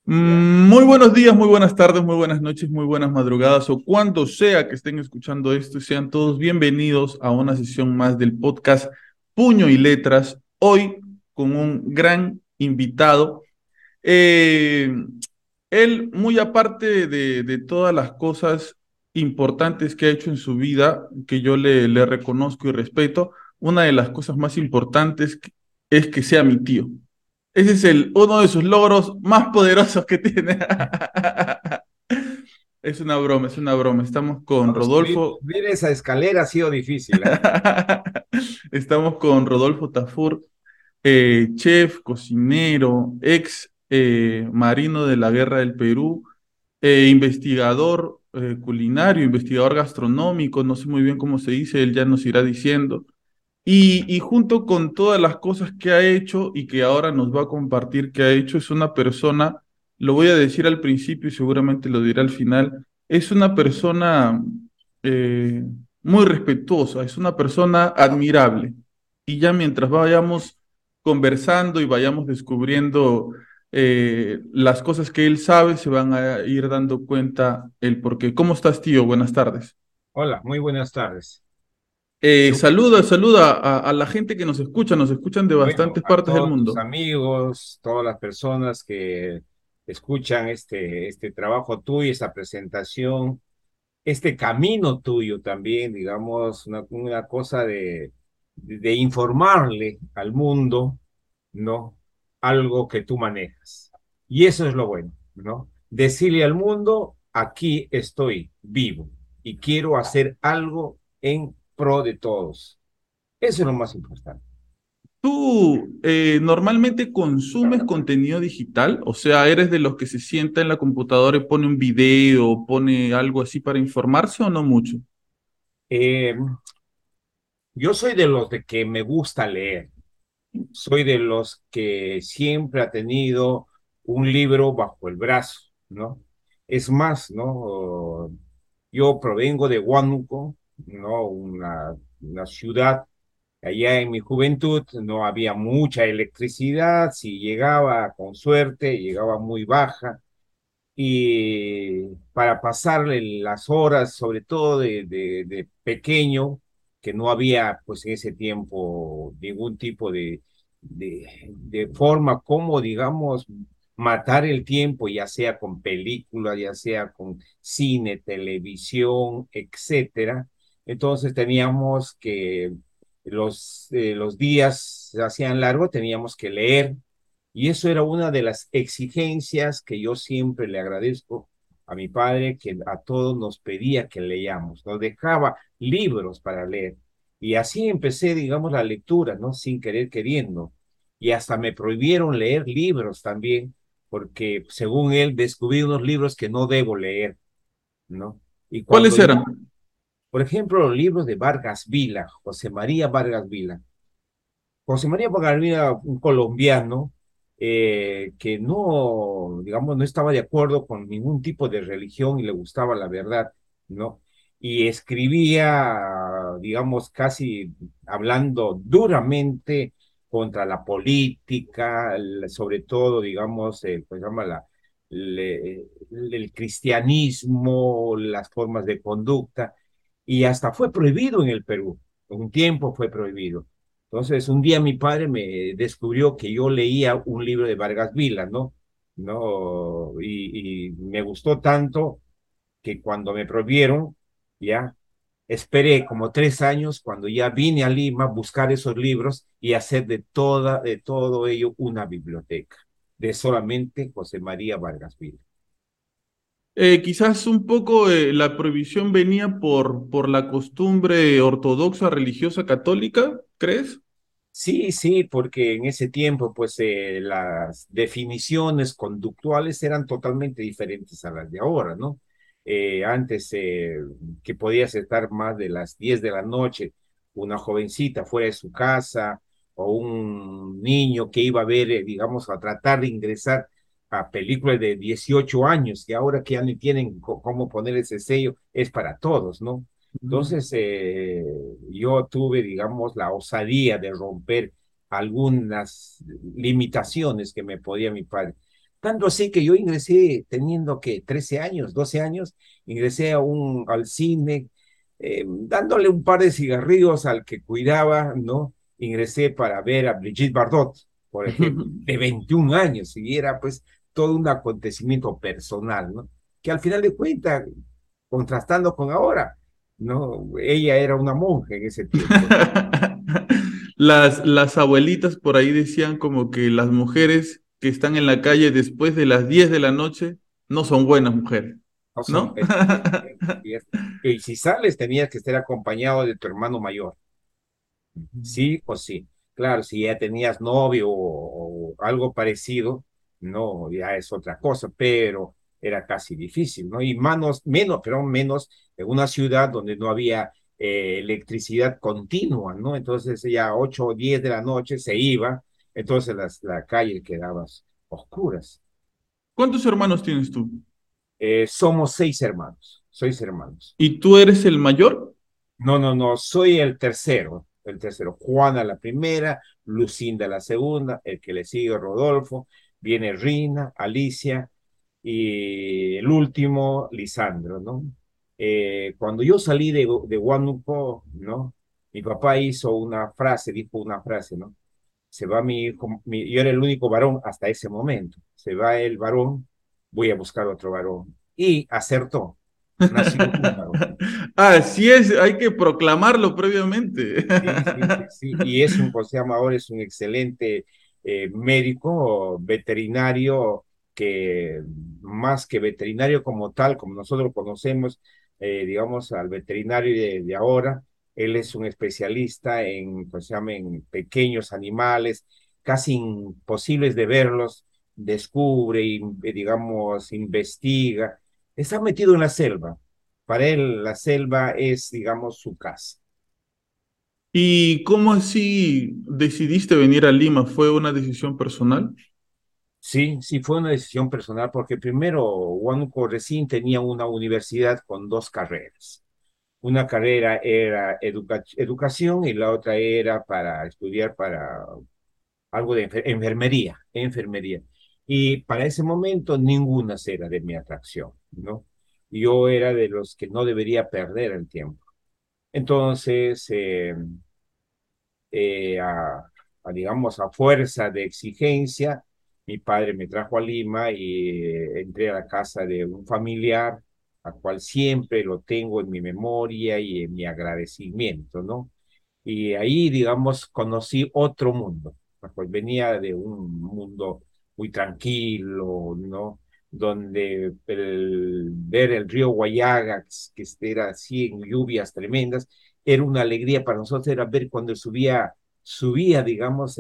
Ya. Muy buenos días, muy buenas tardes, muy buenas noches, muy buenas madrugadas o cuando sea que estén escuchando esto y sean todos bienvenidos a una sesión más del podcast Puño y Letras. Hoy con un gran invitado. Eh, Él, muy aparte de todas las cosas importantes que ha hecho en su vida, que yo le reconozco y respeto, una de las cosas más importantes es que sea mi tío. Ese es uno de sus logros más poderosos que tiene. Es una broma, es una broma. Estamos con Bueno, Rodolfo. subir esa escalera ha sido difícil, ¿ah? Estamos con Rodolfo Tafur, chef, cocinero, ex marino de la Guerra del Perú, investigador culinario, investigador gastronómico, no sé muy bien cómo se dice, él ya nos irá diciendo. Y junto con todas las cosas que ha hecho y que ahora nos va a compartir que ha hecho, es una persona, lo voy a decir al principio y seguramente lo diré al final, es una persona eh, muy respetuosa, es una persona admirable. Y ya mientras vayamos conversando y vayamos descubriendo las cosas que él sabe, se van a ir dando cuenta el por qué. ¿Cómo estás, tío? Buenas tardes. Hola, muy buenas tardes. Saluda, saluda a la gente que nos escuchan de Bueno, bastantes a partes del todos tus mundo. amigos, todas las personas que escuchan este trabajo tuyo, esta presentación, este camino tuyo también, digamos, una cosa de informarle al mundo, ¿no? Algo que tú manejas. Y eso es lo bueno, ¿no? Decirle al mundo, aquí estoy vivo y quiero hacer algo en pro de todos. Eso es lo más importante. ¿Tú normalmente consumes contenido digital? O sea, ¿eres de los que se sienta en la computadora y pone un video, pone algo así para informarse o no mucho? Eh, yo soy de los de que me gusta leer. Soy de los que siempre ha tenido un libro bajo el brazo, ¿no? Es más, ¿no? Yo provengo de Huánuco, ¿no? Una ciudad. Allá en mi juventud no había mucha electricidad, si llegaba con suerte, llegaba muy baja, y para pasarle las horas, sobre todo de pequeño, que no había pues en ese tiempo ningún tipo de forma como, digamos, matar el tiempo, ya sea con películas, ya sea con cine, televisión, etcétera. Entonces teníamos que, los días se hacían largos, teníamos que leer, y eso era una de las exigencias que yo siempre le agradezco a mi padre, que a todos nos pedía que leamos, nos dejaba libros para leer. Y así empecé, digamos, la lectura, ¿no? Sin querer queriendo. Y hasta me prohibieron leer libros también, porque según él descubrí unos libros que no debo leer, ¿no? Y cuando ¿Cuáles ya, eran? por ejemplo, los libros de Vargas Vila, José María Vargas Vila, José María Pagarmira, un colombiano que no, digamos, no estaba de acuerdo con ningún tipo de religión y le gustaba la verdad, ¿no? Y escribía, digamos, casi hablando duramente contra la política, sobre todo, digamos, pues llama el cristianismo, las formas de conducta, y hasta fue prohibido en el Perú. Un tiempo fue prohibido. Entonces, un día mi padre me descubrió que yo leía un libro de Vargas Vila, ¿no? ¿No? Y me gustó tanto que cuando me prohibieron, ya esperé como 3 años cuando ya vine a Lima a buscar esos libros y hacer de todo ello una biblioteca, de solamente José María Vargas Vila. Quizás un poco la prohibición venía por la costumbre ortodoxa religiosa católica, ¿crees? Sí, sí, porque en ese tiempo, pues las definiciones conductuales eran totalmente diferentes a las de ahora, ¿no? Antes, que podías estar más de las 10 de la noche, una jovencita fuera de su casa, o un niño que iba a ver, digamos, a tratar de ingresar a películas de 18 años, que ahora que ya no tienen cómo poner ese sello, es para todos, ¿no? Mm. Entonces, yo tuve, digamos, la osadía de romper algunas limitaciones que me podía mi padre. Tanto así que yo ingresé teniendo que 13 años, 12 años, ingresé al cine, dándole un par de cigarrillos al que cuidaba, ¿no? Ingresé para ver a Brigitte Bardot, por ejemplo, de 21 años, y era pues todo un acontecimiento personal, ¿no? Que al final de cuentas, contrastando con ahora, ¿no? Ella era una monja en ese tiempo. Las abuelitas por ahí decían como que las mujeres que están en la calle después de las 10 de la noche no son buenas mujeres, No son, ¿no? y si sales, tenías que estar acompañado de tu hermano mayor. Sí o sí. Claro, si ya tenías novio o algo parecido, no, ya es otra cosa, pero era casi difícil, ¿no? Y menos, pero menos en una ciudad donde no había electricidad continua, ¿no? Entonces ya 8 o 10 de la noche se iba, entonces la calle quedaba oscuras. ¿Cuántos hermanos tienes tú? Somos 6 hermanos, 6 hermanos. ¿Y tú eres el mayor? No, no, no, soy el tercero. Juana la primera, Lucinda la segunda, el que le sigue Rodolfo, viene Rina, Alicia y el último, Lisandro, ¿no? Cuando yo salí de Huánuco, ¿no? Mi papá hizo una frase, dijo una frase, ¿no? Se va mi hijo, yo era el único varón hasta ese momento. Se va el varón, voy a buscar otro varón. Y acertó, nació un varón. Así es, hay que proclamarlo previamente. Sí, sí, sí, sí. Y es un, José Amador es un excelente médico veterinario que más que veterinario como tal, como nosotros conocemos, digamos, al veterinario de ahora, él es un especialista en, pues, se llama, en pequeños animales, casi imposibles de verlos, descubre, y, digamos, investiga. Está metido en la selva. Para él, la selva es, digamos, su casa. ¿Y cómo así decidiste venir a Lima? ¿Fue una decisión personal? Sí, sí, fue una decisión personal porque primero Huánuco recién tenía una universidad con dos carreras. Una carrera era educación y la otra era para estudiar para algo de enfermería. Y para ese momento ninguna era de mi atracción, ¿no? Yo era de los que no debería perder el tiempo. Entonces, digamos, a fuerza de exigencia, mi padre me trajo a Lima y entré a la casa de un familiar, a cual siempre lo tengo en mi memoria y en mi agradecimiento, ¿no? Y ahí, digamos, conocí otro mundo, pues venía de un mundo muy tranquilo, ¿no? Donde ver el río Guayaga, que era así en lluvias tremendas, era una alegría para nosotros, era ver cuando subía, digamos,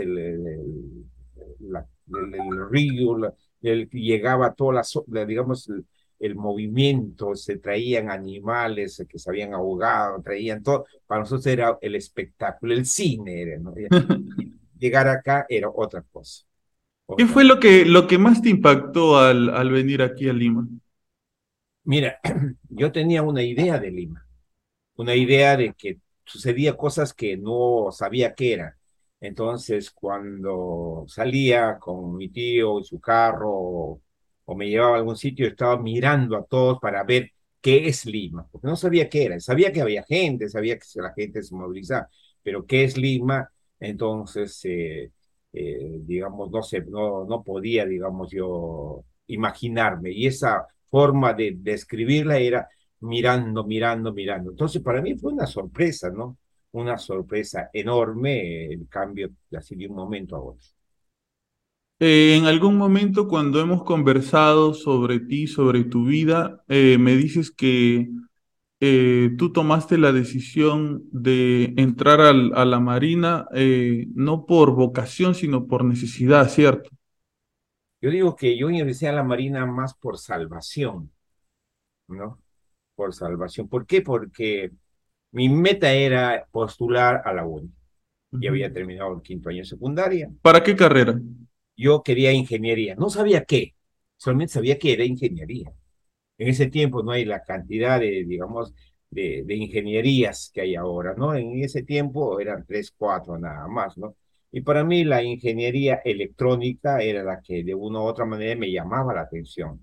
el río, llegaba toda digamos, el movimiento, se traían animales que se habían ahogado, traían todo, para nosotros era el espectáculo, el cine era, ¿no? Llegar acá era otra cosa, ¿Qué otra fue cosa. lo que más te impactó al venir aquí a Lima? Mira, yo tenía una idea de Lima, una idea de que sucedía cosas que no sabía qué era. Entonces, cuando salía con mi tío y su carro o me llevaba a algún sitio, estaba mirando a todos para ver qué es Lima, porque no sabía qué era. Sabía que había gente, sabía que la gente se movilizaba, pero qué es Lima, entonces, digamos, no sé, no podía, digamos, yo imaginarme. Y esa forma de describirla era mirando, mirando, mirando. Entonces, para mí fue una sorpresa, ¿no? Una sorpresa enorme el cambio así de un momento a otro. En algún momento cuando hemos conversado sobre ti, sobre tu vida, me dices que tú tomaste la decisión de entrar a la Marina no por vocación, sino por necesidad, ¿cierto? Yo digo que yo ingresé a la Marina más por salvación, ¿no? Por salvación. ¿Por qué? Porque mi meta era postular a la uni. Ya Ujú. había terminado el quinto año de secundaria. ¿Para qué carrera? Yo quería ingeniería. No sabía qué, solamente sabía que era ingeniería. En ese tiempo no hay la cantidad de, digamos, de ingenierías que hay ahora, ¿no? En ese tiempo eran tres, cuatro nada más, ¿no? Y para mí la ingeniería electrónica era la que de una u otra manera me llamaba la atención.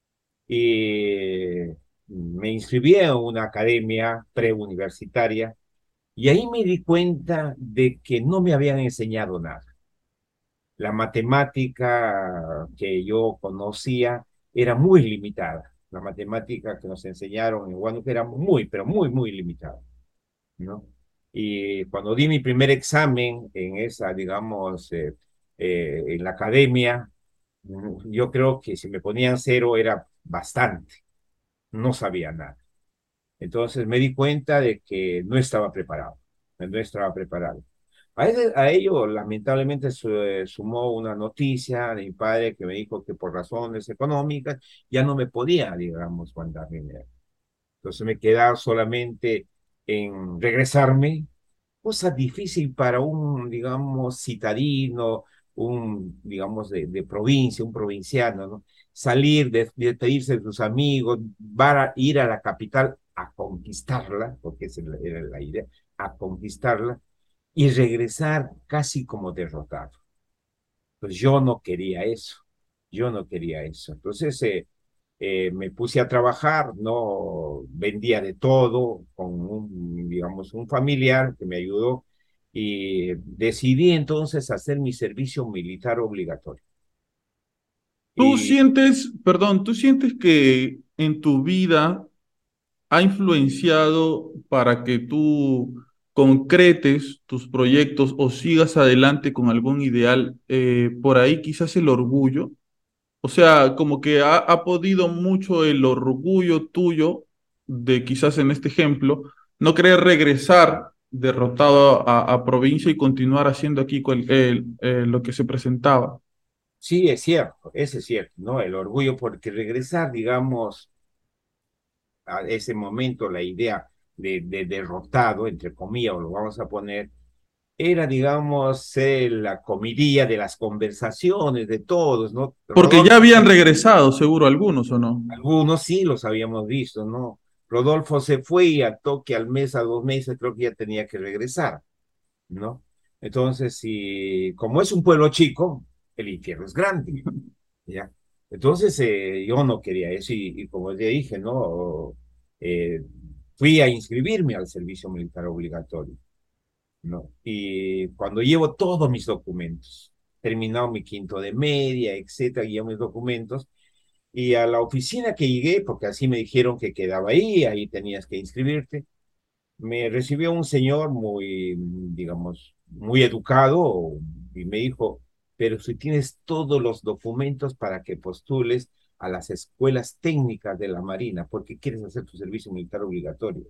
Y me inscribí en una academia preuniversitaria y ahí me di cuenta de que no me habían enseñado nada. La matemática que yo conocía era muy limitada. La matemática que nos enseñaron en Huánuco era muy, pero muy, muy limitada, ¿no? Y cuando di mi primer examen en esa, digamos, en la academia, yo creo que si me ponían cero era bastante, no sabía nada. Entonces me di cuenta de que no estaba preparado, no estaba preparado. A ello, lamentablemente, sumó una noticia de mi padre que me dijo que por razones económicas ya no me podía, digamos, mandar dinero. Entonces me quedaba solamente en regresarme, cosa difícil para un, digamos, citadino, un, digamos, de provincia, un provinciano, ¿no? Salir, de despedirse de sus amigos, ir a la capital a conquistarla, porque esa era la idea, a conquistarla, y regresar casi como derrotado. Pues yo no quería eso, yo no quería eso. Entonces me puse a trabajar, no vendía de todo con un, digamos, un familiar que me ayudó y decidí entonces hacer mi servicio militar obligatorio. ¿Tú Y sientes, perdón, tú sientes que en tu vida ha influenciado para que tú concretes tus proyectos o sigas adelante con algún ideal, por ahí quizás el orgullo? O sea, como que ha podido mucho el orgullo tuyo de quizás en este ejemplo, no querer regresar derrotado a provincia y continuar haciendo aquí lo que se presentaba. sí, es cierto, ese es cierto, ¿no? El orgullo porque regresar, digamos, a ese momento, la idea de derrotado, entre comillas, o lo vamos a poner, era, digamos, la comidilla de las conversaciones de todos, ¿no? Porque ya Rodolfo, habían regresado, seguro, algunos o no. algunos sí los habíamos visto, ¿no? Rodolfo se fue y a toque al mes, a 2 meses, creo que ya tenía que regresar, ¿no? Entonces, si, como es un pueblo chico, el infierno es grande, ¿ya? Entonces, yo no quería eso y como ya dije, ¿no? Eh, Fui a inscribirme al servicio militar obligatorio. ¿No? Y cuando llevo todos mis documentos, terminado mi quinto de media, etcétera, llevo mis documentos, y a la oficina que llegué, porque así me dijeron que quedaba ahí tenías que inscribirte, me recibió un señor muy, digamos, muy educado y me dijo, pero si tienes todos los documentos para que postules a las escuelas técnicas de la Marina, ¿por qué quieres hacer tu servicio militar obligatorio?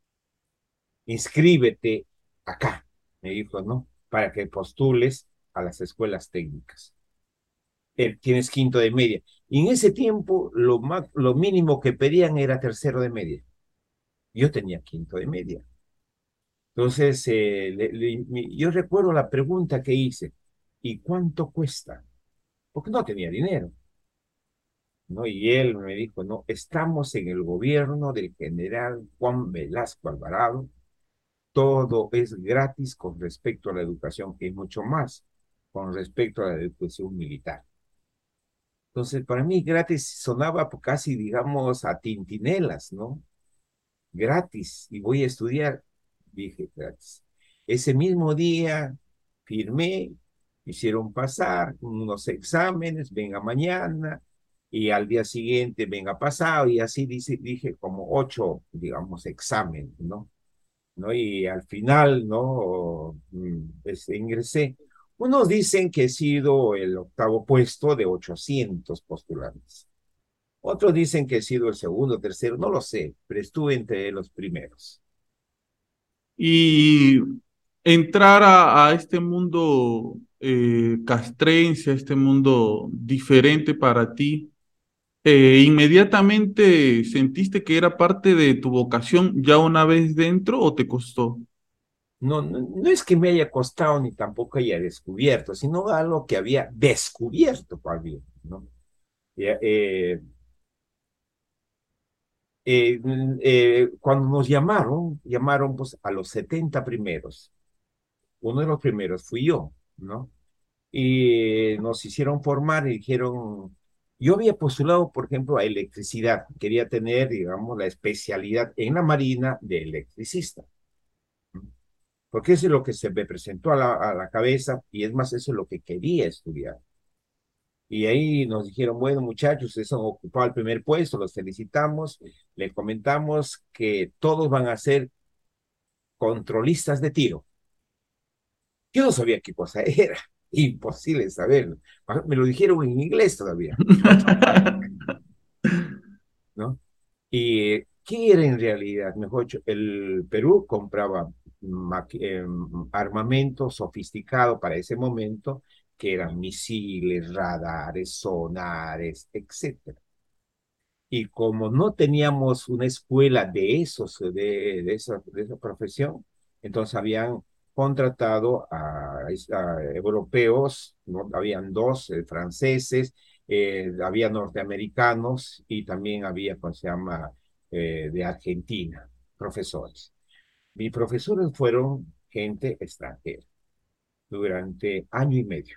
Inscríbete acá, me dijo, ¿no? Para que postules a las escuelas técnicas. Tienes quinto de media. Y en ese tiempo, lo mínimo que pedían era tercero de media. Yo tenía quinto de media. Entonces, yo recuerdo la pregunta que hice, ¿y cuánto cuesta? Porque no tenía dinero, ¿no? Y él me dijo, no, estamos en el gobierno del general Juan Velasco Alvarado, todo es gratis con respecto a la educación, que es mucho más con respecto a la educación militar. Entonces, para mí gratis sonaba casi, digamos, a tintinelas, ¿no? Gratis, y voy a estudiar, dije gratis. Ese mismo día firmé, hicieron pasar unos exámenes, venga mañana, y al día siguiente venga pasado, y así dije como 8, digamos, exámenes, ¿no? ¿No? Y al final, ¿no? Ingresé. Unos dicen que he sido el octavo puesto de 800 postulantes. Otros dicen que he sido el segundo, tercero, no lo sé, pero estuve entre los primeros. Y entrar a este mundo castrense, a este mundo diferente para ti, ¿inmediatamente sentiste que era parte de tu vocación ya una vez dentro o te costó? No, no, no es que me haya costado ni tampoco haya descubierto, sino algo que había descubierto, Pablo, ¿no? Eh, eh, Cuando nos llamaron pues a los 70 primeros. Uno de los primeros fui yo. ¿no? Y nos hicieron formar y dijeron, yo había postulado, por ejemplo, a electricidad, quería tener, digamos, la especialidad en la Marina de electricista, ¿no? Porque eso es lo que se me presentó a la cabeza y es más, eso es lo que quería estudiar. Y ahí nos dijeron, bueno, muchachos, ustedes han ocupado el primer puesto, los felicitamos, les comentamos que todos van a ser controlistas de tiro. Yo no sabía qué cosa era, imposible saberlo. Me lo dijeron en inglés todavía, no, ¿no? ¿Y qué era en realidad? Mejor dicho, el Perú compraba armamento sofisticado para ese momento, que eran misiles, radares, sonares, etcétera. Y como no teníamos una escuela de esos, de esa profesión, entonces habían contratado a europeos, ¿no? Habían dos franceses, había norteamericanos y también había, ¿cómo se llama?, de Argentina, profesores. Mis profesores fueron gente extranjera durante año y medio.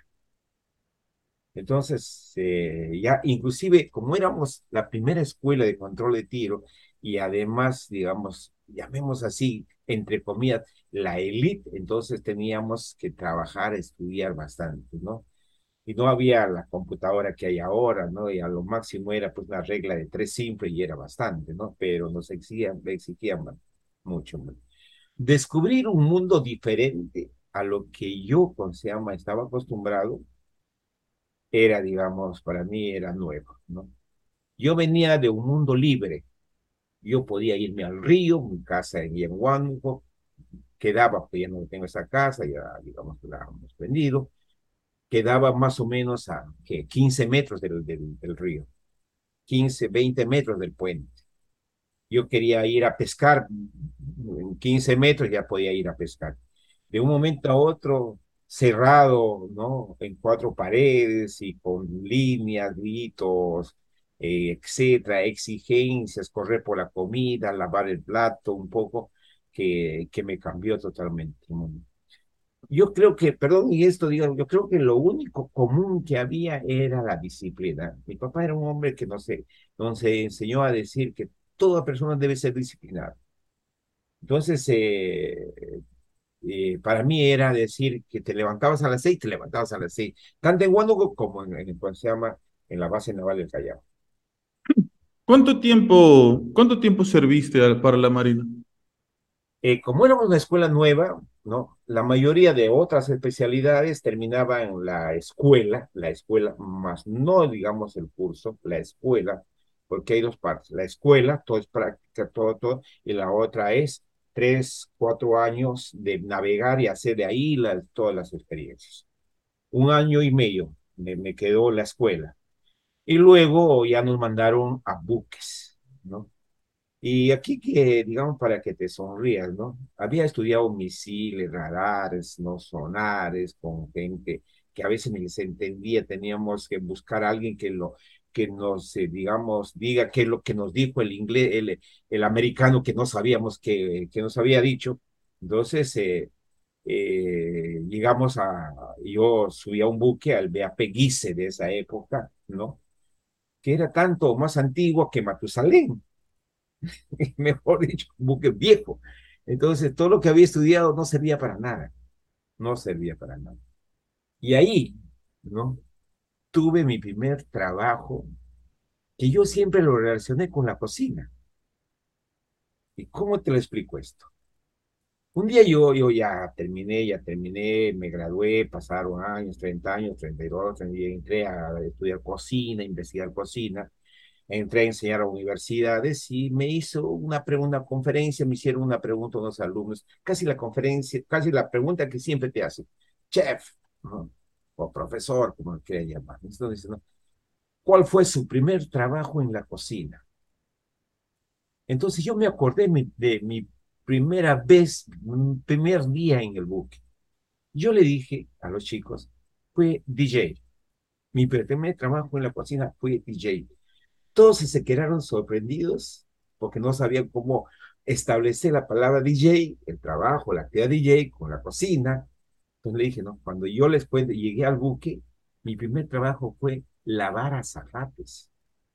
Entonces, ya inclusive como éramos la primera escuela de control de tiro y además, digamos, llamemos así, entre comillas, la élite, entonces teníamos que trabajar, estudiar bastante, ¿no? Y no había la computadora que hay ahora, ¿no? Y a lo máximo era pues una regla de tres simple y era bastante, ¿no? Pero nos exigían mucho, ¿no? Descubrir un mundo diferente a lo que yo, con se llama, estaba acostumbrado era, digamos, para mí era nuevo, ¿no? Yo venía de un mundo libre. Yo podía irme al río, mi casa en Huánuco, quedaba, pues ya no tengo esa casa, ya digamos que la hemos vendido, quedaba más o menos a ¿qué? 15 metros del río, 15, 20 metros del puente. Yo quería ir a pescar, en 15 metros ya podía ir a pescar. De un momento a otro, cerrado, ¿no? En cuatro paredes y con líneas, gritos, etcétera, exigencias, correr por la comida, lavar el plato, un poco, que me cambió totalmente. Yo creo que, perdón, y esto digo, yo creo que lo único común que había era la disciplina. Mi papá era un hombre que nos enseñó a decir que toda persona debe ser disciplinada. Entonces, para mí era decir que te levantabas a las 6, te levantabas a las 6, tanto en Huánuco como ¿cómo se llama? En la base naval del Callao. Cuánto tiempo serviste para la Marina? Como éramos una escuela nueva, ¿no? La mayoría de otras especialidades terminaba en la escuela, más no digamos el curso, la escuela, porque hay dos partes. La escuela, todo es práctica, todo, y la otra es 3, 4 años de navegar y hacer de ahí todas las experiencias. Un año y medio me quedó la escuela. Y luego ya nos mandaron a buques, ¿no? Y aquí que, digamos, para que te sonrías, ¿no? Había estudiado misiles, radares, no sonares, con gente que a veces ni les entendía, teníamos que buscar a alguien que nos, digamos, diga qué es lo que nos dijo el inglés, el americano que no sabíamos que nos había dicho. Entonces, llegamos yo subí a un buque, al BAP Guise de esa época, ¿no? Que era tanto más antiguo que Matusalén, mejor dicho, un buque viejo. Entonces, todo lo que había estudiado no servía para nada, no servía para nada. Y ahí, ¿no? Tuve mi primer trabajo, que yo siempre lo relacioné con la cocina. ¿Y cómo te lo explico esto? Un día yo ya terminé, me gradué, pasaron años, 30 años, 32, y entré a estudiar cocina, investigar cocina, entré a enseñar a universidades y me hizo una conferencia, me hicieron una pregunta a unos alumnos, casi la conferencia, casi la pregunta que siempre te hacen, chef, ¿no? O profesor, como lo quieran llamar. Entonces, ¿no? ¿Cuál fue su primer trabajo en la cocina? Entonces yo me acordé de mi primera vez, mi primer día en el buque. Yo le dije a los chicos, fue DJ. Mi primer trabajo en la cocina fue DJ. Todos se quedaron sorprendidos porque no sabían cómo establecer la palabra DJ, el trabajo, la actividad DJ con la cocina. Entonces le dije, no, cuando yo después llegué al buque, mi primer trabajo fue lavar azafates.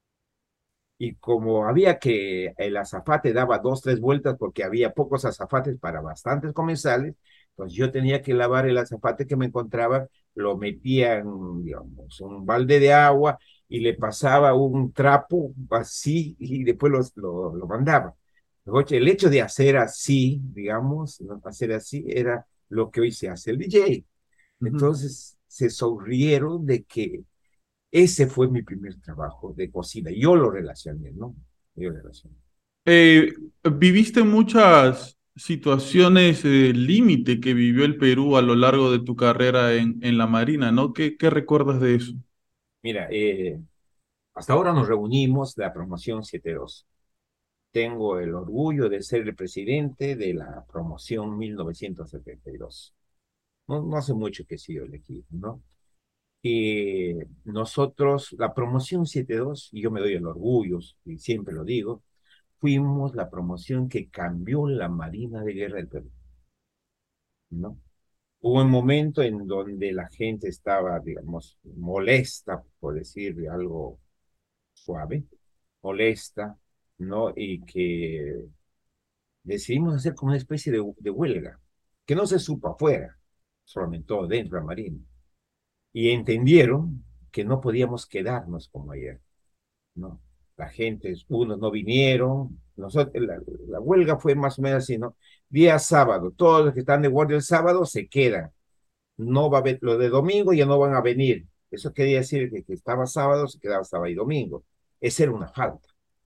Y como había que, el azafate daba dos, tres vueltas porque había pocos azafates para bastantes comensales, pues yo tenía que lavar el azafate que me encontraba, lo metía en, digamos, un balde de agua y le pasaba un trapo así y después lo mandaba. Oye, el hecho de hacer así, digamos, ¿no? Hacer así era lo que hoy se hace el DJ. Ujú. Entonces se sonrieron de que ese fue mi primer trabajo de cocina. Yo lo relacioné, ¿no? Yo lo relacioné. Eh, Viviste muchas situaciones límite que vivió el Perú a lo largo de tu carrera en la Marina, ¿no? ¿Qué recuerdas de eso? Mira, hasta ahora nos reunimos la promoción 72. Tengo el orgullo de ser el presidente de la promoción 1972. No, no hace mucho que he sido elegido, ¿no? Y nosotros, la promoción 72, y yo me doy el orgullo, y siempre lo digo, fuimos la promoción que cambió la Marina de Guerra del Perú, ¿no? Hubo un momento en donde la gente estaba, digamos, molesta, por decir algo suave, molesta, ¿no? Y que decidimos hacer como una especie de huelga, que no se supo afuera, solamente dentro de la Marina. Y entendieron que no podíamos quedarnos como ayer, ¿no? La gente, unos no vinieron, nosotros, la huelga fue más o menos así, ¿no? Día sábado, todos los que están de guardia el sábado se quedan, no va a haber, lo de domingo ya no van a venir. Eso quería decir que estaba sábado, se quedaba sábado y domingo. Esa era una falta.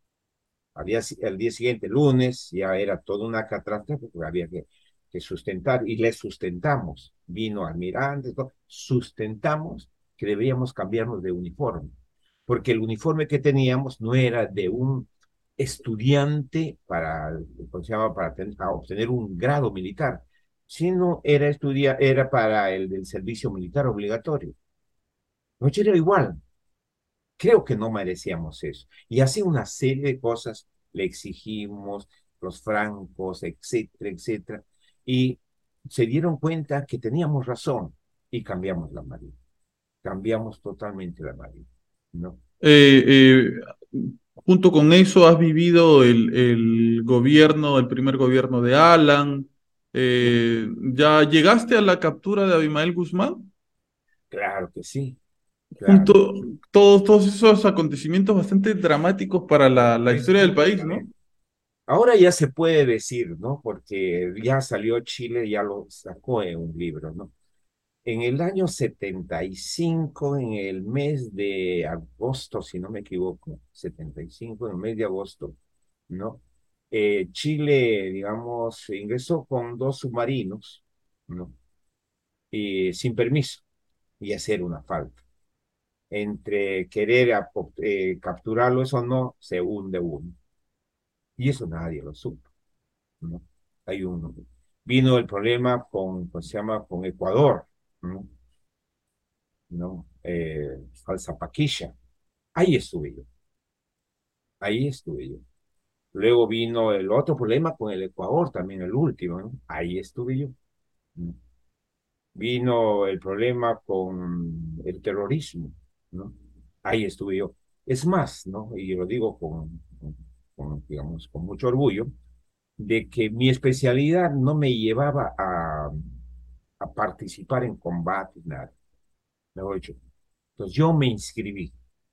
Al día siguiente, lunes, ya era toda una catástrofe porque había que sustentar y le sustentamos. Vino almirante, sustentamos que deberíamos cambiarnos de uniforme, porque el uniforme que teníamos no era de un estudiante para, ¿cómo se llama? Para obtener un grado militar, sino era para el del servicio militar obligatorio. No era igual, creo que no merecíamos eso. Y así una serie de cosas le exigimos, los francos, etcétera, etcétera. Y se dieron cuenta que teníamos razón y cambiamos la Marina. Cambiamos totalmente la Marina, ¿no? Eh, Junto con eso has vivido el gobierno, el primer gobierno de Alan. ¿Ya llegaste a la captura de Abimael Guzmán? Claro que sí, claro que Junto, sí. todos esos acontecimientos bastante dramáticos para la historia del país, ¿no? Exactamente. Ahora ya se puede decir, ¿no? Porque ya salió Chile, ya lo sacó en un libro, ¿no? En el año 75, en el mes de agosto, si no me equivoco, 75, en el mes de agosto, ¿no? Chile, digamos, ingresó con dos submarinos, ¿no? Y sin permiso y hacer una falta. Entre querer capturarlos o no, se hunde uno. Y eso nadie lo supo, ¿no? Hay un, vino el problema con, ¿cómo se llama? Con Ecuador, ¿no? ¿No? Falsa Paquilla. Ahí estuve yo, ahí estuve yo. Luego vino el otro problema con el Ecuador, también el último, ¿no? Ahí estuve yo. ¿No? Vino el problema con el terrorismo, ¿no? Ahí estuve yo. Es más, ¿no? Y lo digo digamos, con mucho orgullo, de que mi especialidad no me llevaba a participar en combates, nada, mejor dicho. Entonces yo me inscribí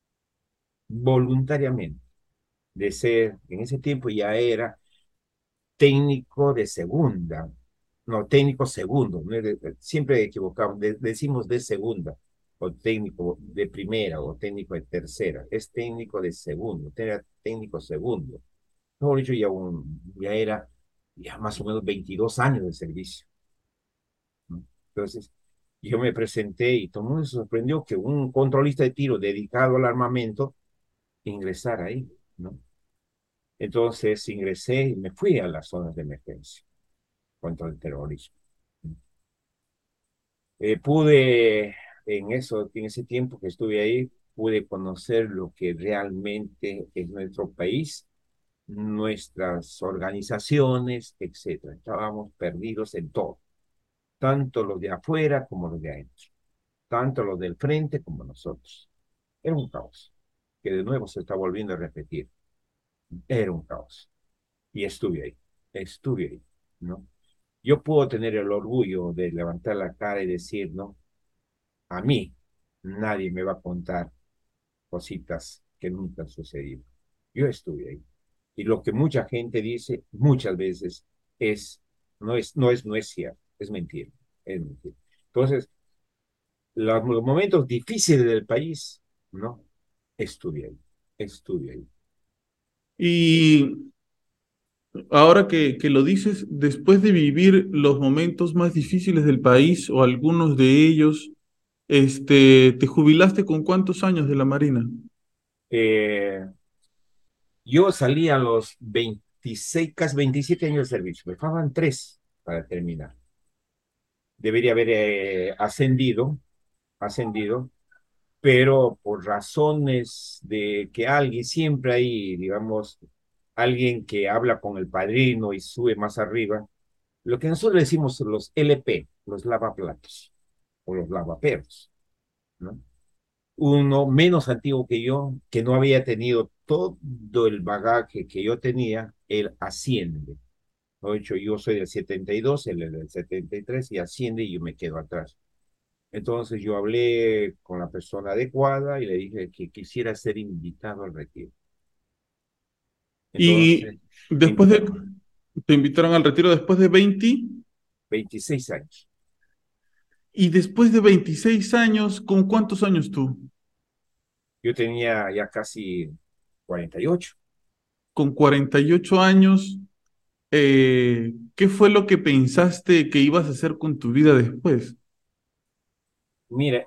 voluntariamente de ser, en ese tiempo ya era técnico de segunda, no, técnico segundo, ¿no? Siempre equivocamos, decimos de segunda, o técnico de primera, o técnico de tercera, es técnico de segundo, era técnico segundo. Mejor dicho, ya era ya más o menos 22 años de servicio, ¿no? Entonces, yo me presenté y todo el mundo se sorprendió que un controlista de tiro dedicado al armamento ingresara ahí, ¿no? Entonces ingresé y me fui a las zonas de emergencia contra el terrorismo. Pude, en ese tiempo que estuve ahí, pude conocer lo que realmente es nuestro país, nuestras organizaciones, etcétera. Estábamos perdidos en todo. tanto los de afuera como los de adentro, tanto los del frente como nosotros. Era un caos, que de nuevo se está volviendo a repetir. Era un caos. Y estuve ahí, ¿no? Yo puedo tener el orgullo de levantar la cara y decir, ¿no? A mí nadie me va a contar cositas que nunca han sucedido. Yo estuve ahí. Y lo que mucha gente dice muchas veces es, no es cierto, es mentira, es mentira. Entonces, los momentos difíciles del país, ¿no? Estuve ahí, estuve ahí. Y ahora que lo dices, después de vivir los momentos más difíciles del país o algunos de ellos, ¿te jubilaste con cuántos años de la Marina? Eh, yo salí a los 26, casi 27 años de servicio. Me faltaban 3 para terminar. Debería haber ascendido, pero por razones de que alguien siempre hay, digamos, alguien que habla con el padrino y sube más arriba, lo que nosotros decimos los LP, los lavaplatos o los lavaperos, ¿no? Uno menos antiguo que yo, que no había tenido todo el bagaje que yo tenía, él asciende. De hecho, yo soy del 72, él es del 73 y asciende y yo me quedo atrás. Entonces yo hablé con la persona adecuada y le dije que quisiera ser invitado al retiro. Entonces Y me después de, invitaron, te invitaron al retiro después de 20, 26 años. y después de 26 años, ¿con cuántos años tú? Yo tenía ya casi 48. Con 48 años, ¿qué fue lo que pensaste que ibas a hacer con tu vida después? Mira,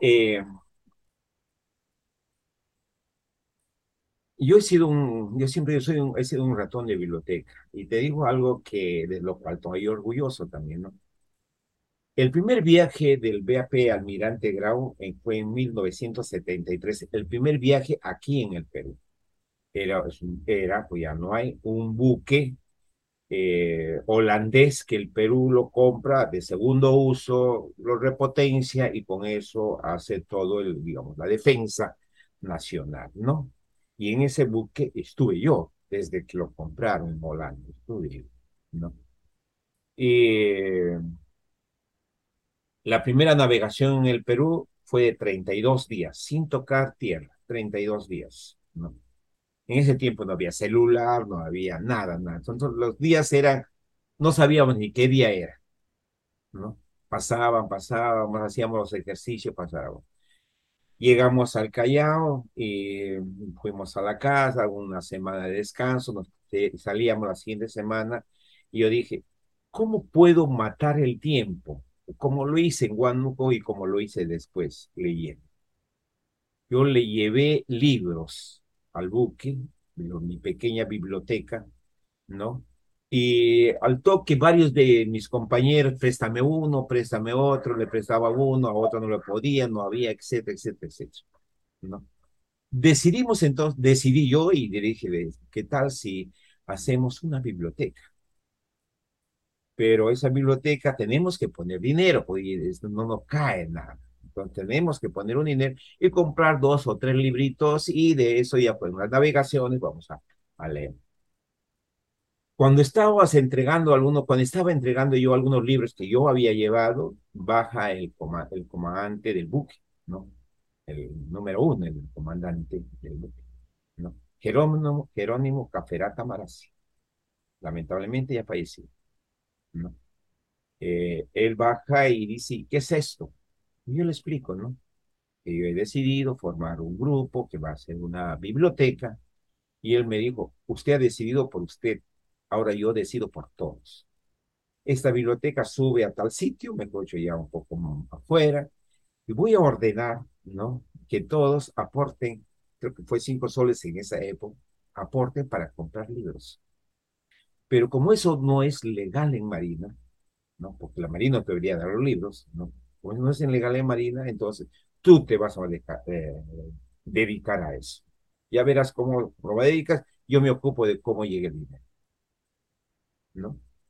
yo siempre he sido un ratón de biblioteca y te digo algo que de lo cual estoy orgulloso también, ¿no? El primer viaje del BAP Almirante Grau fue en 1973, el primer viaje aquí en el Perú. Pues ya no hay, un buque holandés que el Perú lo compra de segundo uso, lo repotencia y con eso hace todo digamos, la defensa nacional, ¿no? Y en ese buque estuve yo desde que lo compraron en Holanda, estuve yo, ¿no? Y la primera navegación en el Perú fue de 32 días, sin tocar tierra, 32 días, ¿no? En ese tiempo no había celular, no había nada, nada. Entonces los días eran, no sabíamos ni qué día era, ¿no? Pasábamos, hacíamos los ejercicios, pasábamos. Llegamos al Callao y fuimos a la casa, una semana de descanso, salíamos la siguiente semana y yo dije, ¿cómo puedo matar el tiempo? Como lo hice en Huánuco y como lo hice después, leyendo. Yo le llevé libros al buque, mi pequeña biblioteca, ¿no? Y al toque varios de mis compañeros, préstame uno, préstame otro, le prestaba uno, a otro no le podía, no había, etcétera, etcétera, etcétera, ¿no? Decidí yo y le dije, ¿qué tal si hacemos una biblioteca? Pero esa biblioteca tenemos que poner dinero, porque no nos cae nada. Entonces tenemos que poner un dinero y comprar 2 o 3 libritos y de eso ya pues las navegaciones vamos a leer. Cuando estaba entregando yo algunos libros que yo había llevado, baja el comandante del buque, ¿no? El número uno, el comandante del buque, ¿no? Jerónimo Caferata Marazzi. Lamentablemente ya falleció, ¿no? Él baja y dice, ¿qué es esto? Y yo le explico, ¿no? Que yo he decidido formar un grupo que va a ser una biblioteca. Y él me dijo, usted ha decidido por usted, ahora yo decido por todos. Esta biblioteca sube a tal sitio, me cocho ya un poco afuera, y voy a ordenar, ¿no? Que todos aporten, creo que fue 5 soles en esa época, aporten para comprar libros. Pero como eso no es legal en Marina, ¿no? Porque la Marina te debería dar los libros, ¿no? Como no es legal en Marina, entonces tú te vas a dedicar a eso. Ya verás cómo lo dedicas, yo me ocupo de cómo llegue el dinero, ¿no?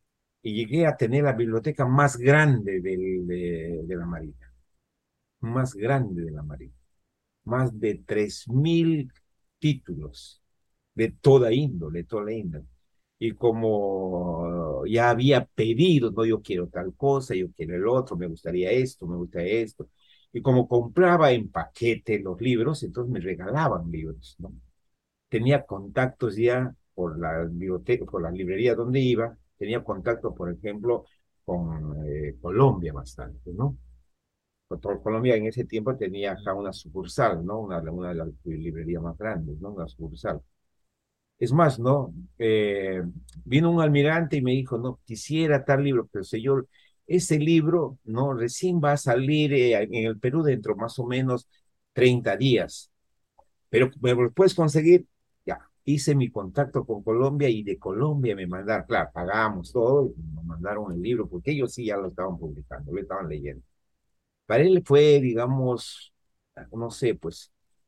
y llegué a tener la biblioteca más grande de la Marina, más grande de la Marina, más de 3.000 títulos de toda índole, toda índole. Y como ya había pedido, no, yo quiero tal cosa, yo quiero el otro, me gustaría esto, me gusta esto. Y como compraba en paquete los libros, entonces me regalaban libros, ¿no? Tenía contactos ya por la biblioteca, por la librería donde iba, tenía contacto, por ejemplo, con Colombia bastante, ¿no? Colombia en ese tiempo tenía acá una sucursal, ¿no? Una de las librerías más grandes, ¿no? Una sucursal. Es más, ¿no? Vino un almirante y me dijo, no, quisiera tal libro, pero señor, ese libro, ¿no? Recién va a salir en el Perú dentro más o menos 30 días, pero me lo puedes conseguir. Ya, hice mi contacto con Colombia y de Colombia me mandaron, claro, pagamos todo y me mandaron el libro, porque ellos sí ya lo estaban publicando, lo estaban leyendo. Para él fue, digamos, no sé, pues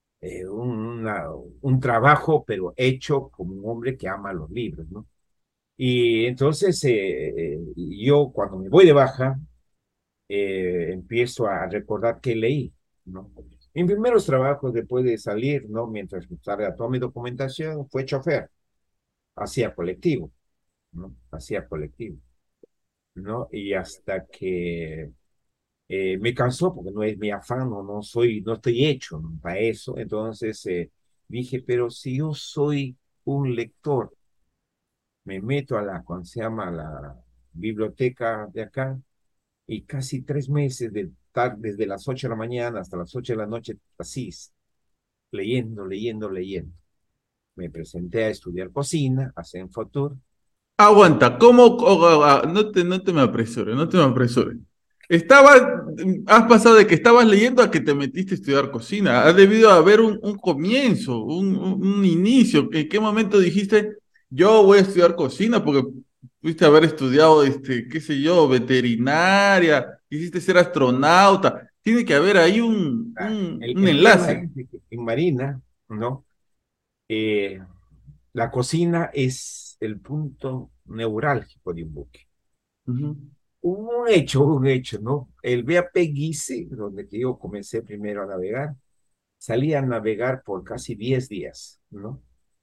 un trabajo, pero hecho como un hombre que ama los libros, ¿no? Y entonces yo cuando me voy de baja, empiezo a recordar qué leí, ¿no? Mis primeros trabajos después de salir, ¿no? Mientras estaba toda mi documentación, fue chofer, hacía colectivo, ¿no? Hacía colectivo, ¿no? Y hasta que me cansó porque no es mi afán, no estoy hecho, ¿no? Para eso. Entonces dije, pero si yo soy un lector, me meto a ¿cómo se llama? La biblioteca de acá y casi 3 meses de estar desde las 8 de la mañana hasta las 8 de la noche, así, leyendo, leyendo, leyendo. Me presenté a estudiar cocina, a Senfotur. Aguanta, ¿cómo? No te me apresures, no te me apresures. Estabas, has pasado de que estabas leyendo a que te metiste a estudiar cocina. Ha debido haber un comienzo, un inicio. ¿En qué momento dijiste, yo voy a estudiar cocina? Porque fuiste a haber estudiado, qué sé yo, veterinaria, quisiste ser astronauta. Tiene que haber ahí un, Ah, un, El, un el tema enlace. es que en Marina, ¿no? Eh, la cocina es el punto neurálgico de un buque. Ujú. Un hecho, ¿no? El BAP Guise, donde que yo comencé primero a navegar, salí a navegar por casi 10 días, ¿no?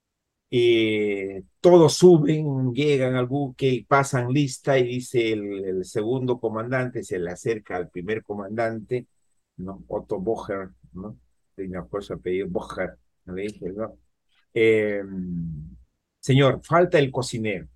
Todos suben, llegan al buque y pasan lista y dice el segundo comandante, se le acerca al primer comandante, ¿no? Otto Bocher, ¿no? Y me acuerdo su apellido, Bocher, ¿no? Le dije, ¿no? Eh, Señor, falta el cocinero.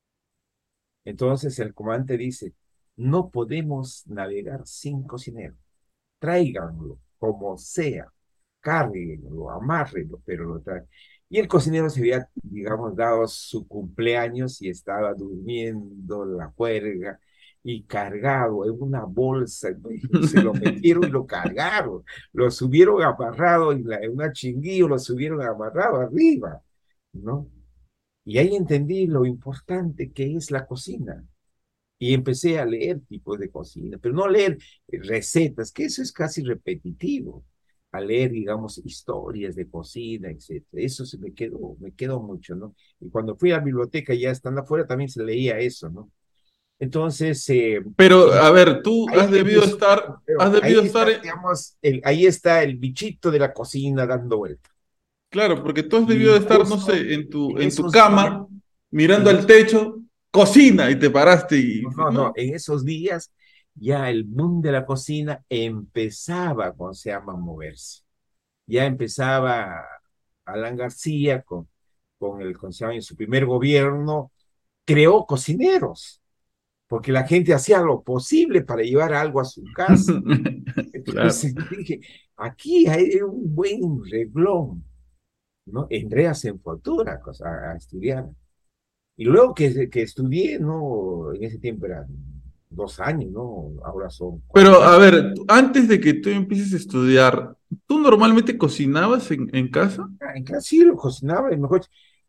Entonces el comandante dice, no podemos navegar sin cocinero, tráiganlo como sea, cárguenlo, amárrenlo, pero lo traen. Y el cocinero se había, digamos, dado su cumpleaños y estaba durmiendo la juerga y cargado en una bolsa, ¿no? Se lo metieron y lo cargaron, lo subieron amarrado en una chinguillo, lo subieron amarrado arriba, ¿no? Y ahí entendí lo importante que es la cocina. Y empecé a leer tipos de cocina, pero no leer recetas, que eso es casi repetitivo. A leer, digamos, historias de cocina, etcétera. Eso me quedó mucho, ¿no? Y cuando fui a la biblioteca, ya estando afuera, también se leía eso, ¿no? Entonces, Pero, y a ver, tú ahí empezó, has pero debido ahí estar, está, digamos, ahí está el bichito de la cocina dando vuelta. claro, porque tú has debido Y de estar, no justo sé, en tu, en en tu esos días, cama, mirando en al esos techo, cocina, y te paraste y, No, no, no, ¿no? en esos días ya el boom de la cocina empezaba, como se llama, a moverse. Ya empezaba Alan García con el, ¿cómo se llama? En su primer gobierno, creó cocineros, porque la gente hacía lo posible para llevar algo a su casa. Claro. Entonces dije, aquí hay un buen reglón, ¿no? Entré a Fortuna a estudiar. Y luego que estudié, ¿no? En ese tiempo eran 2 años, ¿no? Ahora son Pero, 4 años. a ver, antes de que tú empieces a estudiar, ¿tú normalmente cocinabas en casa? En clase sí lo cocinaba, y mejor,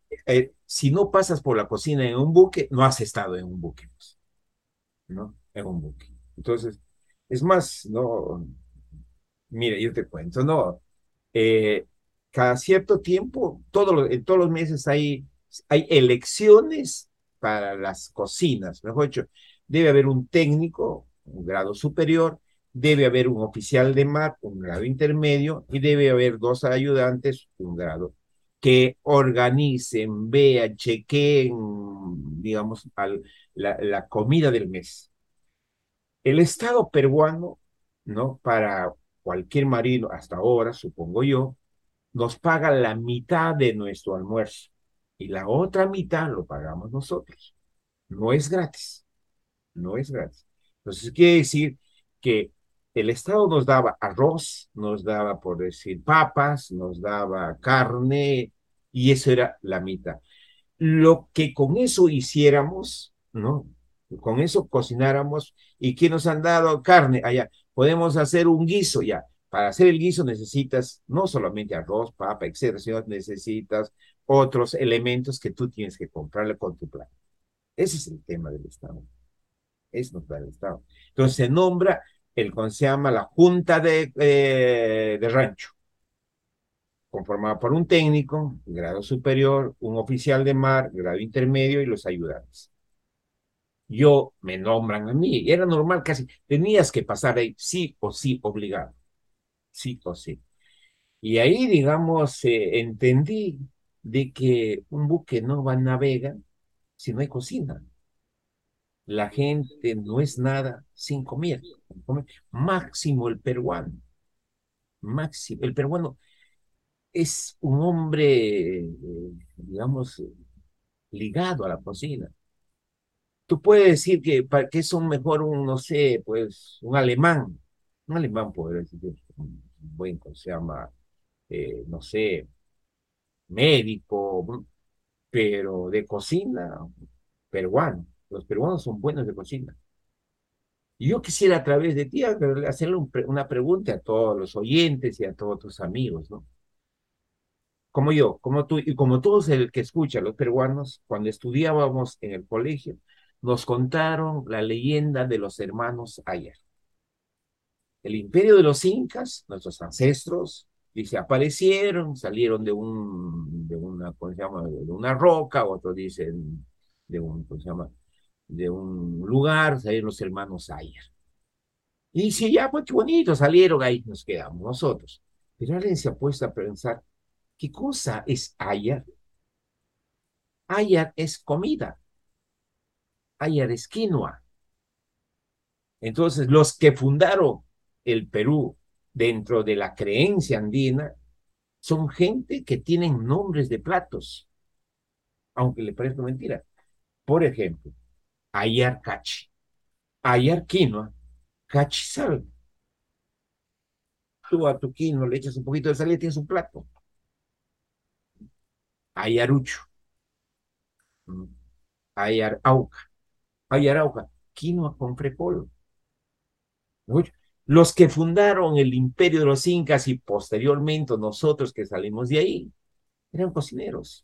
si no pasas por la cocina en un buque, no has estado en un buque, pues, ¿no? En un buque. Entonces, es más, ¿no? Mire, yo te cuento, ¿no? Eh, Cada cierto tiempo, en todos los meses hay elecciones para las cocinas, mejor dicho. debe haber un técnico, un grado superior, debe haber un oficial de mar, un grado intermedio, y debe haber dos ayudantes, un grado, que organicen, vean, chequeen, digamos, la comida del mes. El Estado peruano, ¿no? Para cualquier marino, hasta ahora, supongo yo, nos paga la mitad de nuestro almuerzo y la otra mitad lo pagamos nosotros. No es gratis, no es gratis. Entonces, quiere decir que el Estado nos daba arroz, nos daba, por decir, papas, nos daba carne, y eso era la mitad. Lo que con eso hiciéramos, ¿no? Con eso cocináramos, ¿y qué nos han dado? Carne, allá. Podemos hacer un guiso, ya. Para hacer el guiso necesitas no solamente arroz, papa, etcétera, sino necesitas otros elementos que tú tienes que comprarle con tu plan. Ese es el tema del Estado. Es nos da el Estado. Entonces se nombra se llama la Junta de Rancho, conformada por un técnico, grado superior, un oficial de mar, grado intermedio y los ayudantes. Yo me nombran a mí, era normal casi, tenías que pasar ahí sí o sí, obligado, sí o sí. Y ahí, digamos, entendí de que un buque no va a navegar si no hay cocina. La gente no es nada sin comer. Máximo el peruano, máximo. El peruano es un hombre, digamos, ligado a la cocina. Tú puedes decir que es un mejor, no sé, pues un alemán puede decir, un buen, ¿cómo se llama? No sé, médico, pero de cocina, peruano. Los peruanos son buenos de cocina. Y yo quisiera a través de ti hacerle una pregunta a todos los oyentes y a todos tus amigos, ¿no? Como yo, como tú y como todos el que escucha, los peruanos, cuando estudiábamos en el colegio, nos contaron la leyenda de los hermanos Ayar. El imperio de los incas, nuestros ancestros, dice, aparecieron, salieron de una, ¿cómo se llama? De una roca, otros dicen de un, ¿cómo se llama? De un lugar, salieron los hermanos Ayar. Y si ya, pues qué bonito, salieron ahí, nos quedamos nosotros. Pero alguien se ha puesto a pensar, ¿qué cosa es Ayar? Ayar es comida, Ayar es quinoa. Entonces, los que fundaron el Perú dentro de la creencia andina son gente que tienen nombres de platos, aunque le parezca mentira. Por ejemplo, Ayar Cachi, Ayar Quinoa, Cachi Sal. Tú a tu quinoa le echas un poquito de sal y tienes un plato. Ayarucho, Ayar Auca, Ayar Auca, quinoa con frijol. Los que fundaron el imperio de los incas y posteriormente nosotros que salimos de ahí, eran cocineros.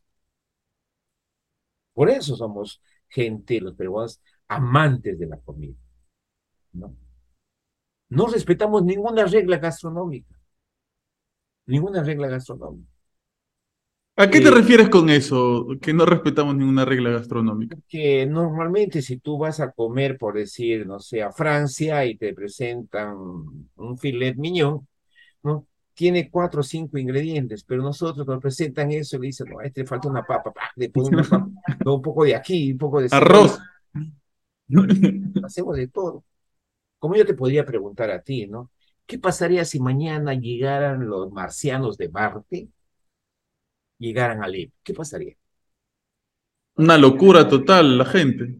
Por eso somos gente, los peruanos, amantes de la comida, ¿no? No respetamos ninguna regla gastronómica, ninguna regla gastronómica. ¿A qué te Eh, refieres con eso? Que no respetamos ninguna regla gastronómica. que normalmente si tú vas a comer, por decir, no sé, a Francia y te presentan un filet mignon, ¿no? Tiene cuatro o cinco ingredientes, pero nosotros nos presentan eso y le dicen, no, a este le falta una papa, le ponen una papa, no, un poco de aquí, un poco de cebolla, Arroz. hacemos de todo. Como yo te podría preguntar a ti, ¿no? ¿Qué pasaría si mañana llegaran los marcianos de Marte, llegaran a Lima? ¿Qué pasaría? Una locura total, la gente.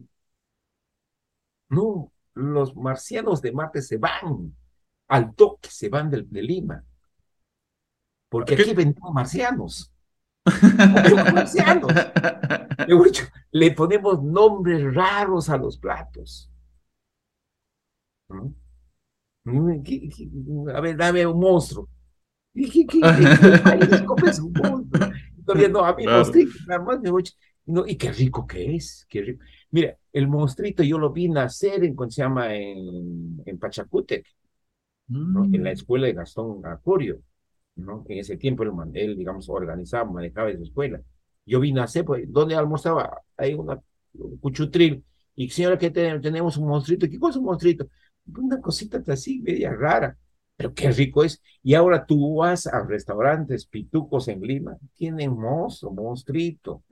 No, los marcianos de Marte se van al toque, se van de Lima, porque aquí ¿Qué? venimos marcianos, comemos marcianos. Le ponemos nombres raros a los platos. ¿No? A ver, dame un monstruo. ¿De qué país comes un monstruo? Todavía no, a mí Claro. monstruito, nada más me voy. No, y qué rico que es, qué rico. Mira, el monstruito yo lo vi nacer ¿cómo se llama? En Pachacútec, ¿no? En la Mm. escuela de Gastón Acurio, ¿no? En ese tiempo él, digamos, organizaba, manejaba esa escuela. Yo vi nacer, pues, ¿dónde almorzaba? Hay un cuchutril. Y señora, ¿qué tenemos un monstruito? ¿Qué cosa es un monstruito? Una cosita así, media rara, pero qué rico es. Y ahora tú vas a restaurantes pitucos en Lima, tienen monstruo, monstruito.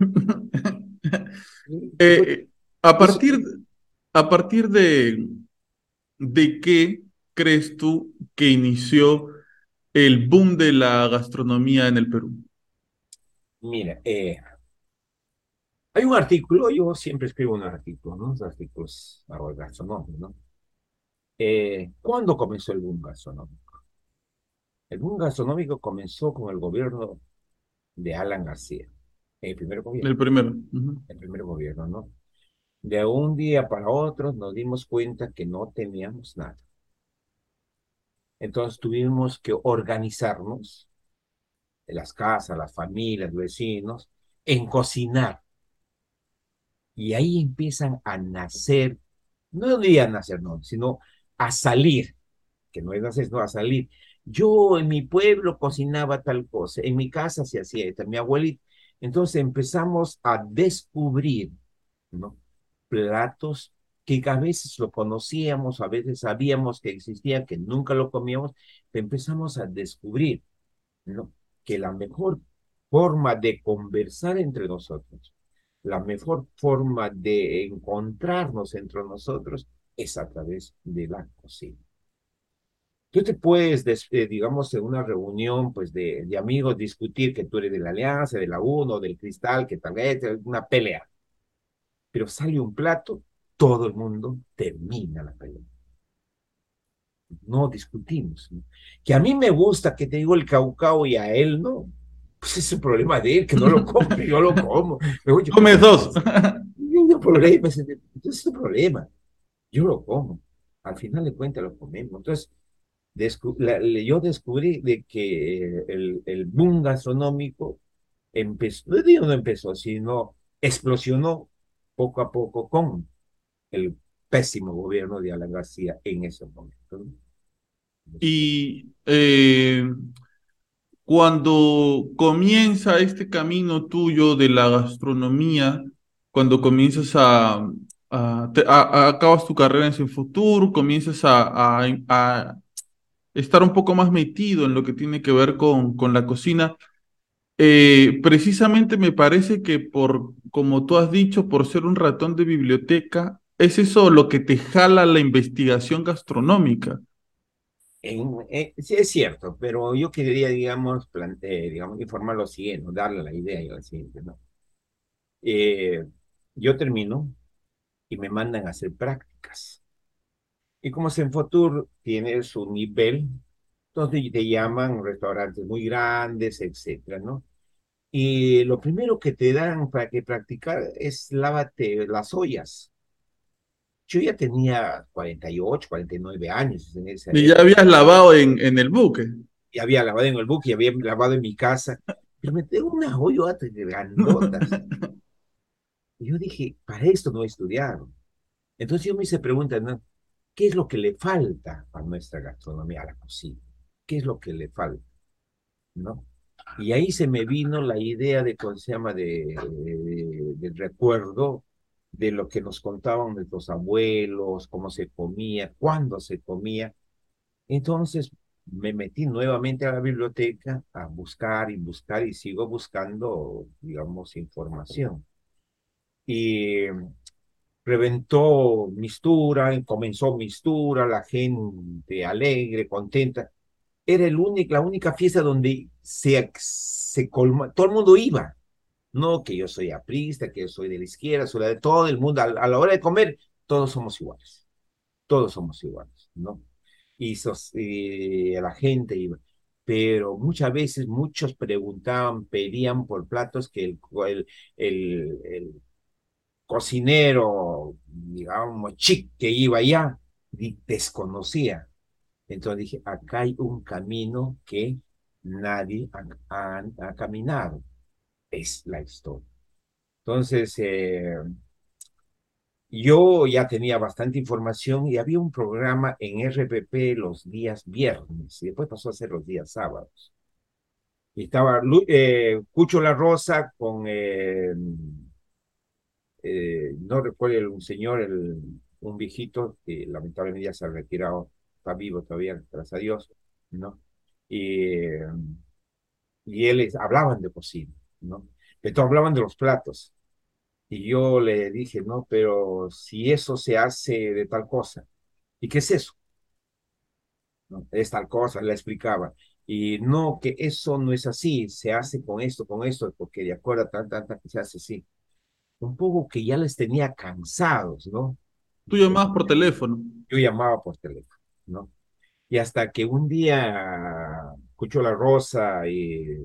Pues Eh, a eso, partir, a partir de qué crees tú que inició el boom de la gastronomía en el Perú? mira, hay un artículo, yo siempre escribo un artículo, ¿no? Los artículos ahora gastronómicos, ¿no? ¿Cuándo comenzó el boom gastronómico? El boom gastronómico comenzó con el gobierno de Alan García, el primer El gobierno, primero. Ujú. el primer gobierno, ¿no? De un día para otro nos dimos cuenta que no teníamos nada. Entonces tuvimos que organizarnos, en las casas, las familias, vecinos, en cocinar. Y ahí empiezan a nacer, no diría nacer, no, sino a salir, que no es nacer, sino a salir. Yo en mi pueblo cocinaba tal cosa, en mi casa se hacía esto, mi abuelita. Entonces empezamos a descubrir, ¿no? Platos que a veces lo conocíamos, a veces sabíamos que existían, que nunca lo comíamos, empezamos a descubrir, ¿no? Que la mejor forma de conversar entre nosotros, la mejor forma de encontrarnos entre nosotros es a través de la cocina. Tú te puedes, digamos, en una reunión pues, de amigos discutir que tú eres de la Alianza, de la UNO, del Cristal, que tal vez es una pelea, pero sale un plato, todo el mundo termina la pelea. No discutimos, ¿no? Que a mí me gusta, que te digo, el caucao y a él no, pues es el problema de él, que no lo come, yo lo como. Pero oye, Comes dos. no hay problema, es el problema, yo lo como. Al final de cuentas lo comemos. Entonces, yo descubrí de que el boom gastronómico empezó, no digo no empezó, sino explosionó poco a poco con el pésimo gobierno de Alan García en ese momento, ¿no? Y cuando comienza este camino tuyo de la gastronomía, cuando comienzas acabas tu carrera en Futuro, comienzas a estar un poco más metido en lo que tiene que ver con la cocina, precisamente me parece que como tú has dicho, por ser un ratón de biblioteca, es eso lo que te jala la investigación gastronómica. Sí, es cierto, pero yo quería, digamos, digamos, informar lo siguiente, ¿no? Darle la idea y lo siguiente, ¿no? Eh, yo termino y me mandan a hacer prácticas. Y como Senfotur tiene su nivel, entonces te llaman restaurantes muy grandes, etcétera, ¿no? Y lo primero que te dan para que practicar es lávate las ollas. Yo ya tenía 48, 49 años en esa Y ya época. habías lavado en el buque. Y había lavado en el buque y había lavado en mi casa. Pero me tengo unas ollotas grandotas. Y yo dije, para esto no he estudiado. Entonces yo me hice preguntas, ¿no? ¿Qué es lo que le falta a nuestra gastronomía, a la cocina? ¿Qué es lo que le falta? ¿No? Y ahí se me vino la idea de, ¿cómo se llama?, del recuerdo de lo que nos contaban nuestros abuelos, cómo se comía, cuándo se comía. Entonces me metí nuevamente a la biblioteca a buscar y buscar y sigo buscando, digamos, información. Y reventó Mistura, comenzó Mistura, la gente alegre, contenta. Era la única fiesta donde se colma, todo el mundo iba. No que yo soy aprista, que yo soy de la izquierda, soy de todo el mundo. A la hora de comer, todos somos iguales. Todos somos iguales, ¿no? Y la gente iba. Pero muchas veces muchos preguntaban, pedían por platos que el cocinero, digamos, chic que iba allá, desconocía. Entonces dije, acá hay un camino que nadie ha caminado, es la historia. Entonces, yo ya tenía bastante información y había un programa en RPP los días viernes y después pasó a ser los días sábados. Y estaba Cucho La Rosa con no recuerdo un señor, un viejito que lamentablemente ya se ha retirado, está vivo todavía, gracias a Dios, ¿no? Y, y hablaban de cocina, ¿no? Pero hablaban de los platos. Y yo le dije, no, pero si eso se hace de tal cosa, ¿y qué es eso? ¿No? Es tal cosa, le explicaba. Y no, que eso no es así, se hace con esto, porque de acuerdo a tanta que se hace así. Un poco que ya les tenía cansados, ¿no? Tú llamabas por teléfono. Yo llamaba por teléfono, ¿no? Y hasta que un día escucho la Rosa y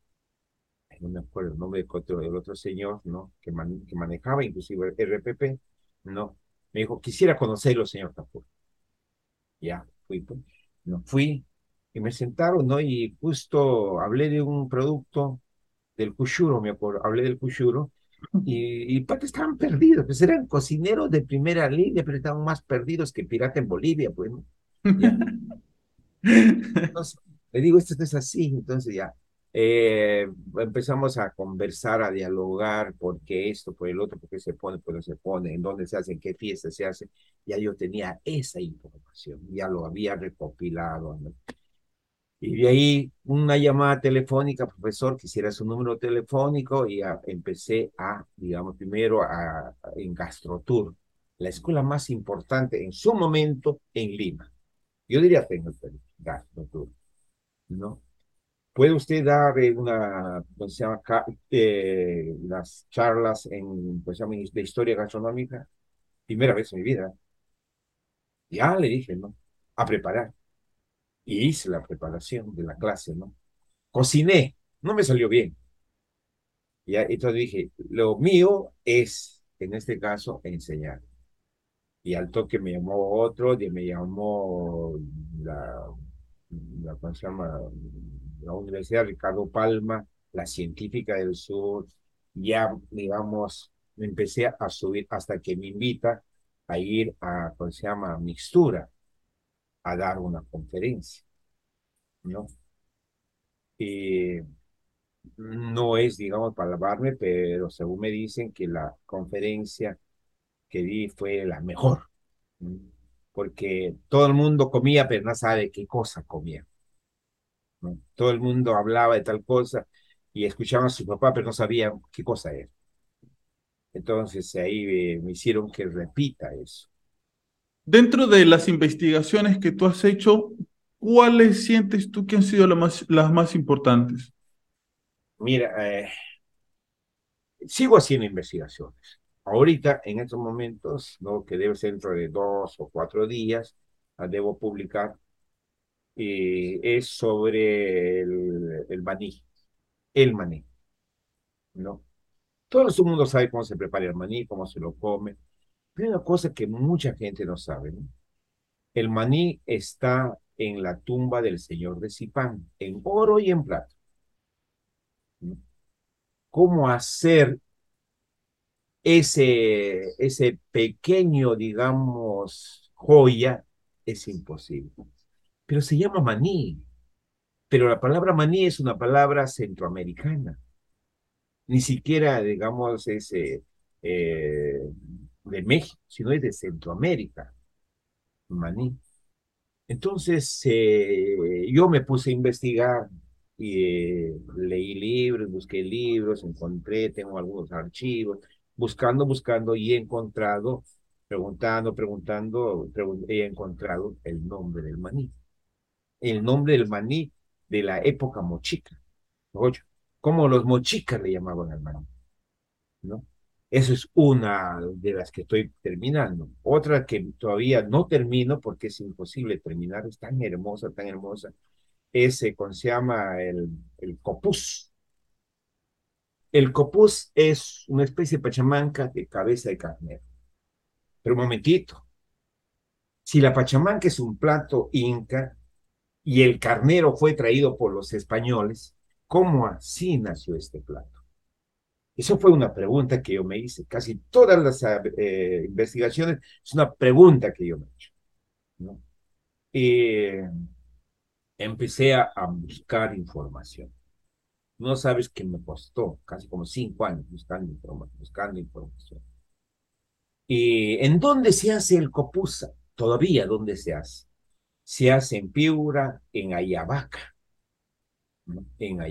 no me acuerdo el nombre del otro señor, ¿no? Que manejaba inclusive el RPP, ¿no? Me dijo, quisiera conocerlo, señor Tapur. Ya, fui, pues, no fui y me sentaron, ¿no? Y justo hablé de un producto del Cushuro, me acuerdo, hablé del Cushuro y pues estaban perdidos, pues eran cocineros de primera línea, pero estaban más perdidos que pirata en Bolivia, pues, ¿no? Ya. Entonces, le digo, esto no es así, entonces ya. Empezamos a conversar, a dialogar, por qué esto, por el otro, por qué se pone, por qué no se pone, en dónde se hace, en qué fiesta se hace. Ya yo tenía esa información, ya lo había recopilado, ¿no? Y de ahí una llamada telefónica, profesor, quisiera su número telefónico y empecé digamos, primero en Gastrotour, la escuela más importante en su momento en Lima. Yo diría que en el Perú, Gastrotour, ¿no? ¿Puede usted dar ¿cómo se llama? Las charlas ¿cómo se llama? De historia gastronómica? Primera vez en mi vida. Ya le dije, ¿no? A preparar. Y hice la preparación de la clase, ¿no? Cociné, no me salió bien. Ya, entonces dije, lo mío es, en este caso, enseñar. Y al toque me llamó otro, y me llamó la, ¿cómo se llama? La Universidad Ricardo Palma, la Científica del Sur. Ya, digamos, me empecé a subir hasta que me invita a ir ¿cómo se llama? Mixtura, a dar una conferencia, ¿no? Y no es, digamos, para alabarme, pero según me dicen que la conferencia que di fue la mejor, ¿no? Porque todo el mundo comía, pero no sabe qué cosa comía, ¿no? Todo el mundo hablaba de tal cosa y escuchaban a su papá, pero no sabían qué cosa era. Entonces ahí me hicieron que repita eso. Dentro de las investigaciones que tú has hecho, ¿cuáles sientes tú que han sido las más importantes? Mira, sigo haciendo investigaciones. Ahorita, en estos momentos, ¿no? Que debe ser dentro de 2 o 4 días, debo publicar, es sobre el maní, el maní, ¿no? Todo el mundo sabe cómo se prepara el maní, cómo se lo come, pero hay una cosa que mucha gente no sabe, ¿no? El maní está en la tumba del señor de Zipán, en oro y en plata, ¿no? ¿Cómo hacer ese pequeño, digamos, joya? Es imposible. Pero se llama maní. Pero la palabra maní es una palabra centroamericana. Ni siquiera, digamos, de México, sino es de Centroamérica, maní. Entonces, yo me puse a investigar y leí libros, busqué libros, encontré, tengo algunos archivos, buscando y he encontrado, he encontrado el nombre del maní. El nombre del maní de la época mochica. Oye, como los mochicas le llamaban al maní, ¿no? Eso es una de las que estoy terminando. Otra que todavía no termino porque es imposible terminar, es tan hermosa, ¿cómo se llama? El copús. El copús es una especie de pachamanca de cabeza de carnero. Pero un momentito, si la pachamanca es un plato inca y el carnero fue traído por los españoles, ¿cómo así nació este plato? Eso fue una pregunta que yo me hice. Casi todas las investigaciones es una pregunta que yo me he hecho, ¿no? Y empecé a buscar información. No sabes que me costó casi como 5 años buscando información, buscando información. ¿Y en dónde se hace el copuza? Todavía, ¿dónde se hace? Se hace en Piura, en Ayabaca, ¿no?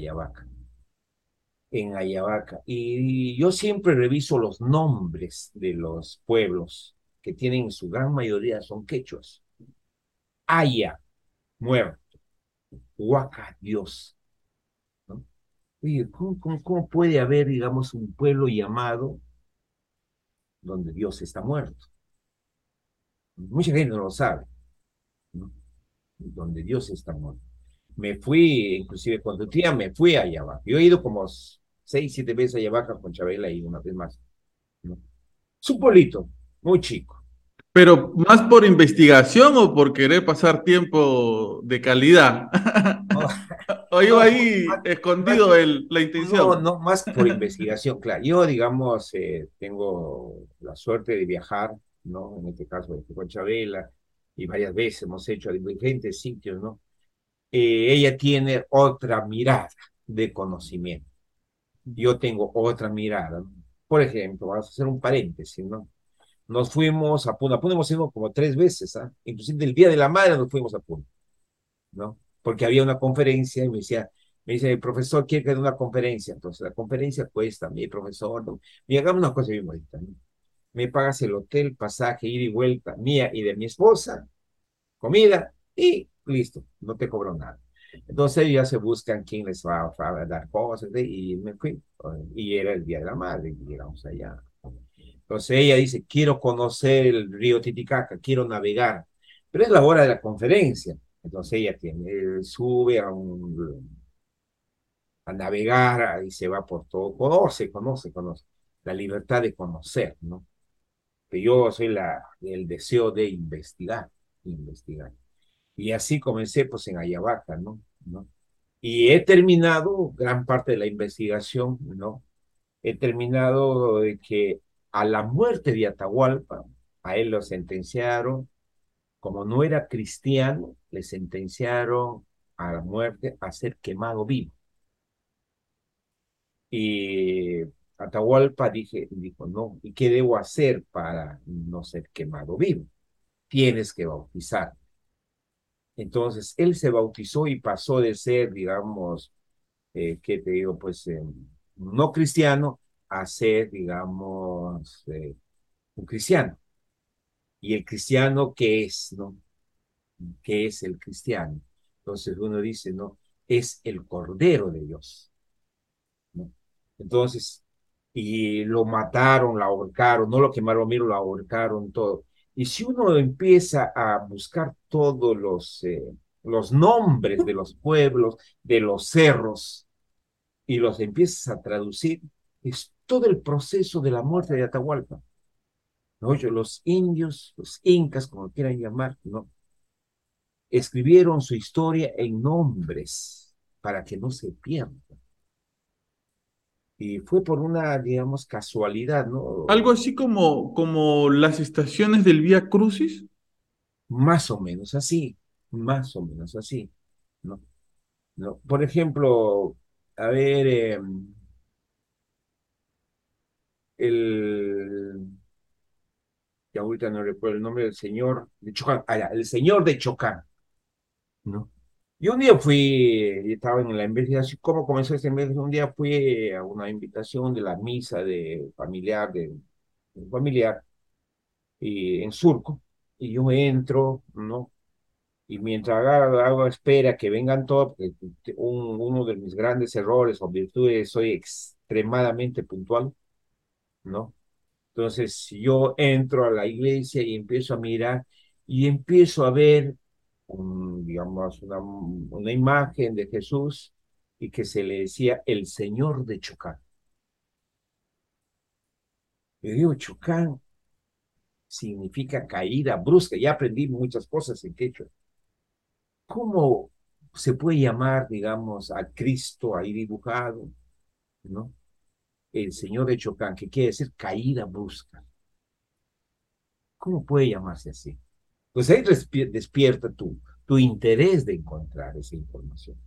En Ayabaca. Y yo siempre reviso los nombres de los pueblos que tienen, en su gran mayoría son quechuas. Aya, muerto. Huaca, Dios, ¿no? Oye, ¿cómo puede haber, digamos, un pueblo llamado donde Dios está muerto? Mucha gente no lo sabe, ¿no? Donde Dios está muerto. Me fui, inclusive cuando tía me fui a Ayabaca. Yo he ido como 6, 7 veces a Ayabaca con Chabela y una vez más, ¿no? Es un pueblito muy chico. Pero más por investigación o por querer pasar tiempo de calidad. No, O iba no, ahí más, escondido la no, intención. no, más por investigación, claro. Yo, digamos, tengo la suerte de viajar, ¿no? En este caso, con Chabela, y varias veces hemos hecho a diferentes sitios, ¿no? Ella tiene otra mirada de conocimiento. Yo tengo otra mirada, ¿no? Por ejemplo, vamos a hacer un paréntesis, ¿no? Nos fuimos a Puno. A Puno hemos ido como 3 veces, ¿ah? Inclusive el Día de la Madre nos fuimos a Puno, ¿no? Porque había una conferencia y me dice, el profesor quiere que dé una conferencia. Entonces, la conferencia cuesta, mi profesor, ¿no? Y hagamos una cosa bien bonita, ¿no? Me pagas el hotel, pasaje, ida y vuelta, mía y de mi esposa, comida y listo, no te cobro nada. Entonces ya se buscan quién les va a dar cosas y me fui. Y era el Día de la Madre y llegamos allá. Entonces ella dice, quiero conocer el río Titicaca, quiero navegar, pero es la hora de la conferencia. Entonces ella sube a navegar y se va por todo, conoce. La libertad de conocer, ¿no? Que yo soy el deseo de investigar. Y así comencé pues en Ayabaca, ¿no? ¿No? Y he terminado gran parte de la investigación, ¿no? He terminado de que a la muerte de Atahualpa, a él lo sentenciaron, como no era cristiano, le sentenciaron a la muerte a ser quemado vivo. Y Atahualpa dijo, no, ¿y qué debo hacer para no ser quemado vivo? Tienes que bautizar. Entonces, él se bautizó y pasó de ser, digamos, ¿qué te digo? Pues no cristiano a ser, digamos, un cristiano. ¿Y el cristiano qué es, no? ¿Qué es el cristiano? Entonces uno dice, no, es el Cordero de Dios, ¿no? Entonces, y lo mataron, lo ahorcaron, no lo quemaron, miro, lo ahorcaron todo. Y si uno empieza a buscar todos los nombres de los pueblos, de los cerros, y los empiezas a traducir, es todo el proceso de la muerte de Atahualpa, ¿no? Los indios, los incas, como quieran llamar, ¿no? Escribieron su historia en nombres para que no se pierda. Y fue por una, digamos, casualidad, Algo ¿no? así como las estaciones del Vía Crucis. Más o menos así, más o menos así, ¿no? ¿No? Por ejemplo, a ver, el, ya ahorita no recuerdo el nombre del señor de Chocán, el señor de Chocán, ¿no? Y un día fui, estaba en la investigación, ¿cómo comenzó esta investigación? Un día fui a una invitación de la misa de familiar, de un familiar, y en Surco, y yo entro, ¿no? Y mientras hago espera que vengan todos, porque uno de mis grandes errores o virtudes, soy extremadamente puntual, ¿no? Entonces yo entro a la iglesia y empiezo a mirar y empiezo a ver, digamos, una imagen de Jesús y que se le decía el Señor de Chocán. Yo digo, Chocán significa caída brusca. Ya aprendí muchas cosas en quechua. ¿Cómo se puede llamar, digamos, a Cristo ahí dibujado, ¿no? El Señor de Chocán, que quiere decir caída brusca. ¿Cómo puede llamarse así? Pues ahí despierta tu interés de encontrar esa información.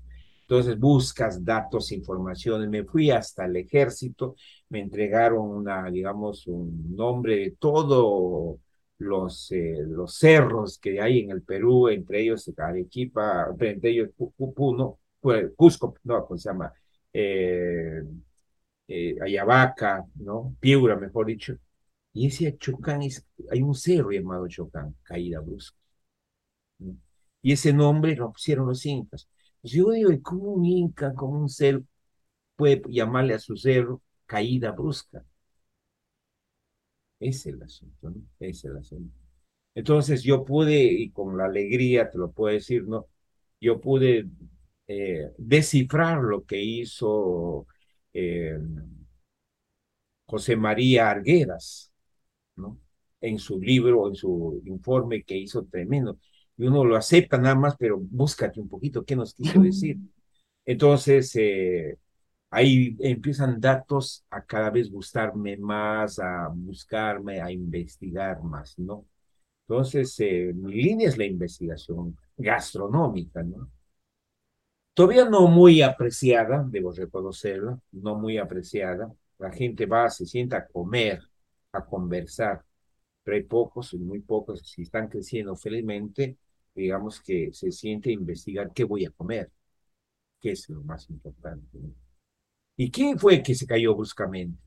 Entonces buscas datos, informaciones. Me fui hasta el ejército, me entregaron una, digamos, un nombre de todos los cerros que hay en el Perú, entre ellos Arequipa, entre ellos Puno, Cusco, no, ¿cómo se llama? Eh, Ayabaca, ¿no? Piura, mejor dicho. Y ese Chocán hay un cerro llamado Chocán, caída brusca, ¿no? Y ese nombre lo pusieron los incas. Pues yo digo, ¿y cómo un inca, cómo un ser puede llamarle a su cerro caída brusca? Ese es el asunto, ¿no? Ese es el asunto. Entonces yo pude, y con la alegría te lo puedo decir, ¿no? Yo pude descifrar lo que hizo eh, José María Arguedas, ¿no? En su libro, en su informe que hizo tremendo. Y uno lo acepta nada más, pero búscate un poquito qué nos quiso decir. Entonces, ahí empiezan datos a cada vez gustarme más, a buscarme, a investigar más, ¿no? Entonces, mi línea es la investigación gastronómica, ¿no? Todavía no muy apreciada, debo reconocerlo, no muy apreciada. La gente va, se sienta a comer, a conversar, pero hay pocos, muy pocos, si están creciendo felizmente, digamos que se siente a investigar qué voy a comer, que es lo más importante, ¿no? ¿Y quién fue que se cayó bruscamente?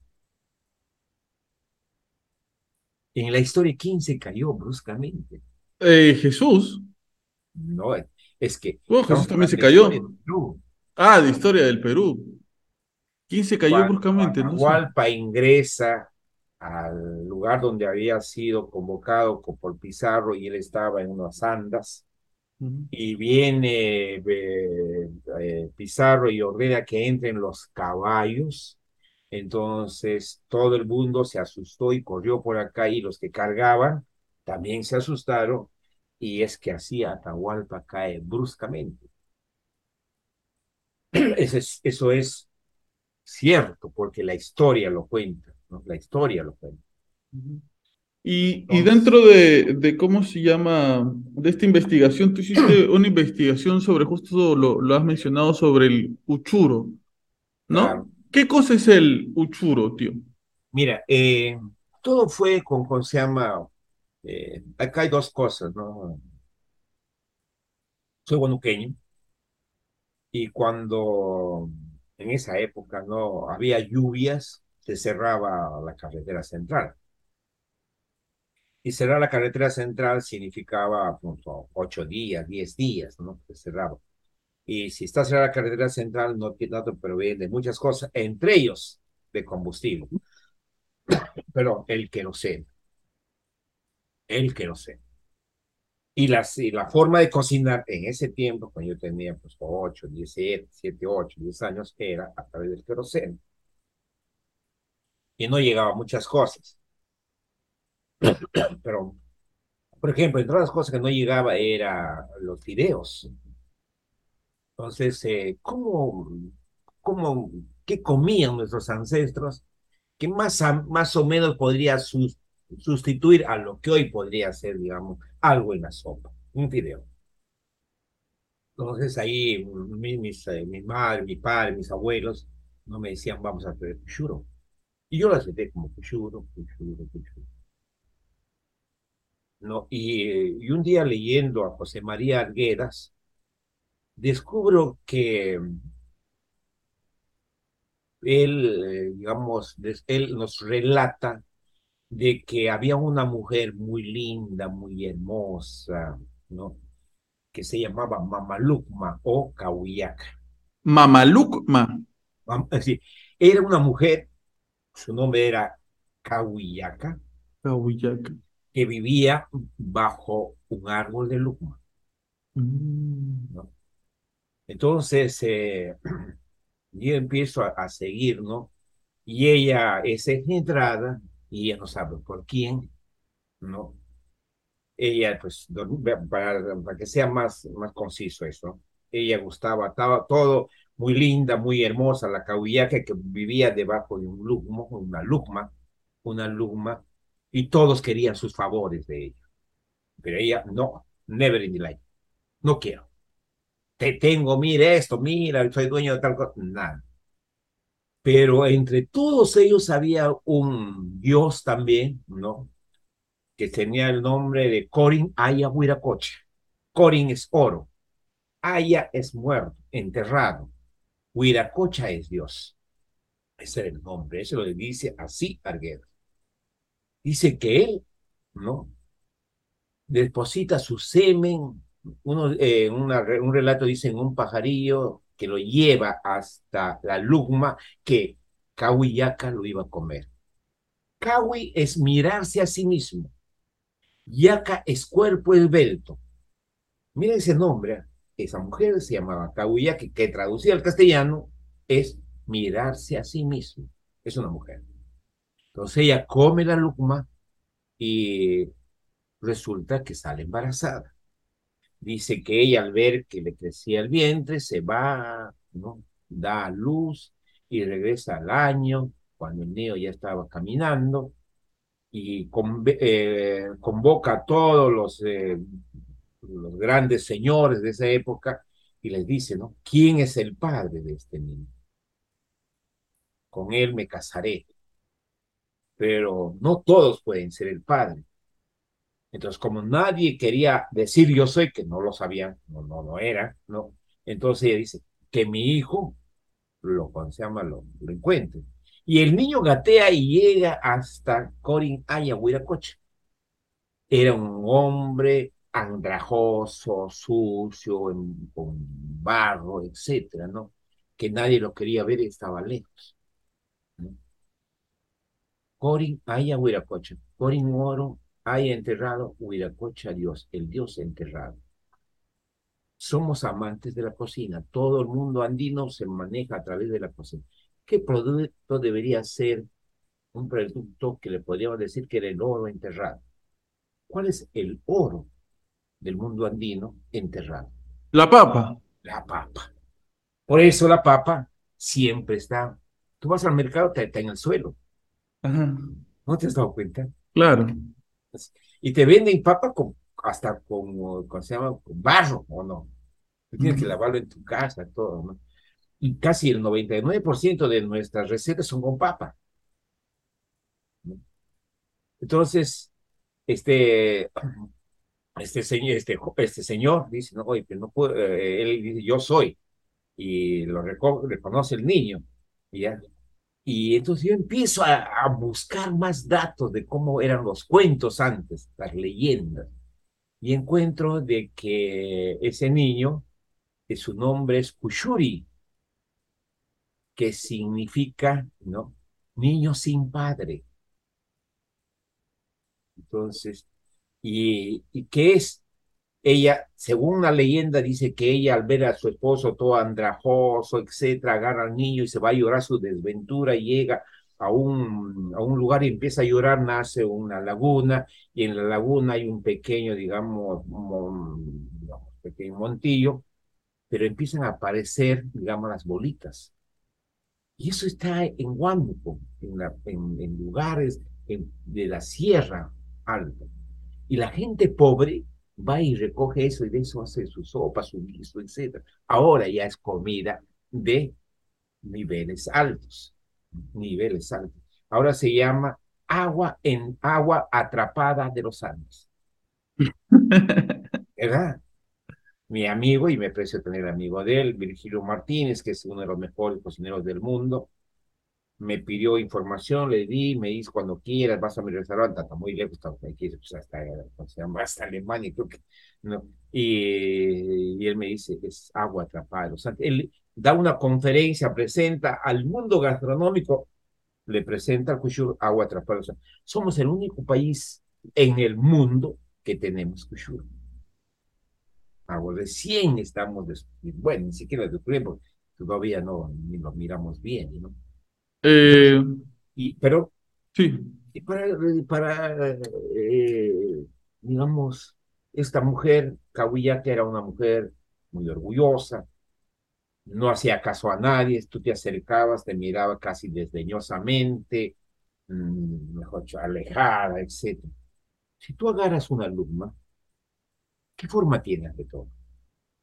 En la historia, ¿quién se cayó bruscamente? Jesús. No, es que Bueno, Jesús estamos también se hablando de historia de cayó. Perú. Ah, de historia del Perú. ¿Quién se cayó Cuando bruscamente? No sé. Atahualpa ingresa al lugar donde había sido convocado por Pizarro y él estaba en unas andas, Ujú. y viene Pizarro y ordena que entren los caballos. Entonces todo el mundo se asustó y corrió por acá y los que cargaban también se asustaron y es que así Atahualpa cae bruscamente. Eso es cierto porque la historia lo cuenta, ¿no? La historia lo cuenta. Ujú. Y Entonces, dentro de cómo se llama, de esta investigación, tú hiciste una investigación sobre, justo lo has mencionado, sobre el uchuro, ¿no? claro, ¿Qué cosa es el uchuro, tío? mira, todo fue con se llama, acá hay dos cosas, ¿no? Soy guanuqueño y cuando en esa época no había lluvias, se cerraba la carretera central. Y cerrar la carretera central significaba pues, 8 días, 10 días, ¿no? Se cerraba. Y si está cerrada la carretera central, no te provee de muchas cosas, entre ellos de combustible, pero el queroseno. Y la forma de cocinar en ese tiempo, cuando yo tenía pues 8, 17, 8, 10 años, era a través del queroseno. Y no llegaba a muchas cosas. Pero, por ejemplo, entre las cosas que no llegaba era los fideos. Entonces, qué comían nuestros ancestros? Que más o menos podría sustituir a lo que hoy podría ser, digamos, algo en la sopa, un fideo. Entonces ahí mi madre, mi padre, mis abuelos no me decían vamos a hacer cuchuro. Y yo lo acepté como cuchuro, cuchuro, cuchuro. ¿No? Y un día leyendo a José María Arguedas, descubro que él, digamos, él nos relata de que había una mujer muy linda, muy hermosa, ¿no? Que se llamaba Mamalucma o Cahuillaca. Mamalucma. Es decir, era una mujer, su nombre era Cahuillaca, Cahuillaca. que vivía bajo un árbol de lucma, Mm. ¿no? Entonces, yo empiezo a seguir, ¿no? Y ella es engendrada y ella no sabe por quién, ¿no? Ella, pues, para que sea más conciso eso, ella gustaba, estaba todo muy linda, muy hermosa, la cahuillaca que vivía debajo de un lugmo, una lugma, y todos querían sus favores de ella, pero ella no, never in the life, no quiero. te tengo, mira esto, mira, soy dueño de tal cosa, nada. Pero entre todos ellos había un dios también, ¿no? Que tenía el nombre de Corin Aya Huiracocha. Corin es oro, Aya es muerto, enterrado, Huiracocha es Dios. Ese era el nombre, eso lo dice así Arguedas. Dice que él, ¿no? Deposita su semen, un relato dice en un pajarillo que lo lleva hasta la lugma que Kawi Yaka lo iba a comer. Kawi es mirarse a sí mismo, Yaka es cuerpo esbelto. Mira ese nombre, ¿eh? Esa mujer se llamaba Kawi Yaka, que traducida al castellano es mirarse a sí mismo. Es una mujer. Entonces ella come la lugma y resulta que sale embarazada. Dice que ella al ver que le crecía el vientre se va, ¿no? Da a luz y regresa al año, cuando el niño ya estaba caminando, y convoca a todos los grandes señores de esa época y les dice, ¿no? ¿Quién es el padre de este niño? Con él me casaré, pero no todos pueden ser el padre. Entonces, como nadie quería decir yo soy, que no lo sabían, no era, ¿no? Entonces ella dice, que mi hijo cuando se llama, lo encuentre. Y el niño gatea y llega hasta Corin Ayahuiracocha. Era un hombre andrajoso, sucio, con barro, etcétera, ¿no? Que nadie lo quería ver y estaba lejos, ¿no? Corin Ayahuiracocha. Corin Oro haya enterrado, Huiracocha Dios, el Dios enterrado. Somos amantes de la cocina. Todo el mundo andino se maneja a través de la cocina. ¿Qué producto debería ser un producto que le podríamos decir que era el oro enterrado? ¿Cuál es el oro del mundo andino enterrado? La papa. La papa. Por eso la papa siempre está. Tú vas al mercado, está en el suelo. Ajá, ¿No te has dado cuenta? claro. Y te venden papa hasta con, se llama? Con barro, ¿o no? Tú tienes que Ujú. lavarlo en tu casa, todo, ¿no? Y casi el 99% de nuestras recetas son con papa, ¿no? Entonces, este, este señor dice, no, oye, que no puedo, él dice, yo soy, y reconoce el niño, y, ya, y entonces yo empiezo a buscar más datos de cómo eran los cuentos antes, las leyendas, y encuentro de que ese niño, que su nombre es Kushuri, que significa, ¿no? Niño sin padre. Entonces, y qué es ella, según la leyenda, dice que ella al ver a su esposo todo andrajoso, etcétera, agarra al niño y se va a llorar su desventura y llega a un lugar y empieza a llorar, nace una laguna y en la laguna hay un pequeño, digamos, pequeño montillo, pero empiezan a aparecer, digamos, las bolitas. Y eso está en Huánuco, en lugares de la Sierra Alta. Y la gente pobre va y recoge eso y de eso hace su sopa, su guiso, etc. Ahora ya es comida de niveles altos, niveles altos. Ahora se llama agua atrapada de los Andes, ¿verdad? Mi amigo, y me aprecio tener amigo de él, Virgilio Martínez, que es uno de los mejores cocineros del mundo, me pidió información, le di, me dice cuando quieras, vas a mi restaurante, está muy lejos, está aquí, pues hasta, ¿cómo se llama? Hasta Alemania, creo que, ¿no? Y él me dice, es agua atrapada. O sea, él da una conferencia, presenta al mundo gastronómico, le presenta al Kushur agua atrapada. O sea, somos el único país en el mundo que tenemos Kushur. Agua recién estamos, bueno, ni siquiera descubrimos, todavía no, ni lo miramos bien, ¿no? Entonces, Eh, pero sí. y para digamos, esta mujer, Kawiyaki era una mujer muy orgullosa, no hacía caso a nadie, tú te acercabas, te miraba casi desdeñosamente, mejor dicho, alejada, etcétera. Si tú agarras una alumna, ¿qué forma tiene ante todo?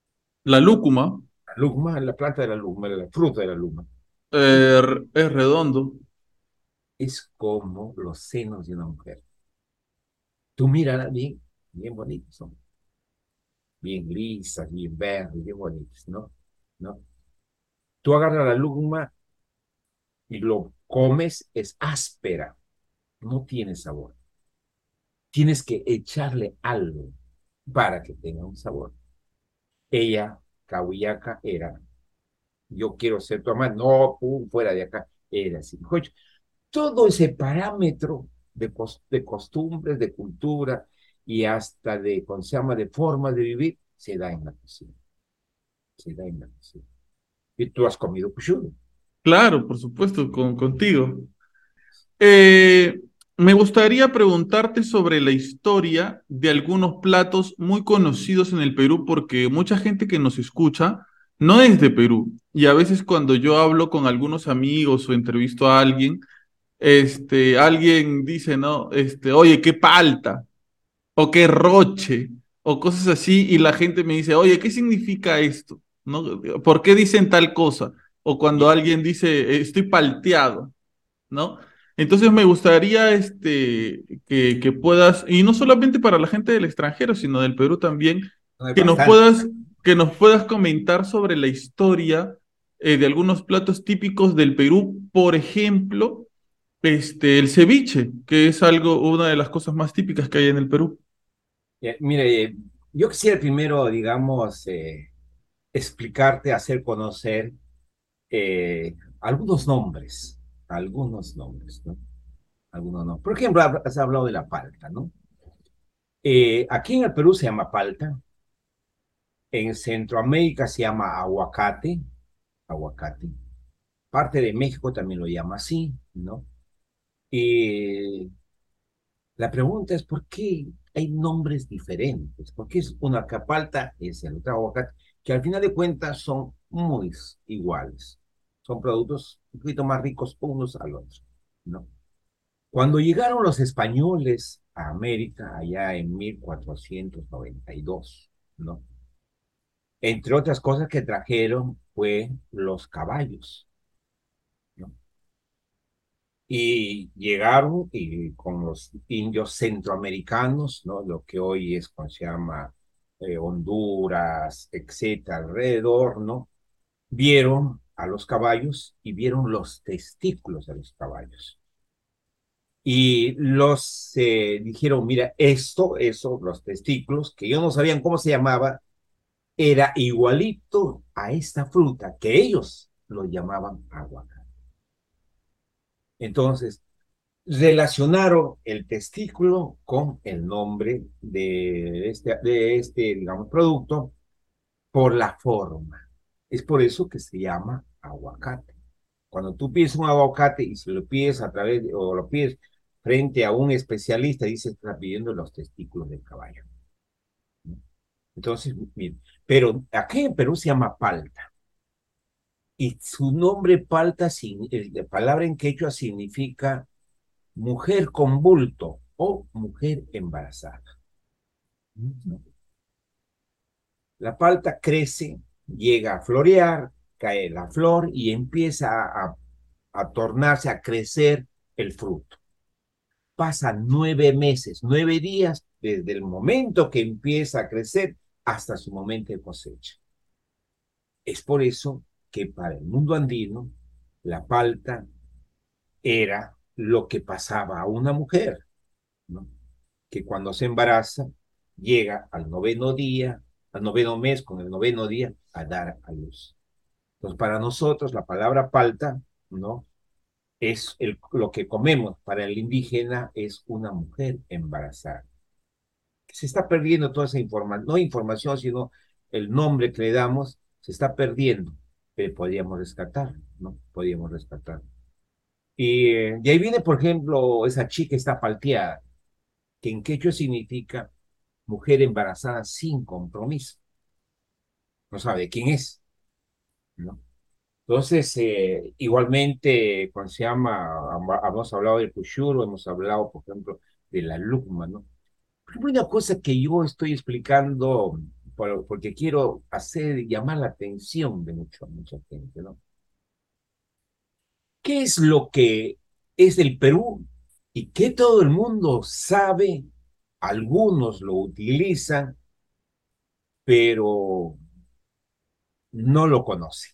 La lúcuma La lúcuma, la planta de la lúcuma, la fruta de la lúcuma, es redondo. es como los senos de una mujer. Tú mírala bien, bien bonitos son, bien lisas, bien verdes, bien bonitas, ¿no? ¿No? Tú agarras la lúcuma y lo comes, es áspera, no tiene sabor. Tienes que echarle algo para que tenga un sabor. Ella, Cahuillaca, era, yo quiero ser tu amante, no, pum, fuera de acá, era así. Oye, todo ese parámetro de costumbres, de cultura y hasta de, ¿cómo se llama?, de formas de vivir, se da en la cocina, se da en la cocina. Y tú has comido cuchudo. Claro, por supuesto, contigo. Eh, Me gustaría preguntarte sobre la historia de algunos platos muy conocidos en el Perú, porque mucha gente que nos escucha no es de Perú. Y a veces cuando yo hablo con algunos amigos o entrevisto a alguien, alguien dice, ¿no? Oye, qué palta, o qué roche, o cosas así, y la gente me dice, oye, ¿qué significa esto? ¿No? ¿Por qué dicen tal cosa? O cuando Ya, alguien dice, estoy palteado. ¿No? Entonces me gustaría que puedas, y no solamente para la gente del extranjero, sino del Perú también, no hay que nos bastante. puedas, que nos puedas comentar sobre la historia de algunos platos típicos del Perú, por ejemplo, el ceviche, que es algo, una de las cosas más típicas que hay en el Perú. Mire, yo quisiera primero, digamos, explicarte, hacer conocer algunos nombres, ¿no? Algunos no. Por ejemplo, has hablado de la palta, ¿no? Aquí en el Perú se llama palta, en Centroamérica se llama aguacate, aguacate. Parte de México también lo llama así, ¿no? Y la pregunta es por qué hay nombres diferentes, porque es una acá palta, es el otro aguacate, que al final de cuentas son muy iguales. Son productos un poquito más ricos unos al otro, ¿no? Cuando llegaron los españoles a América, allá en 1492, ¿no? Entre otras cosas que trajeron fue los caballos, ¿no? Y llegaron y con los indios centroamericanos, ¿no? Lo que hoy es, como se llama, Honduras, etcétera, alrededor, ¿no? Vieron a los caballos y vieron los testículos de los caballos. Y los dijeron, mira, esto, eso, los testículos, que ellos no sabían cómo se llamaba, era igualito a esta fruta que ellos lo llamaban aguacate. Entonces, relacionaron el testículo con el nombre digamos, producto por la forma. Es por eso que se llama aguacate. Cuando tú pides un aguacate y si lo pides a través o lo pides frente a un especialista, dice que está pidiendo los testículos del caballo, ¿no? Entonces, mira, pero aquí en Perú se llama palta y su nombre palta, la palabra en quechua significa mujer con bulto o mujer embarazada. La palta crece, llega a florear, cae la flor y empieza a tornarse, a crecer el fruto. Pasan 9 meses, 9 días desde el momento que empieza a crecer hasta su momento de cosecha. Es por eso que para el mundo andino la palta era lo que pasaba a una mujer, ¿no? Que cuando se embaraza llega al noveno día, al noveno mes, con el noveno día, a dar a luz. Entonces, para nosotros la palabra palta, ¿no? Es lo que comemos. Para el indígena es una mujer embarazada. Se está perdiendo toda esa información, no información, sino el nombre que le damos, se está perdiendo. Pero podríamos rescatar, ¿no? Podríamos rescatar. Y de ahí viene, por ejemplo, esa chica está palteada, que en quechua significa mujer embarazada sin compromiso. No sabe quién es, ¿no? Entonces, igualmente, cuando se llama, hemos hablado del cuchuro, hemos hablado, por ejemplo, de la luma, ¿no? Pero una cosa que yo estoy explicando porque quiero llamar la atención de mucha gente, ¿no? ¿Qué es lo que es el Perú y que todo el mundo sabe? Algunos lo utilizan, pero no lo conocen.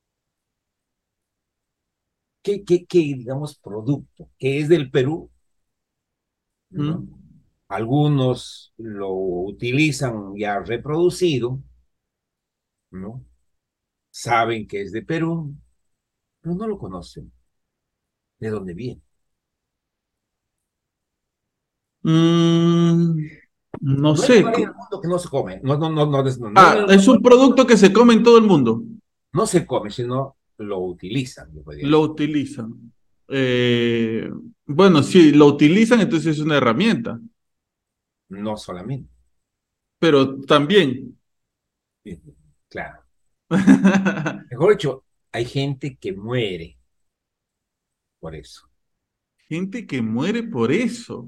Digamos, producto que es del Perú, ¿no? ¿Mm? Algunos lo utilizan ya reproducido, ¿no? Saben que es de Perú, pero no lo conocen. ¿De dónde viene? Mm, no No hay sé. lugar en el mundo que no se come. No, no, no, no, no, no, Ah, es un producto que se come en todo el mundo. no se come, sino lo utilizan, yo podría Lo decir. utilizan. Eh, bueno, si lo utilizan, entonces es una herramienta. No solamente. Pero también. Claro. Mejor dicho, hay gente que muere por eso. Gente que muere por eso.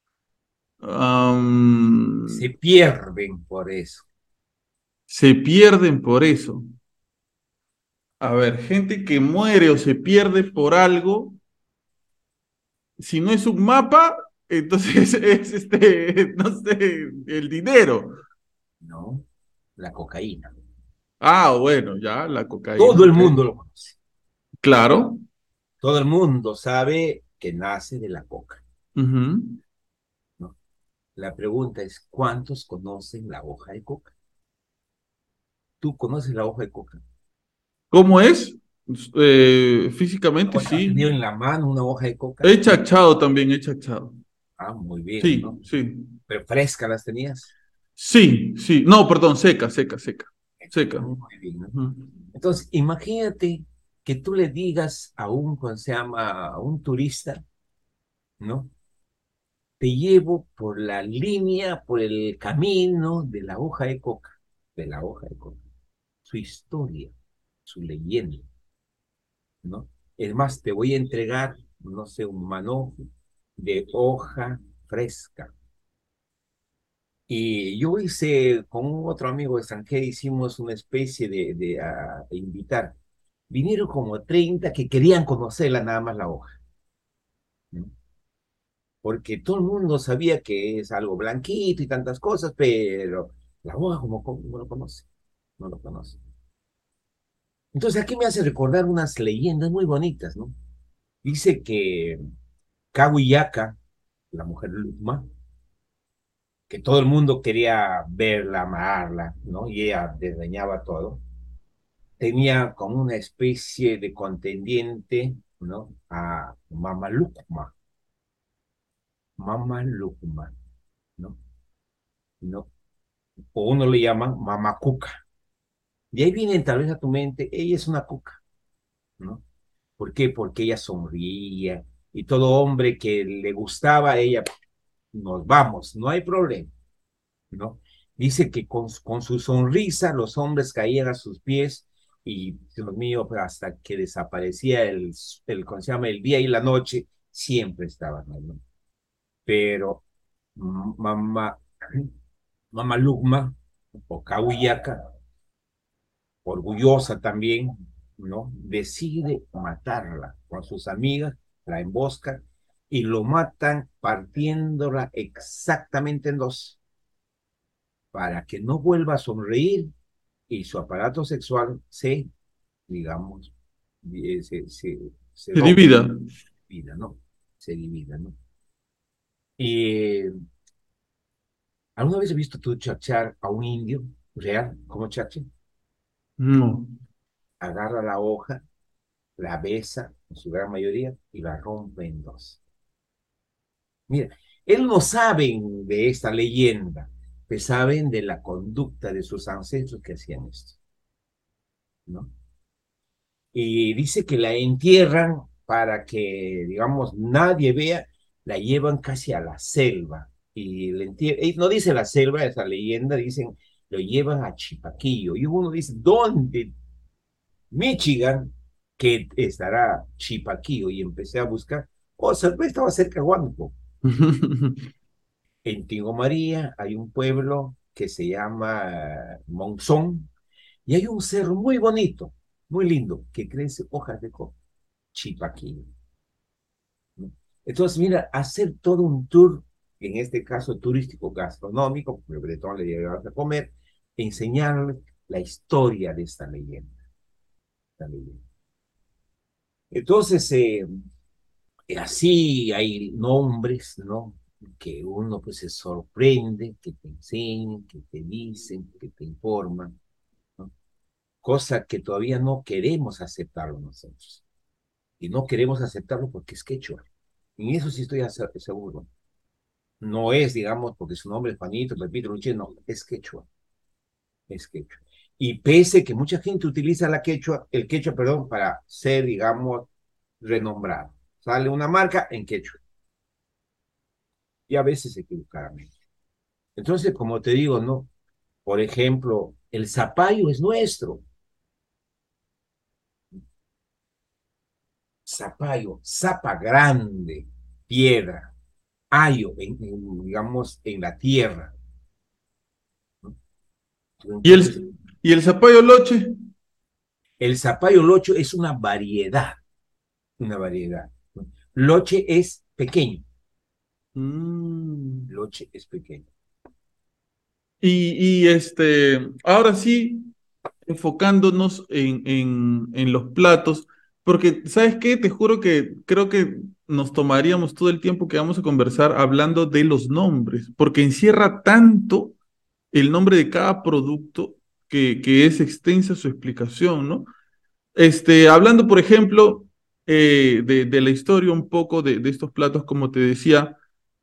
Am, Se pierden por eso. se pierden por eso. A ver, gente que muere o se pierde por algo, si no es un mapa, entonces es no sé, el dinero. ¿No? La cocaína. Ah, bueno, ya, la cocaína, Todo el ok. mundo lo conoce. Claro. Todo el mundo sabe que nace de la coca, Ujú. ¿no? La pregunta es, ¿cuántos conocen la hoja de coca? ¿Tú conoces la hoja de coca? ¿Cómo es? Físicamente ¿O has sí. tenido en la mano una hoja de coca? He chachado también, he chachado. Ah, muy bien, Sí, ¿no? sí. ¿Pero fresca las tenías? Sí, sí. No, perdón, seca, seca, seca. Seca. Muy bien, ¿no? Ujú. Entonces, imagínate que tú le digas a un, ¿cómo se llama? A un turista, ¿no? Te llevo por la línea, por el camino de la hoja de coca, de la hoja de coca, su historia, su leyenda, ¿no? Es más, te voy a entregar, no sé, un manojo de hoja fresca. Y yo hice, con un otro amigo extranjero, hicimos una especie de invitar. Vinieron como 30 que querían conocerla nada más la hoja, ¿no? Porque todo el mundo sabía que es algo blanquito y tantas cosas, pero la hoja como no lo conoce, no lo conoce. Entonces aquí me hace recordar unas leyendas muy bonitas, ¿no? Dice que Cahuillaca, la mujer Luma, que todo el mundo quería verla, amarla, ¿no? Y ella desdeñaba todo. Tenía como una especie de contendiente, ¿no? A Mamalucma, Mamalucma, ¿no? ¿No? O uno le llama Mamacuca. Y ahí viene tal vez a tu mente, ella es una cuca, ¿no? ¿Por qué? Porque ella sonría y todo hombre que le gustaba a ella, nos vamos, no hay problema, ¿no? Dice que con su sonrisa los hombres caían a sus pies y, Dios mío, pues, hasta que desaparecía ¿cómo se llama? El día y la noche, siempre estaban ahí, ¿no? Pero mamá, mamá Lugma o Cahuillaca, orgullosa también, ¿no? Decide matarla con sus amigas, la emboscan y lo matan partiéndola exactamente en dos para que no vuelva a sonreír y su aparato sexual digamos, se Se doble, divida. vida, ¿no? Se divida, ¿no? Y ¿alguna vez has visto tú chachar a un indio real como chacha? No. Agarra la hoja, la besa en su gran mayoría y la rompe en dos. Mira, él no saben de esta leyenda, pero saben de la conducta de sus ancestros que hacían esto, ¿no? Y dice que la entierran para que, digamos, nadie vea, la llevan casi a la selva. Y no dice la selva, esa leyenda, dicen, lo llevan a Chipaquillo. Y uno dice, ¿dónde? Michigan, que estará Chipaquillo. Y empecé a buscar, oh, tal vez estaba cerca de Huánuco. En Tingo María hay un pueblo, que se llama Monzón, y hay un cerro muy bonito, muy lindo, que crece hojas de coco, Chipaquí, ¿no? Entonces, mira, hacer todo un tour, en este caso turístico gastronómico, porque Bretón le llevaba a comer, enseñarles la historia de esta leyenda. Esta leyenda. Entonces, así hay nombres, ¿no? Que uno pues se sorprende, que te enseñan, que te dicen, que te informan, ¿no? Cosa que todavía no queremos aceptarlo nosotros. Y no queremos aceptarlo porque es quechua. En eso sí estoy seguro. No es, digamos, porque su nombre es Juanito, Pepito, Luche, no, es quechua, es quechua. Y pese que mucha gente utiliza la quechua, el quechua, perdón, para ser, digamos, renombrado. Sale una marca en quechua y a veces equivocadamente. Entonces, como te digo, ¿no? Por ejemplo, el zapallo es nuestro. Zapallo, zapa grande, piedra, ayo, digamos, en la tierra, ¿no? ¿Y Entonces, y el zapallo loche? el zapallo locho es una variedad, una variedad, ¿no? Loche es pequeño, Mm. loche es pequeño. Ahora sí, enfocándonos en los platos, porque, ¿sabes qué? Te juro que creo que nos tomaríamos todo el tiempo que vamos a conversar hablando de los nombres, porque encierra tanto el nombre de cada producto que es extensa su explicación, ¿no? Hablando, por ejemplo, de la historia un poco de estos platos, como te decía,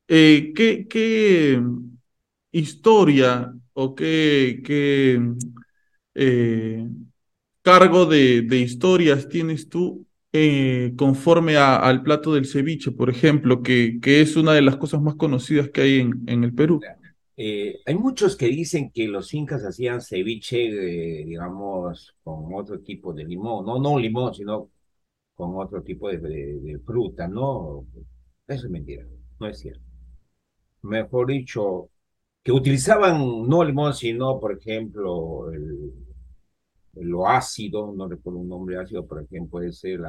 ¿qué historia o qué eh, cargo de historias tienes tú conforme al plato del ceviche, por ejemplo, que es una de las cosas más conocidas que hay en el Perú? Hay muchos que dicen que los incas hacían ceviche, digamos, con otro tipo de limón, no, no limón, sino con otro tipo de fruta, ¿no? Eso es mentira, no es cierto. Mejor dicho, que utilizaban no limón, sino, por ejemplo, lo ácido, no recuerdo un nombre ácido, por ejemplo, puede ser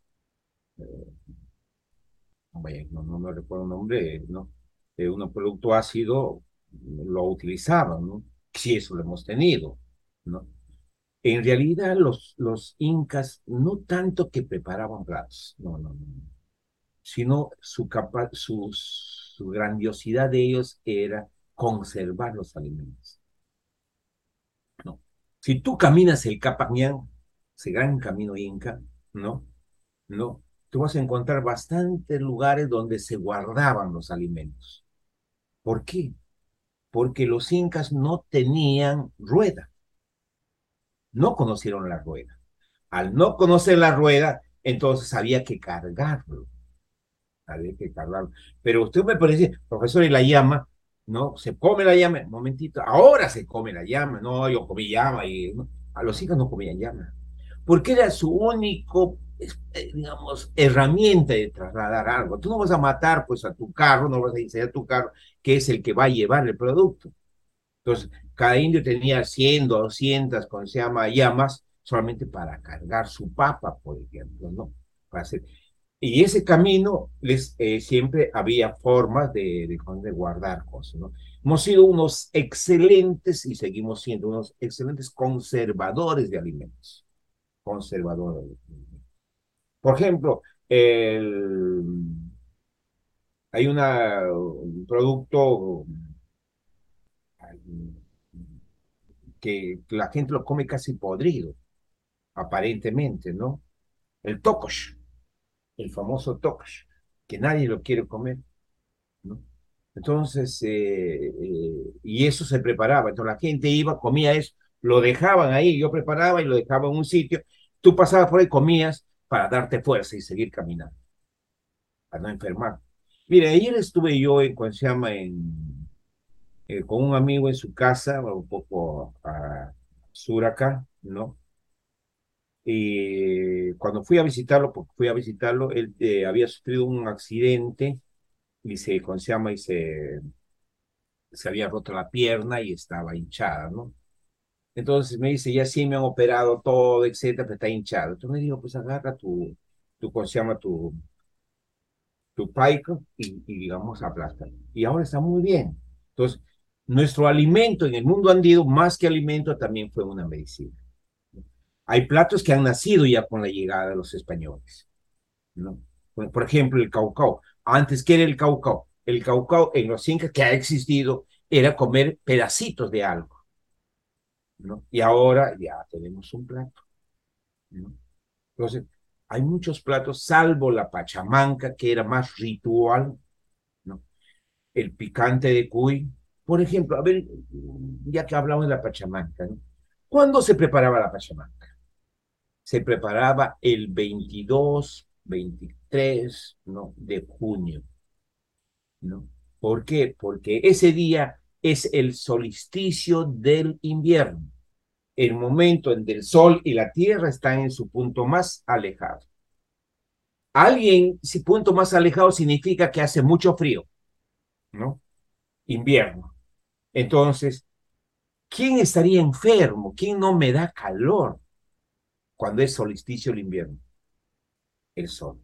vaya, no recuerdo un nombre, ¿no? De un producto ácido lo utilizaban, ¿no? Si eso lo hemos tenido, ¿no? En realidad, los incas no tanto que preparaban platos, no, sino su grandiosidad de ellos era conservar los alimentos, ¿no? Si tú caminas el Capañán, ese gran camino inca, ¿no? ¿No? Tú vas a encontrar bastantes lugares donde se guardaban los alimentos. ¿Por qué? Porque los incas no tenían rueda, no conocieron la rueda. Al no conocer la rueda, entonces había que cargarlo, había que cargarlo. Pero usted me puede decir, profesor, ¿y la llama? ¿No? ¿Se come la llama? Un momentito, ahora se come la llama. No, yo comí llama y ¿no? A los incas no comían llama. Porque era su único, digamos, herramienta de trasladar algo. Tú no vas a matar pues a tu carro, no vas a incendiar tu carro, que es el que va a llevar el producto. Entonces, cada indio tenía 100, 200, como se llama, llamas, solamente para cargar su papa, por ejemplo, ¿no? Para hacer... Y ese camino siempre había formas de guardar cosas, ¿no? Hemos sido unos excelentes y seguimos siendo unos excelentes conservadores de alimentos. Conservadores. Por ejemplo, hay un producto que la gente lo come casi podrido, aparentemente, ¿no? El tokosh, el famoso tokosh, que nadie lo quiere comer, ¿no? Entonces, y eso se preparaba, entonces la gente iba, comía eso, lo dejaban ahí, yo preparaba y lo dejaba en un sitio, tú pasabas por ahí, comías para darte fuerza y seguir caminando, para no enfermar. Mire, ayer estuve yo en, ¿cómo se llama? Con un amigo en su casa, un poco a sur acá, ¿no? Y cuando fui a visitarlo, porque fui a visitarlo, él había sufrido un accidente y se, ¿cómo se llama? se había roto la pierna y estaba hinchada, ¿no? Entonces me dice, ya sí me han operado todo, etcétera, pero está hinchado. Entonces me dijo, pues agarra ¿cómo se llama? Tu paico y digamos, aplástalo. Y ahora está muy bien. Entonces, nuestro alimento en el mundo andino, más que alimento, también fue una medicina. Hay platos que han nacido ya con la llegada de los españoles, ¿no? Por ejemplo, el caucao. Antes, ¿qué era el caucao? El caucao en los incas que ha existido era comer pedacitos de algo, ¿no? Y ahora ya tenemos un plato, ¿no? Entonces, hay muchos platos, salvo la pachamanca, que era más ritual, ¿no? El picante de cuy. Por ejemplo, a ver, ya que hablamos de la pachamanca, ¿no? ¿Cuándo se preparaba la pachamanca? Se preparaba el 22, 23, ¿no? de junio, ¿no? ¿Por qué? Porque ese día es el solsticio del invierno, el momento en que el sol y la tierra están en su punto más alejado. Alguien, si punto más alejado significa que hace mucho frío, ¿no? Invierno. Entonces, ¿quién estaría enfermo? ¿Quién no me da calor cuando es solsticio el invierno? El sol.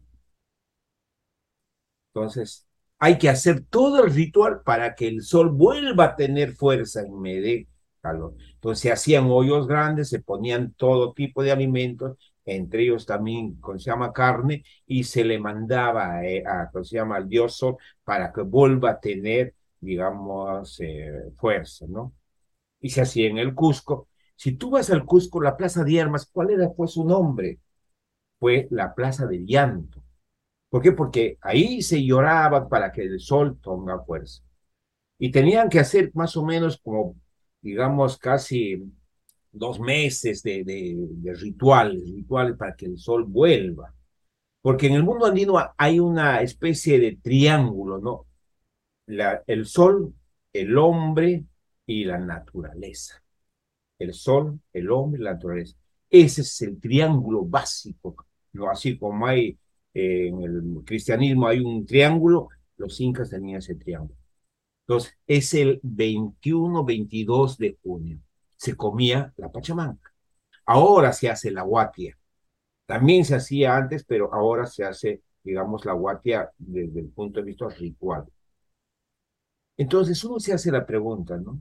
Entonces, hay que hacer todo el ritual para que el sol vuelva a tener fuerza y me dé calor. Entonces, se hacían hoyos grandes, se ponían todo tipo de alimentos, entre ellos también, ¿cómo se llama? Carne, y se le mandaba ¿cómo se llama? Al dios sol para que vuelva a tener, digamos, fuerza, ¿no? Y se hacía en el Cusco. Si tú vas al Cusco, la Plaza de Armas, ¿cuál era pues su nombre? Fue la Plaza del Llanto. ¿Por qué? Porque ahí se lloraba para que el sol ponga fuerza. Y tenían que hacer más o menos como, digamos, casi 2 meses de rituales para que el sol vuelva. Porque en el mundo andino hay una especie de triángulo, ¿no? El sol, el hombre y la naturaleza. El sol, el hombre y la naturaleza. Ese es el triángulo básico, ¿no? Así como hay en el cristianismo hay un triángulo, los incas tenían ese triángulo. Entonces, es el 21, 22 de junio. Se comía la pachamanca. Ahora se hace la guatia. También se hacía antes, pero ahora se hace, digamos, la guatia desde el punto de vista ritual. Entonces, uno se hace la pregunta, ¿no?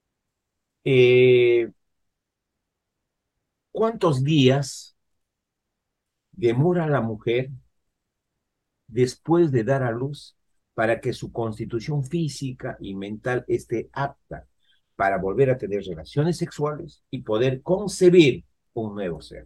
Eh, ¿Cuántos días demora la mujer después de dar a luz para que su constitución física y mental esté apta para volver a tener relaciones sexuales y poder concebir un nuevo ser?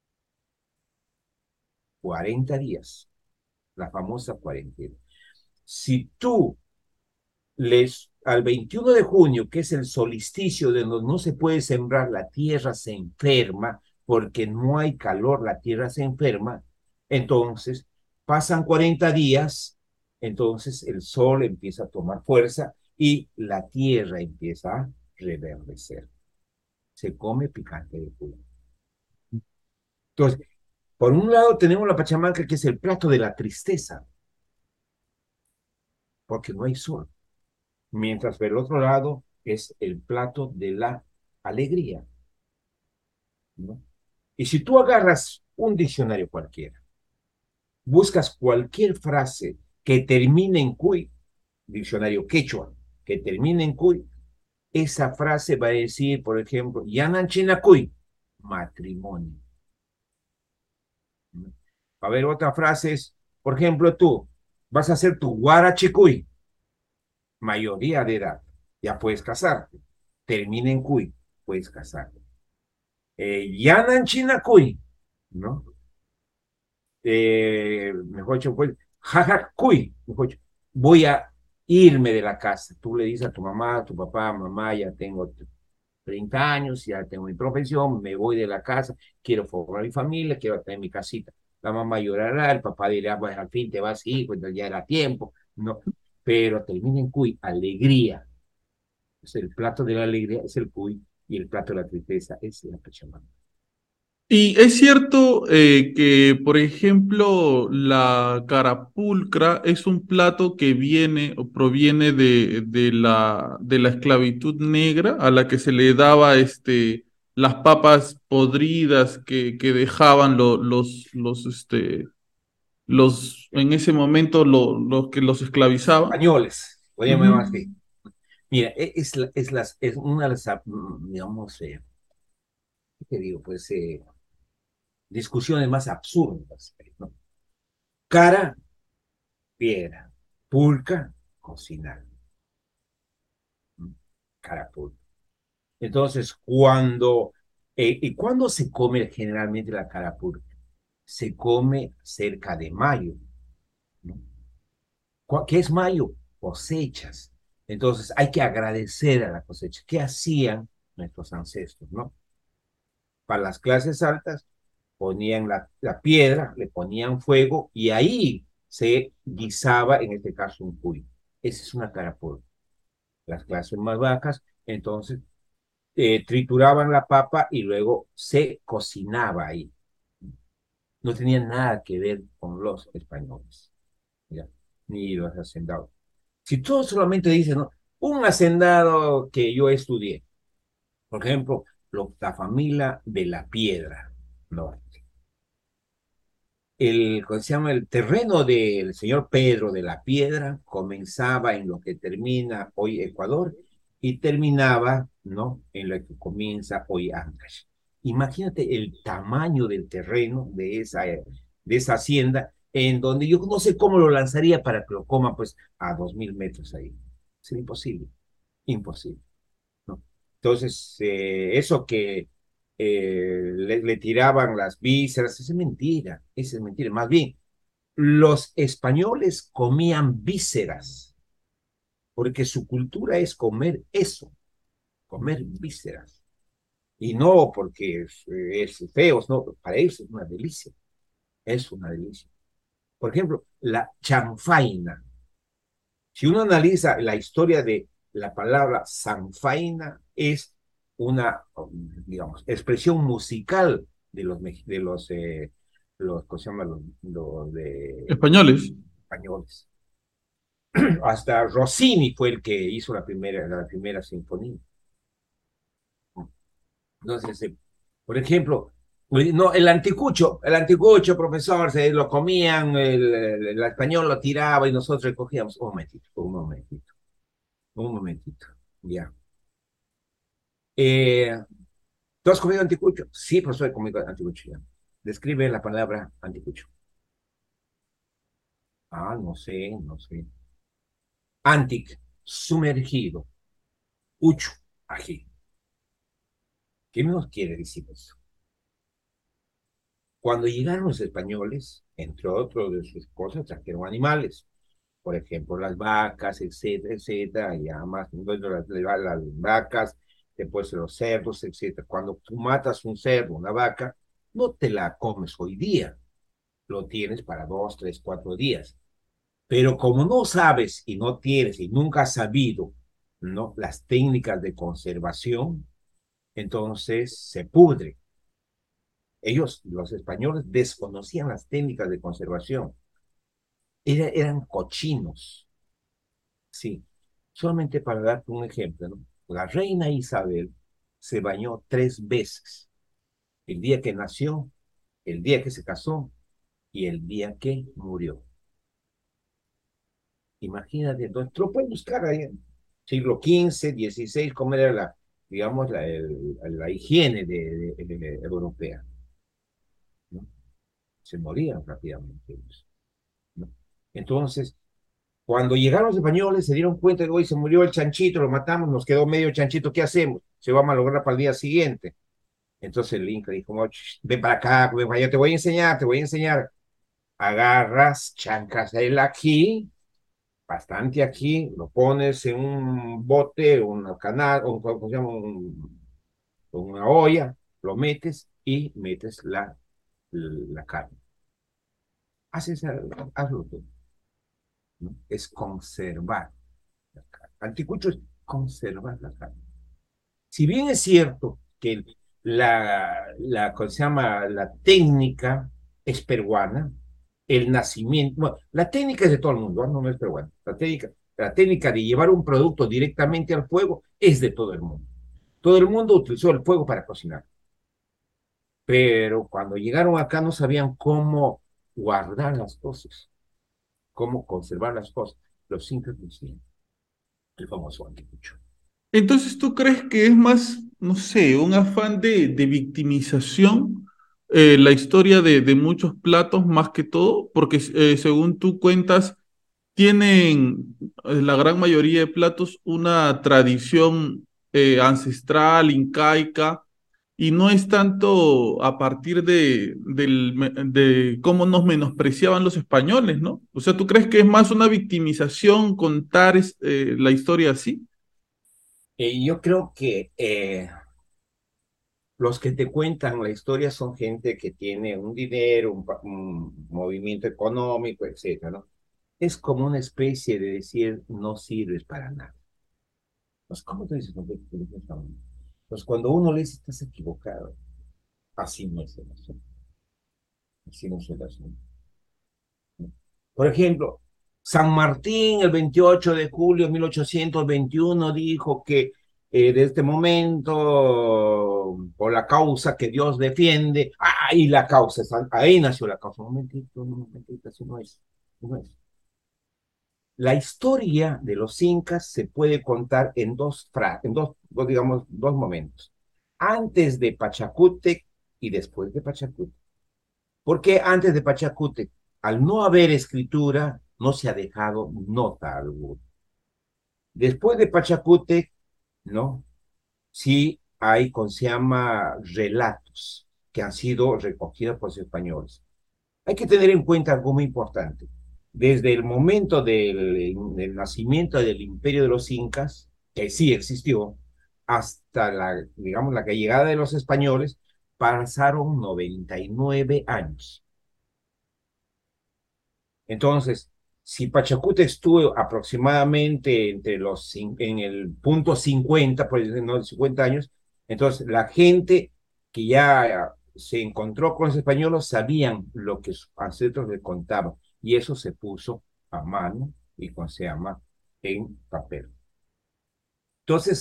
40 días, la famosa cuarentena. Si tú al 21 de junio, que es el solsticio de donde no se puede sembrar, la tierra se enferma porque no hay calor, la tierra se enferma, entonces pasan 40 días, entonces el sol empieza a tomar fuerza y la tierra empieza a reverdecer. Se come picante de culo. Entonces, por un lado tenemos la Pachamanca, que es el plato de la tristeza, porque no hay sol. Mientras por el otro lado es el plato de la alegría, ¿no? Y si tú agarras un diccionario cualquiera, buscas cualquier frase que termine en cuy, diccionario quechua, que termine en cuy, esa frase va a decir, por ejemplo, Yanan cuy, matrimonio, ¿no? Va a haber otras frases, por ejemplo, tú vas a hacer tu guarachicuy, mayoría de edad, ya puedes casarte. Termina en cuy, puedes casarte. Yanan Chinacuy, ¿no? Mejor dicho, pues, jajacuy, mejor dicho, voy a irme de la casa. Tú le dices a tu mamá, a tu papá, mamá, ya tengo 30 años, ya tengo mi profesión, me voy de la casa, quiero formar mi familia, quiero tener mi casita. La mamá llorará, el papá dirá, pues al fin te vas, hijo, entonces ya era tiempo, ¿no? Pero termina en cuy, alegría. Es el plato de la alegría, es el cuy, y el plato de la tristeza es la pachamama. Y es cierto que, por ejemplo, la carapulcra es un plato que viene o proviene de la esclavitud negra a la que se le daba las papas podridas que dejaban en ese momento los que los esclavizaban. Españoles, voy a llamar Ujú. así. Mira, es una de las, digamos, ¿qué te digo? Pues discusiones más absurdas, ¿no? Cara, piedra, pulca, cocinar. ¿No? Cara, pulca. Entonces, ¿y cuándo se come generalmente la cara pulca? Se come cerca de mayo, ¿no? ¿Qué es mayo? Cosechas. Entonces, hay que agradecer a la cosecha. ¿Qué hacían nuestros ancestros, no? Para las clases altas, ponían la piedra, le ponían fuego y ahí se guisaba, en este caso, un cuy. Esa es una carapulcra. Las clases más bajas, entonces, trituraban la papa y luego se cocinaba ahí. No tenía nada que ver con los españoles, ¿ya? Ni los hacendados. Si tú solamente dices, ¿no? Un hacendado que yo estudié, por ejemplo, la familia de la piedra, ¿no? ¿Cómo se llama? El terreno del señor Pedro de la Piedra comenzaba en lo que termina hoy Ecuador y terminaba, ¿no? En lo que comienza hoy Ancash. Imagínate el tamaño del terreno de esa hacienda, en donde yo no sé cómo lo lanzaría para que lo coma, pues, a 2000 metros ahí. Sería imposible, imposible, ¿no? Entonces, eso que le tiraban las vísceras, esa es mentira. Más bien, los españoles comían vísceras, porque su cultura es comer eso, comer vísceras. Y no porque es feo, no, para ellos es una delicia, es una delicia. Por ejemplo, la chanfaina. Si uno analiza la historia de la palabra sanfaina, es una, digamos, expresión musical de los, ¿cómo se llama? Los de Españoles. españoles. Hasta Rossini fue el que hizo la primera sinfonía. Entonces, por ejemplo, no, el anticucho, profesor, se lo comían, el español lo tiraba y nosotros recogíamos. Un momentito, un momentito, un momentito. Ya. Eh, ¿Tú has comido anticucho? Sí, profesor, he comido anticucho ya. Describe la palabra anticucho. Ah, no sé, no sé. Antic, sumergido. Ucho, ají. ¿Qué nos quiere decir eso? Cuando llegaron los españoles, entre otros de sus cosas, trajeron animales. Por ejemplo, las vacas, etcétera, etcétera, y además bueno, las vacas, después los cerdos, etcétera. Cuando tú matas un cerdo, una vaca, no te la comes hoy día, lo tienes para 2, 3, 4 días. Pero como no sabes y no tienes y nunca has sabido, ¿no? Las técnicas de conservación, entonces se pudre. Ellos, los españoles, desconocían las técnicas de conservación. Eran cochinos, sí. Solamente para darte un ejemplo, ¿no? La reina Isabel se bañó 3 veces. El día que nació, el día que se casó y el día que murió. Imagínate, entonces, tú lo puedes buscar ahí en siglo XV, XVI, cómo era digamos, la higiene europea, ¿no? Se morían rápidamente, ¿no? Entonces, cuando llegaron los españoles, se dieron cuenta de hoy se murió el chanchito, lo matamos, nos quedó medio chanchito, ¿qué hacemos? Se va a malograr para el día siguiente. Entonces el Inca dijo, "No, ven para acá, ven para allá, te voy a enseñar, te voy a enseñar. Agarras, chancas el aquí, bastante aquí, lo pones en un bote, una canal, ¿cómo se llama? Una olla, lo metes y metes la carne. Haces, hazlo tú, ¿no? Es conservar la carne. Anticucho es conservar la carne. Si bien es cierto que ¿cómo se llama? La técnica es peruana, el nacimiento, bueno, la técnica es de todo el mundo, ¿no? No es peruana. La técnica de llevar un producto directamente al fuego es de todo el mundo. Todo el mundo utilizó el fuego para cocinar, pero cuando llegaron acá no sabían cómo guardar las cosas, cómo conservar las cosas. Los incas lo hicieron, el famoso anticucho. Entonces, ¿tú crees que es más, no sé, un afán de victimización la historia de muchos platos más que todo? Porque según tú cuentas, tienen la gran mayoría de platos una tradición ancestral, incaica, y no es tanto a partir de cómo nos menospreciaban los españoles, ¿no? O sea, ¿tú crees que es más una victimización contar la historia así? Yo creo que los que te cuentan la historia son gente que tiene un dinero, un movimiento económico, etcétera, ¿no? Es como una especie de decir, no sirves para nada. Pues, ¿cómo te dices? Pues cuando uno le dice, estás equivocado, así no es el asunto, así no es el asunto. Por ejemplo, San Martín, el 28 de julio de 1821, dijo que de este momento, por la causa que Dios defiende, ahí la causa, ahí nació la causa. Un momentito, eso no es, no es. La historia de los incas se puede contar en digamos, dos momentos. Antes de Pachacútec y después de Pachacútec. ¿Por qué antes de Pachacútec? Al no haber escritura, no se ha dejado nota alguna. Después de Pachacútec, ¿no? Sí hay, con se llama, relatos que han sido recogidos por los españoles. Hay que tener en cuenta algo muy importante. Desde el momento del nacimiento del imperio de los incas, que sí existió, hasta digamos, la llegada de los españoles, pasaron 99 años. Entonces, si Pachacute estuvo aproximadamente en el punto 50, por decirlo, no, 50 años, entonces la gente que ya se encontró con los españoles sabían lo que sus ancestros les contaban y eso se puso a mano y con se llama en papel. Entonces,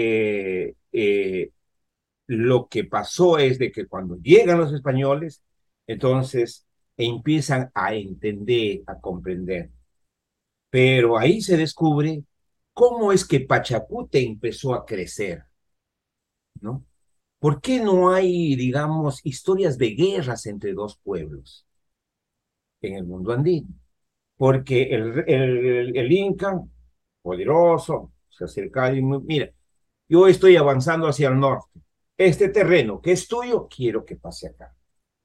lo que pasó es de que cuando llegan los españoles, entonces empiezan a entender, a comprender. Pero ahí se descubre cómo es que Pachacute empezó a crecer, ¿no? ¿Por qué no hay, digamos, historias de guerras entre dos pueblos en el mundo andino? Porque el Inca, poderoso, se acerca y mira, yo estoy avanzando hacia el norte. Este terreno que es tuyo, quiero que pase acá.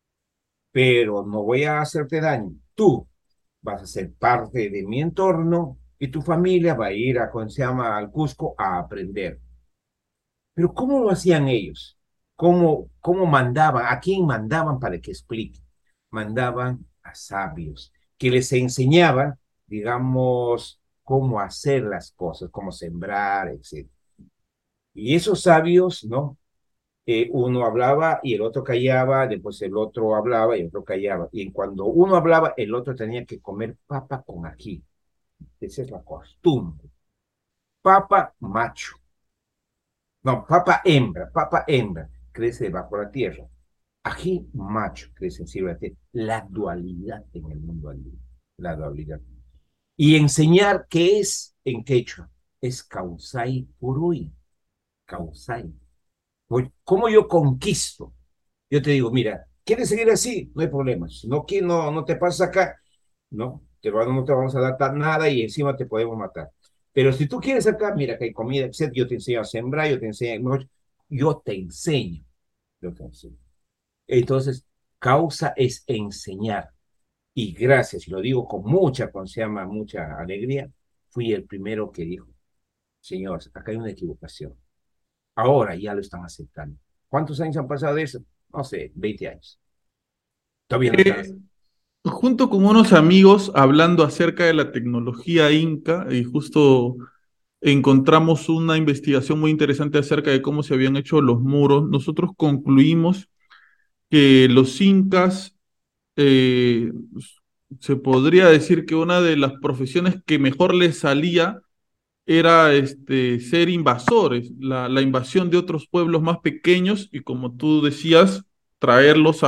Pero no voy a hacerte daño. Tú vas a ser parte de mi entorno y tu familia va a ir a, ¿cómo se llama?, al Cusco a aprender. Pero ¿cómo lo hacían ellos? ¿Cómo mandaban? ¿A quién mandaban para que explique? Mandaban a sabios que les enseñaban, digamos, cómo hacer las cosas, cómo sembrar, etc. Y esos sabios, ¿no? Uno hablaba y el otro callaba, después el otro hablaba y el otro callaba. Y cuando uno hablaba, el otro tenía que comer papa con ají. Esa es la costumbre. Papa macho. No, papa hembra, crece bajo la tierra. Ají macho, crece encima de la tierra. La dualidad en el mundo andino. La dualidad. Y enseñar qué es en quechua. Es causai purui. Causai. Pues, ¿cómo yo conquisto? Yo te digo, mira, ¿quieres seguir así? No hay problema. Si no, no te pasas acá, no te vamos a dar nada y encima te podemos matar. Pero si tú quieres acá, mira que hay comida, etc. Yo te enseño a sembrar, yo te enseño, mejor, yo te enseño, yo te enseño. Entonces, causa es enseñar. Y gracias, y lo digo con mucha, con se llama mucha alegría, fui el primero que dijo, señores, acá hay una equivocación. Ahora ya lo están aceptando. ¿Cuántos años han pasado de eso? No sé, 20 años. Todavía no están Eh, Junto con unos amigos hablando acerca de la tecnología Inca, y justo encontramos una investigación muy interesante acerca de cómo se habían hecho los muros. Nosotros concluimos que los incas, eh, se podría decir que una de las profesiones que mejor les salía era ser invasores, la invasión de otros pueblos más pequeños y como tú decías, traerlos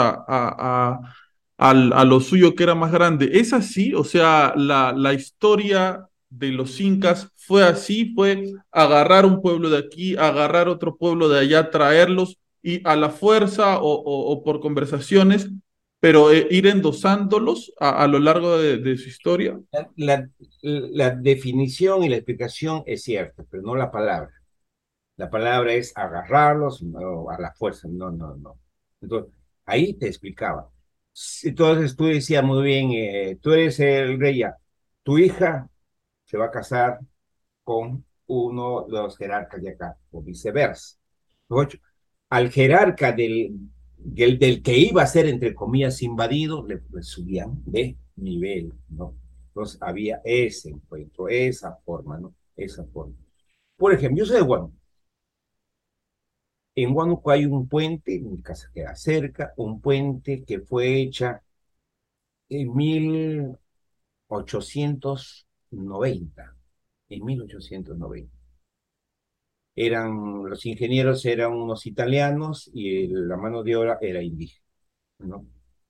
a lo suyo que era más grande. ¿Es así? O sea, la historia de los incas fue así, fue agarrar un pueblo de aquí, agarrar otro pueblo de allá, traerlos y a la fuerza o por conversaciones, pero ir endosándolos a lo largo de su historia. La, la definición y la explicación es cierta, pero no la palabra. La palabra es agarrarlos no, a la fuerza, no, no, no. Entonces, ahí te explicaba. Entonces tú decías muy bien, tú eres el rey ya, tu hija se va a casar con uno de los jerarcas de acá, o viceversa. Ocho. Al jerarca del que iba a ser, entre comillas, invadido, le subían de nivel, ¿no? Entonces había ese encuentro, esa forma, ¿no? Esa forma. Por ejemplo, yo soy de Guanajuato. En Huánuco hay un puente, mi casa queda cerca, un puente que fue hecha en 1890. En 1890. Los ingenieros eran unos italianos y la mano de obra era indígena, ¿no?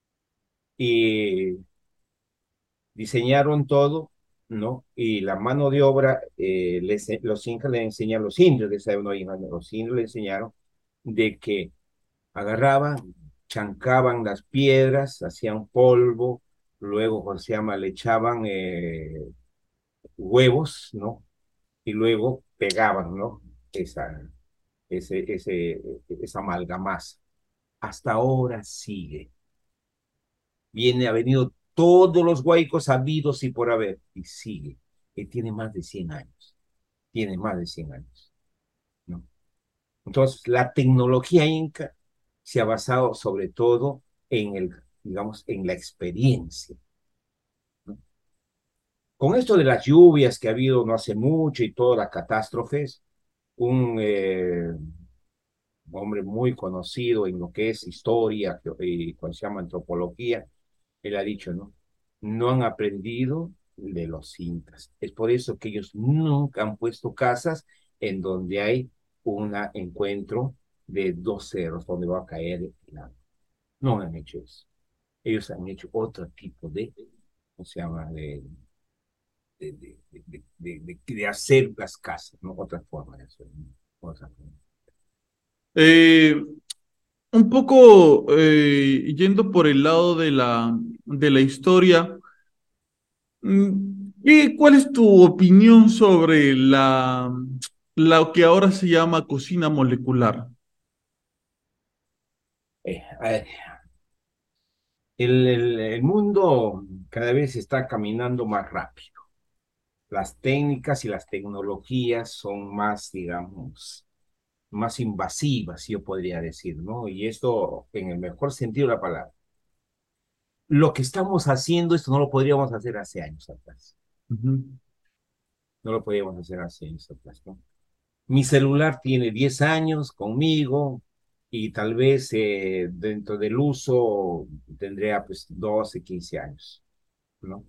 Y diseñaron todo, ¿no? Y la mano de obra, los incas le enseñaron, los indios de esa época, no, los indios le enseñaron de que agarraban, chancaban las piedras, hacían polvo, luego, ¿cómo se llama? Le echaban huevos, ¿no? Y luego pegaban, ¿no? Esa, esa amalgamasa. Hasta ahora sigue. Ha venido todos los huaicos habidos y por haber, y sigue. Que tiene más de 100 años. Tiene más de 100 años, ¿no? Entonces, la tecnología inca se ha basado sobre todo en digamos, en la experiencia, ¿no? Con esto de las lluvias que ha habido no hace mucho y todas las catástrofes, un hombre muy conocido en lo que es historia y cuando se llama antropología, él ha dicho, ¿no? No han aprendido de los incas. Es por eso que ellos nunca han puesto casas en donde hay un encuentro de dos cerros donde va a caer el agua. No han hecho eso. Ellos han hecho otro tipo de, ¿cómo se llama? De hacer las casas, ¿no? Otra forma de hacer, ¿no? Otra forma. Eh, un poco yendo por el lado de la historia, ¿cuál es tu opinión sobre la que ahora se llama cocina molecular? A ver, el mundo cada vez está caminando más rápido. Las técnicas y las tecnologías son más, digamos, más invasivas, yo podría decir, ¿no? Y esto en el mejor sentido de la palabra. Lo que estamos haciendo, esto no lo podríamos hacer hace años atrás. Ujú. No lo podíamos hacer hace años atrás, ¿no? Mi celular tiene 10 años conmigo y tal vez dentro del uso tendría pues 12, 15 años, ¿no?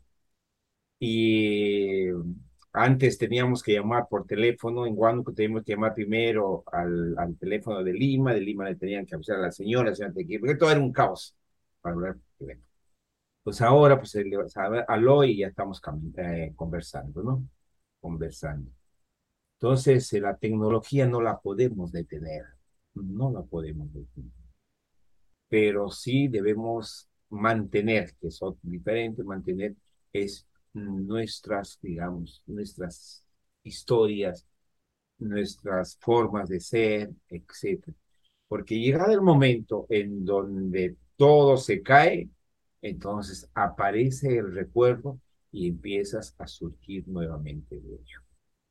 Y antes teníamos que llamar por teléfono, en Huánuco teníamos que llamar primero al teléfono de Lima le tenían que avisar a la señora, porque todo era un caos para hablar por teléfono. Pues ahora, pues, aló y ya estamos conversando, ¿no? Conversando. Entonces, la tecnología no la podemos detener, no la podemos detener, pero sí debemos mantener, que es diferente, mantener es nuestras, digamos, nuestras historias, nuestras formas de ser, etcétera. Porque llegado el momento en donde todo se cae, entonces aparece el recuerdo y empiezas a surgir nuevamente de ello.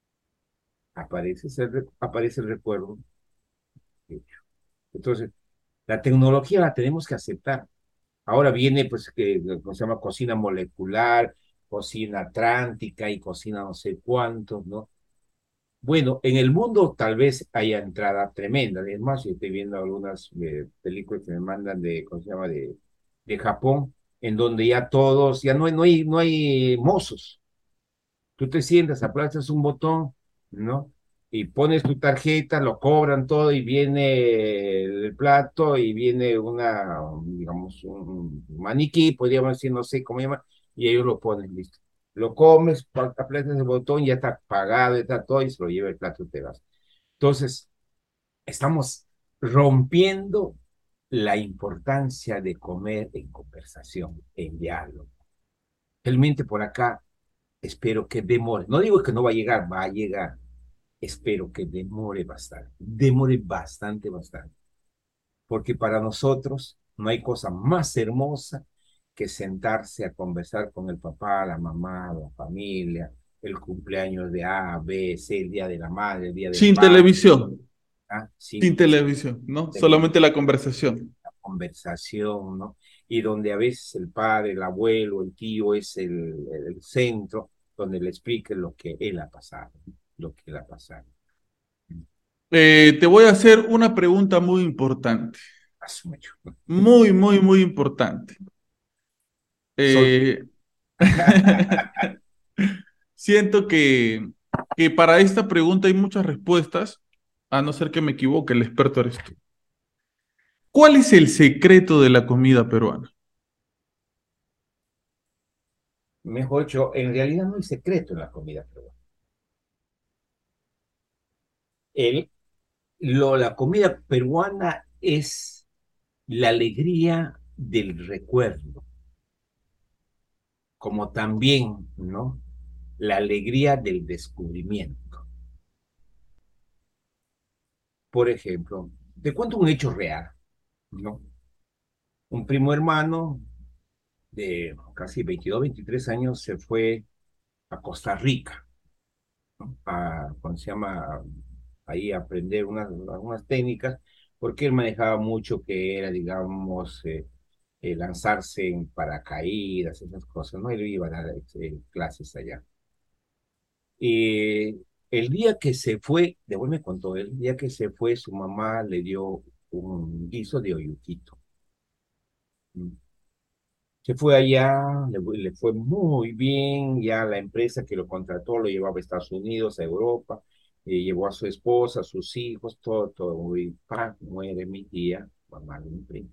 Aparece el recuerdo de ello. Entonces, la tecnología la tenemos que aceptar. Ahora viene, pues, que se llama cocina molecular, cocina atlántica y cocina no sé cuántos, ¿no? Bueno, en el mundo tal vez haya entrada tremenda. Es más, yo estoy viendo algunas películas que me mandan de, ¿cómo se llama? De Japón, en donde ya todos, ya no hay mozos. Tú te sientas, aplastas un botón, ¿no? Y pones tu tarjeta, lo cobran todo y viene el plato y viene digamos, un maniquí, podríamos decir, no sé cómo llama, y ellos lo ponen, listo. Lo comes, aplastas el botón, ya está pagado, ya está todo y se lo lleva el plato y te vas. Entonces, estamos rompiendo la importancia de comer en conversación, en diálogo. Realmente por acá espero que demore. No digo que no va a llegar, va a llegar. Espero que demore bastante, bastante. Porque para nosotros no hay cosa más hermosa que sentarse a conversar con el papá, la mamá, la familia, el cumpleaños de A, B, C, el día de la madre, el día del Sin padre, televisión, ¿ah? Sin sin televisión, ¿no? tener Solamente la conversación. conversación, ¿no? Y donde a veces el padre, el abuelo, el tío es el centro, donde le explique lo que él ha pasado, lo que él ha pasado. Te voy a hacer una pregunta muy importante, Asumo. muy, muy, muy importante. Sol. Eh, Siento que para esta pregunta hay muchas respuestas, a no ser que me equivoque, el experto eres tú. ¿Cuál es el secreto de la comida peruana? Mejor dicho, en realidad no hay secreto en la comida peruana. El, la comida peruana es la alegría del recuerdo, como también, ¿no? La alegría del descubrimiento. Por ejemplo, te cuento un hecho real, ¿no? Un primo hermano de casi 22, 23 años se fue a Costa Rica, ¿no? ¿Cómo se llama? Ahí a aprender algunas técnicas, porque él manejaba mucho que era, digamos, lanzarse en paracaídas, esas cosas, ¿no? Él iba a dar clases allá. Y el día que se fue, después me contó, el día que se fue, su mamá le dio un guiso de oyuquito. Se fue allá, le fue muy bien, ya la empresa que lo contrató lo llevaba a Estados Unidos, a Europa, llevó a su esposa, a sus hijos, todo, todo muy pan, muere mi tía, mamá de mi primo.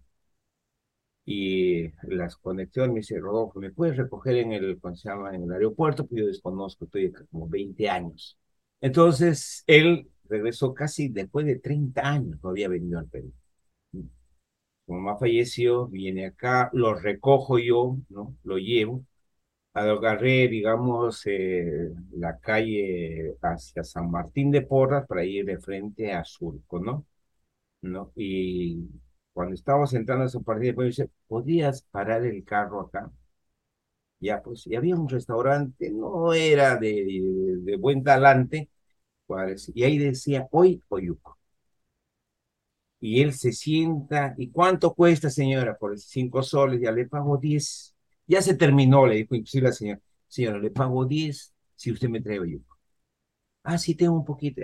Y las conexiones, me dice, Rodolfo, ¿me puedes recoger en el, ¿cómo se llama? En el aeropuerto? Pues yo desconozco, estoy acá como 20 años. Entonces, él regresó casi después de 30 años, no había venido al Perú. Su mamá falleció, viene acá, lo recojo yo, ¿no? Lo llevo. Agarré, digamos, la calle hacia San Martín de Porras para ir de frente a Surco, ¿no? ¿No? Y cuando estábamos entrando a su partida, pues dice, ¿podías parar el carro acá? Ya, pues, y había un restaurante, no era de buen talante, pues, y ahí decía, hoy Oyuco. Y él se sienta, ¿y cuánto cuesta, señora? Por 5 soles, ya le pago 10. Ya se terminó, le dijo inclusive la señora. Señora, le pago 10 si usted me trae yuca. Ah, sí, tengo un poquito.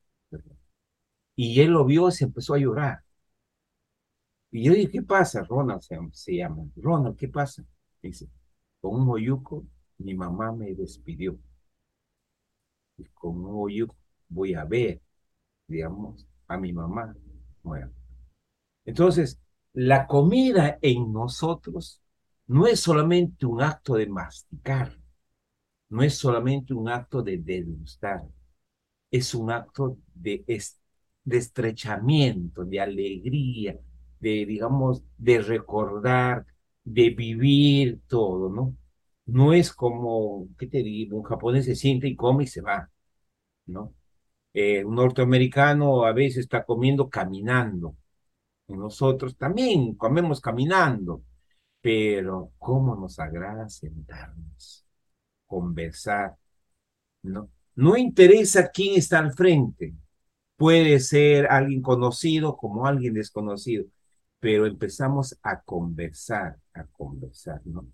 Y él lo vio y se empezó a llorar. Y yo dije, ¿qué pasa? Ronald se llama. Ronald, ¿qué pasa? Dice, con un oyuco mi mamá me despidió. Y con un oyuco voy a ver, digamos, a mi mamá. Bueno, entonces, la comida en nosotros no es solamente un acto de masticar, no es solamente un acto de degustar, es un acto de estrechamiento, de alegría, de, digamos, de recordar, de vivir todo, ¿no? No es como, ¿qué te digo? Un japonés se siente y come y se va, ¿no? Un norteamericano a veces está comiendo caminando. Nosotros también comemos caminando, pero cómo nos agrada sentarnos, conversar, ¿no? No interesa quién está al frente, puede ser alguien conocido como alguien desconocido, pero empezamos a conversar, ¿no?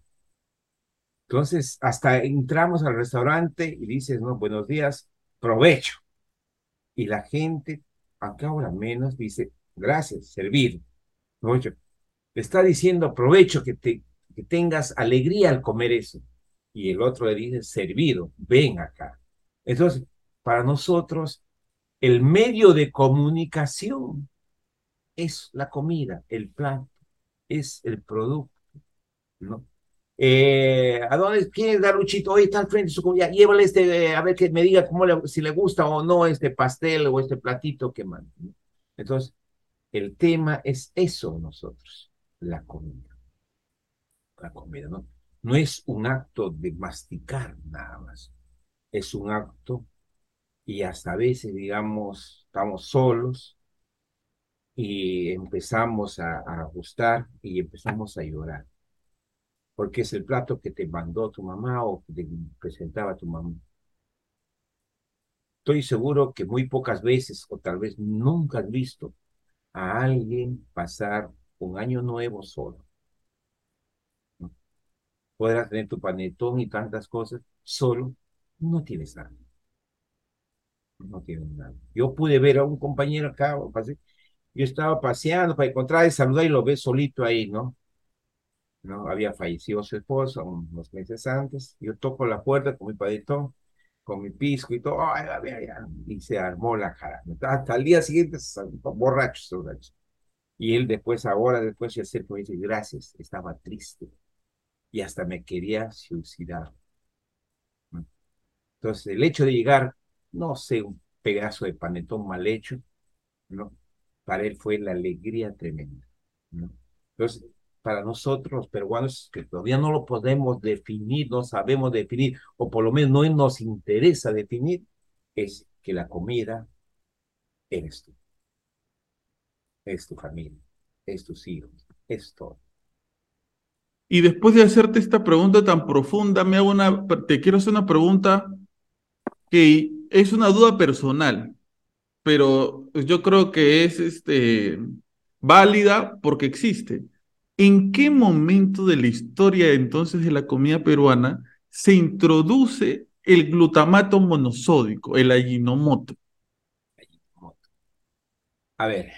Entonces, hasta entramos al restaurante y dices, no, buenos días, provecho. Y la gente, acá ahora menos, dice, gracias, servir. Oye, te está diciendo, aprovecho que tengas alegría al comer eso. Y el otro le dice, servido, ven acá. Entonces, para nosotros, el medio de comunicación es la comida, el plato, es el producto, ¿no? ¿A dónde quiere dar Luchito? Hoy está al frente de su comida. Llévale a ver que me diga si le gusta o no este pastel o este platito que manda, ¿no? Entonces, el tema es eso nosotros, la comida, la comida, ¿no? No es un acto de masticar nada más, es un acto y hasta a veces, digamos, estamos solos y empezamos a gustar y empezamos a llorar, porque es el plato que te mandó tu mamá o que te presentaba tu mamá. Estoy seguro que muy pocas veces o tal vez nunca has visto a alguien pasar un año nuevo solo, ¿no? Podrás tener tu panetón y tantas cosas, solo no tienes nada, no tienes nada. Yo pude ver a un compañero acá, yo estaba paseando para encontrar y saludar y lo ves solito ahí, ¿no? ¿No? Había fallecido su esposa unos meses antes. Yo toco la puerta con mi panetón, con mi pisco y todo, ay, y se armó la cara. Hasta el día siguiente, borracho, borracho. Y él después, ahora, después se acerca y dice, gracias, estaba triste y hasta me quería suicidar, ¿no? Entonces, el hecho de llegar, no sé, un pedazo de panetón mal hecho, ¿no? Para él fue la alegría tremenda, ¿no? Entonces, para nosotros los peruanos, que todavía no lo podemos definir, no sabemos definir, o por lo menos no nos interesa definir, es que la comida eres tú, es tu familia, es tus hijos, es todo. Y después de hacerte esta pregunta tan profunda, te quiero hacer una pregunta que es una duda personal, pero yo creo que es válida porque existe. ¿En qué momento de la historia entonces de la comida peruana se introduce el glutamato monosódico, el Ajinomoto? A ver,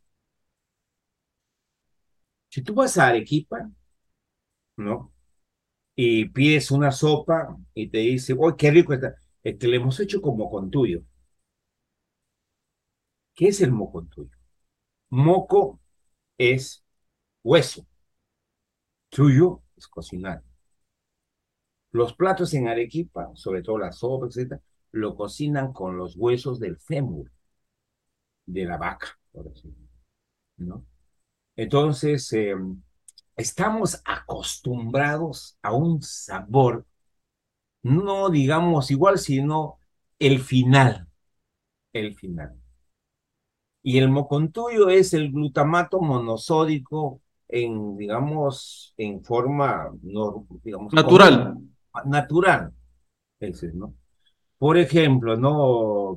si tú vas a Arequipa, ¿no? Y pides una sopa y te dice, ¡oh, qué rico está! Le hemos hecho como con tuyo. ¿Qué es el mocontuyo? Moco es hueso, tuyo es cocinar. Los platos en Arequipa, sobre todo la sopa, etcétera, lo cocinan con los huesos del fémur, de la vaca, por ejemplo, ¿no? Entonces, estamos acostumbrados a un sabor, no digamos igual, sino el final, el final. Y el mocontuyo es el glutamato monosódico en, digamos, en forma, no, digamos, común, Natural. natural, ese, ¿no? Por ejemplo, ¿no?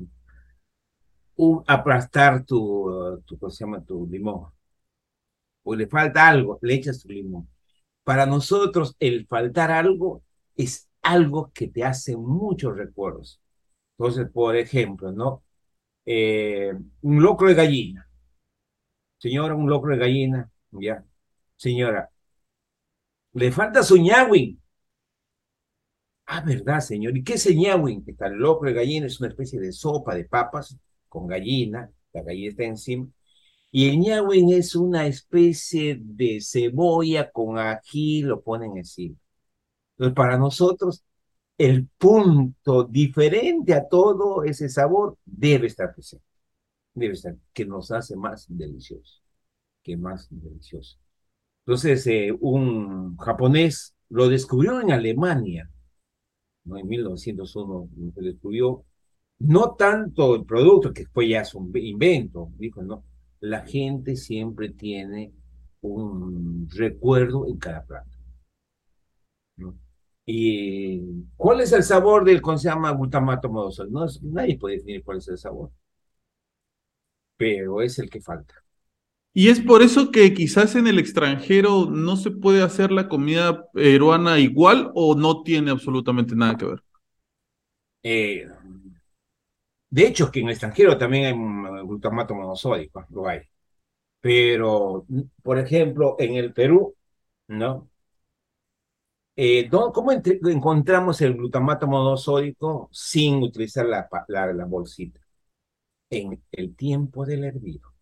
Aplastar ¿cómo se llama? Tu limón. O le falta algo, le echas tu limón. Para nosotros, el faltar algo es algo que te hace muchos recuerdos. Entonces, por ejemplo, ¿no? Un locro de gallina. Señora, un locro de gallina, ya. Señora, le falta su ñawin. Ah, ¿verdad, señor? ¿Y qué es el ñawin? Que está el locro de gallina, es una especie de sopa de papas con gallina, la gallina está encima. Y el ñawin es una especie de cebolla con ají, lo ponen encima. Entonces, para nosotros, el punto diferente a todo ese sabor debe estar presente, debe estar, que nos hace más delicioso, que más delicioso. Entonces, un japonés lo descubrió en Alemania, ¿no? En 1901 se descubrió no tanto el producto, que fue ya su invento, dijo, no, la gente siempre tiene un recuerdo en cada plato, ¿no? ¿Y cuál es el sabor del, cómo se llama, glutamato monosódico? No, nadie puede definir cuál es el sabor, pero es el que falta. Y es por eso que quizás en el extranjero no se puede hacer la comida peruana igual o no tiene absolutamente nada que ver. Eh, De hecho, que en el extranjero también hay glutamato monosódico, lo hay. Pero, por ejemplo, en el Perú, ¿no? ¿Cómo encontramos el glutamato monosódico sin utilizar la bolsita? En el tiempo del hervido,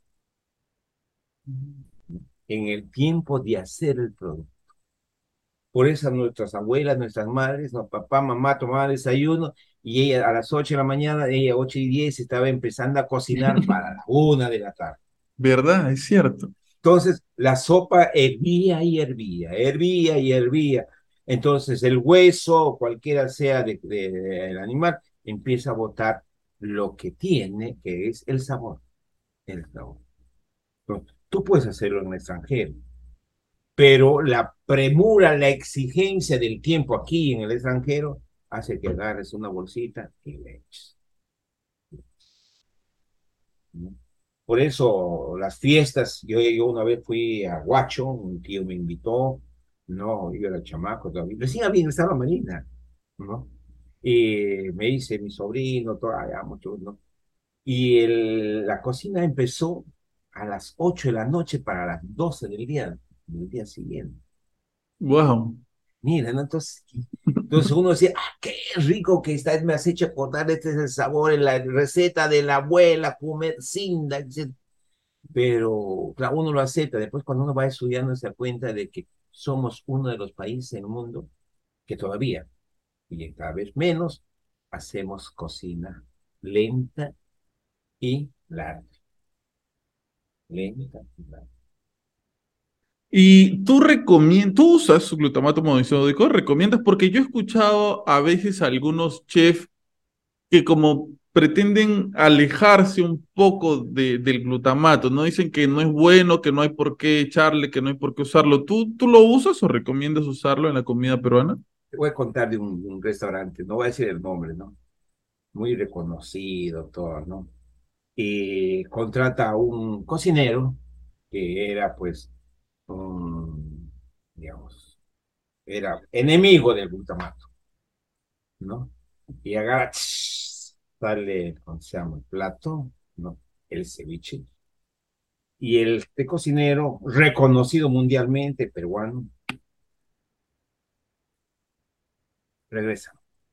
en el tiempo de hacer el producto. Por eso nuestras abuelas, nuestras madres, no, papá, mamá tomaban desayuno y ella a las 8 de la mañana, ella 8:10 estaba empezando a cocinar para la 1 de la tarde. ¿Verdad? Es cierto. Entonces la sopa hervía y hervía, hervía y hervía. Entonces el hueso, cualquiera sea del animal, empieza a botar lo que tiene, que es el sabor. El sabor. Entonces, tú puedes hacerlo en el extranjero, pero la premura, la exigencia del tiempo aquí en el extranjero hace que agarres una bolsita y le eches, ¿no? Por eso las fiestas, yo una vez fui a Huacho, un tío me invitó, no, yo era chamaco todavía, recién había estaba Marina, ¿no? Y me hice mi sobrino, todo, allá, mucho, ¿no? Y la cocina empezó a las 8 de la noche para las 12 del día siguiente. Wow. Mira, ¿no? Entonces uno decía, ah, qué rico que está, me has hecho acordar, este es el sabor, en la receta de la abuela, comer cinda, etc. Pero claro, uno lo acepta. Después cuando uno va estudiando se da cuenta de que somos uno de los países en el mundo que todavía, y cada vez menos, hacemos cocina lenta y larga. Lenta y larga. ¿Y tú recomiendas, tú usas su glutamato monosódico? ¿Recomiendas? Porque yo he escuchado a veces a algunos chefs que como pretenden alejarse un poco del glutamato, ¿no? Dicen que no es bueno, que no hay por qué echarle, que no hay por qué usarlo. ¿Tú lo usas o recomiendas usarlo en la comida peruana? Te voy a contar de un restaurante, no voy a decir el nombre, ¿no? Muy reconocido, todo, ¿no? Y contrata a un cocinero que era pues un, digamos, era enemigo del glutamato, ¿no? Y agarra, sale, ¿cómo se llama? El plato, ¿no? El ceviche. Y este cocinero, reconocido mundialmente, peruano, regresa.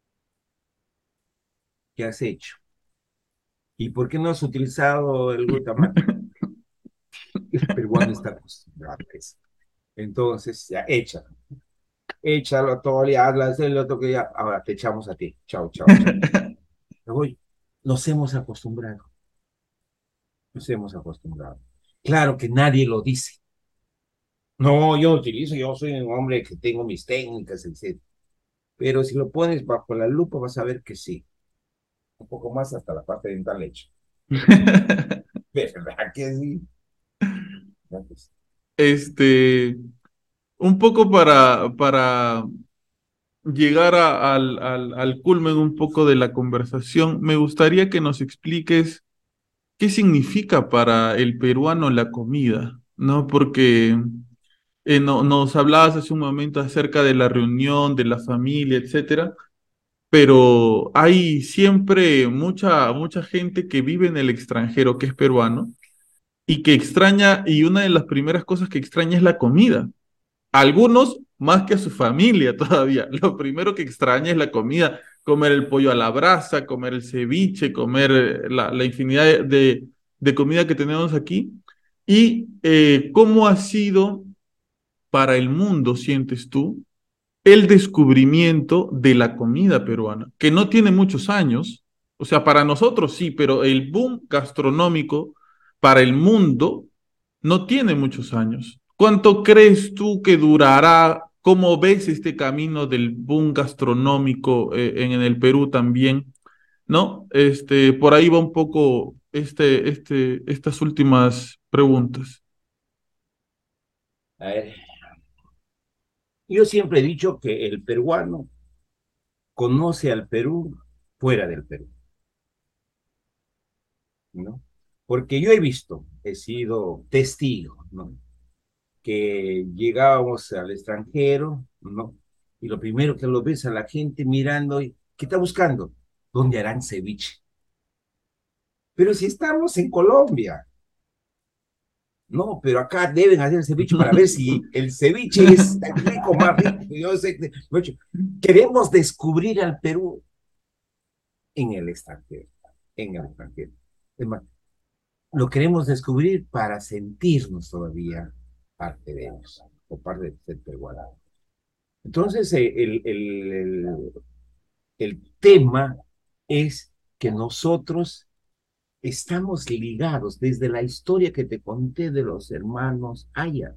¿Qué has hecho? ¿Y por qué no has utilizado el glutamato? El peruano está acostumbrado a eso. Entonces, ya, échalo todo, y hazla, haz el otro que ya, ahora te echamos a ti. Chao, chao, chao. Me voy. Nos hemos acostumbrado, nos hemos acostumbrado. Claro que nadie lo dice. No, yo utilizo, yo soy un hombre que tengo mis técnicas, etc. Pero si lo pones bajo la lupa vas a ver que sí. Un poco más hasta la parte dental hecha. ¿Verdad que sí? Gracias. Este, un poco para llegar al culmen un poco de la conversación, me gustaría que nos expliques qué significa para el peruano la comida, ¿no? Porque nos hablabas hace un momento acerca de la reunión, de la familia, etcétera, pero hay siempre mucha gente que vive en el extranjero que es peruano y que extraña, y una de las primeras cosas que extraña es la comida. Algunos más que a su familia todavía. Lo primero que extraña es la comida, comer el pollo a la brasa, comer el ceviche, comer la infinidad de comida que tenemos aquí. ¿Y cómo ha sido para el mundo, sientes tú, el descubrimiento de la comida peruana, que no tiene muchos años? O sea, para nosotros sí, pero el boom gastronómico para el mundo no tiene muchos años. ¿Cuánto crees tú que durará? ¿Cómo ves este camino del boom gastronómico en el Perú también? ¿No? Por ahí va un poco estas últimas preguntas. A ver, yo siempre he dicho que el peruano conoce al Perú fuera del Perú, ¿no? Porque yo he visto, he sido testigo, ¿no? Que llegábamos al extranjero, ¿no? Y lo primero que lo ves a la gente mirando, ¿qué está buscando? ¿Dónde harán ceviche? Pero si estamos en Colombia, no, pero acá deben hacer el ceviche para ver si el ceviche es tan rico, más rico. Yo sé, queremos descubrir al Perú en el extranjero, en el extranjero. Es más, lo queremos descubrir para sentirnos todavía parte de ellos, o parte del peruano. Entonces, el tema es que nosotros estamos ligados desde la historia que te conté de los hermanos Aya.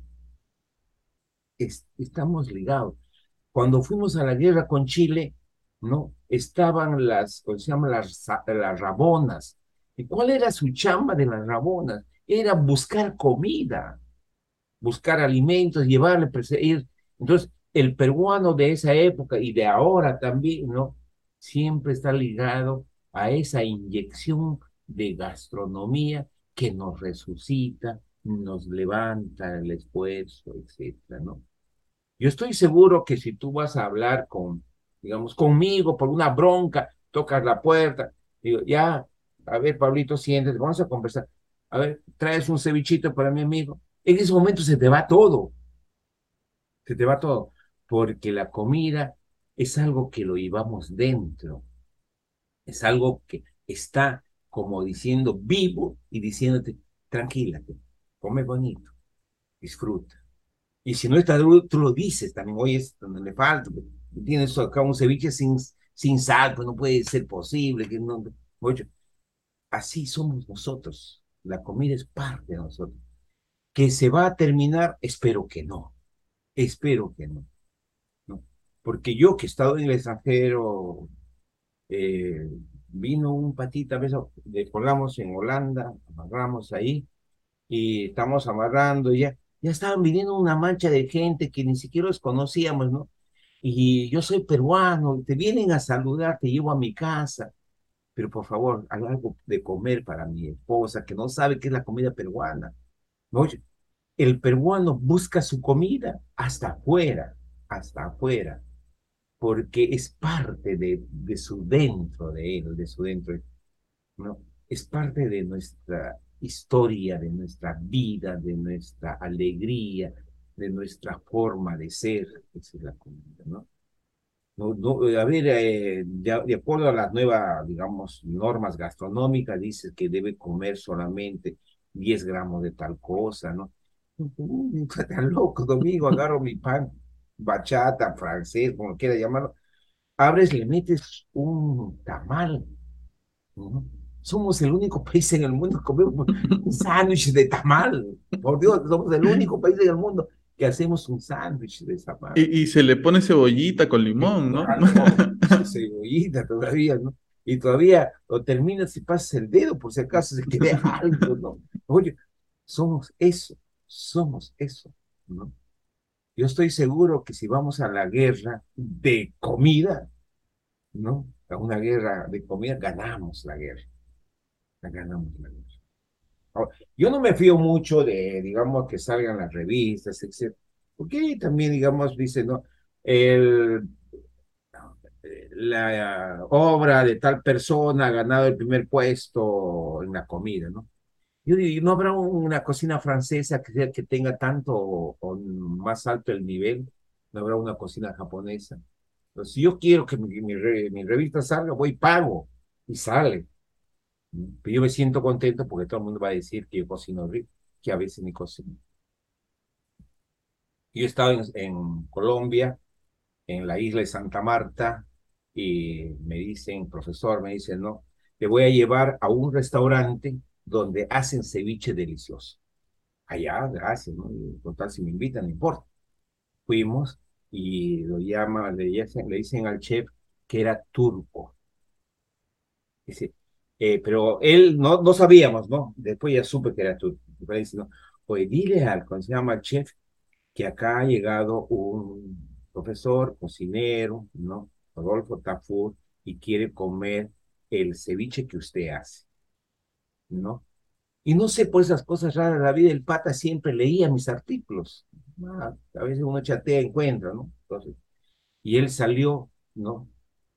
Estamos ligados. Cuando fuimos a la guerra con Chile, ¿no? Estaban ¿cómo se llama? Las rabonas. ¿Y cuál era su chamba de las rabonas? Era buscar comida, buscar alimentos, llevarle, ir. Entonces, el peruano de esa época y de ahora también, ¿no? Siempre está ligado a esa inyección de gastronomía que nos resucita, nos levanta el esfuerzo, etcétera, ¿no? Yo estoy seguro que si tú vas a hablar digamos, conmigo por una bronca, tocas la puerta, digo, ya, a ver, Pablito, siéntate, vamos a conversar. A ver, traes un cevichito para mi amigo. En ese momento se te va todo, se te va todo, porque la comida es algo que lo llevamos dentro, es algo que está como diciendo vivo y diciéndote, tranquilate, come bonito, disfruta. Y si no está duro, tú lo dices también, oye, es donde le falta, tienes acá un ceviche sin sal, pues no puede ser posible. Que no, oye, así somos nosotros, la comida es parte de nosotros. Que se va a terminar, espero que no, ¿no? Porque yo que he estado en el extranjero, eh, vino un patita, a veces le colgamos en Holanda, amarramos ahí, y estamos amarrando, ya estaban viniendo una mancha de gente que ni siquiera los conocíamos, ¿no? Y yo soy peruano, te vienen a saludar, te llevo a mi casa, pero por favor, haz algo de comer para mi esposa, que no sabe qué es la comida peruana. ¿No? Oye, el peruano busca su comida hasta afuera, porque es parte de su dentro de él, de su dentro. ¿No? Es parte de nuestra historia, de nuestra vida, de nuestra alegría, de nuestra forma de ser. Esa es la comida, ¿no? A ver, de acuerdo a las nuevas, digamos, normas gastronómicas, dice que debe comer solamente 10 gramos de tal cosa, ¿no? Tan loco, Domingo, agarro mi pan, bachata, francés, como quiera llamarlo, abres, le metes un tamal, ¿no? Somos el único país en el mundo que comemos un sándwich de tamal. Por Dios, somos el único país en el mundo que hacemos un sándwich de tamal. Y se le pone cebollita con limón, ¿no? Claro, cebollita todavía, ¿no? Y todavía lo terminas y pasas el dedo por si acaso se quede algo, ¿no? Oye, somos eso, somos eso, ¿no? Yo estoy seguro que si vamos a la guerra de comida, ¿no? A una guerra de comida, ganamos la guerra, la ganamos la guerra. Ahora, yo no me fío mucho de, digamos, que salgan las revistas, etcétera, porque ahí también, digamos, dice, ¿no? El, la obra de tal persona ha ganado el primer puesto en la comida, ¿no? Yo digo, ¿no habrá una cocina francesa que tenga tanto o más alto el nivel? ¿No habrá una cocina japonesa? Pues, si yo quiero que mi revista salga, voy y pago y sale. Pero yo me siento contento porque todo el mundo va a decir que yo cocino rico, que a veces ni cocino. Yo he estado en Colombia, en la isla de Santa Marta, y me dicen, profesor, me dicen, no, te voy a llevar a un restaurante donde hacen ceviche delicioso. Allá, gracias, ¿no? Y, total, si me invitan, no importa. Fuimos y le dicen al chef que era turco. Dice, pero él no sabíamos, ¿no? Después ya supe que era turco. Pero dice, no, oye, dile al, ¿cómo se llama? Al chef que acá ha llegado un profesor, cocinero, ¿no? Rodolfo Tafur, y quiere comer el ceviche que usted hace, ¿no? Y no sé, por esas cosas raras de la vida, el pata siempre leía mis artículos. A veces uno chatea, encuentra, ¿no? Entonces, y él salió, ¿no?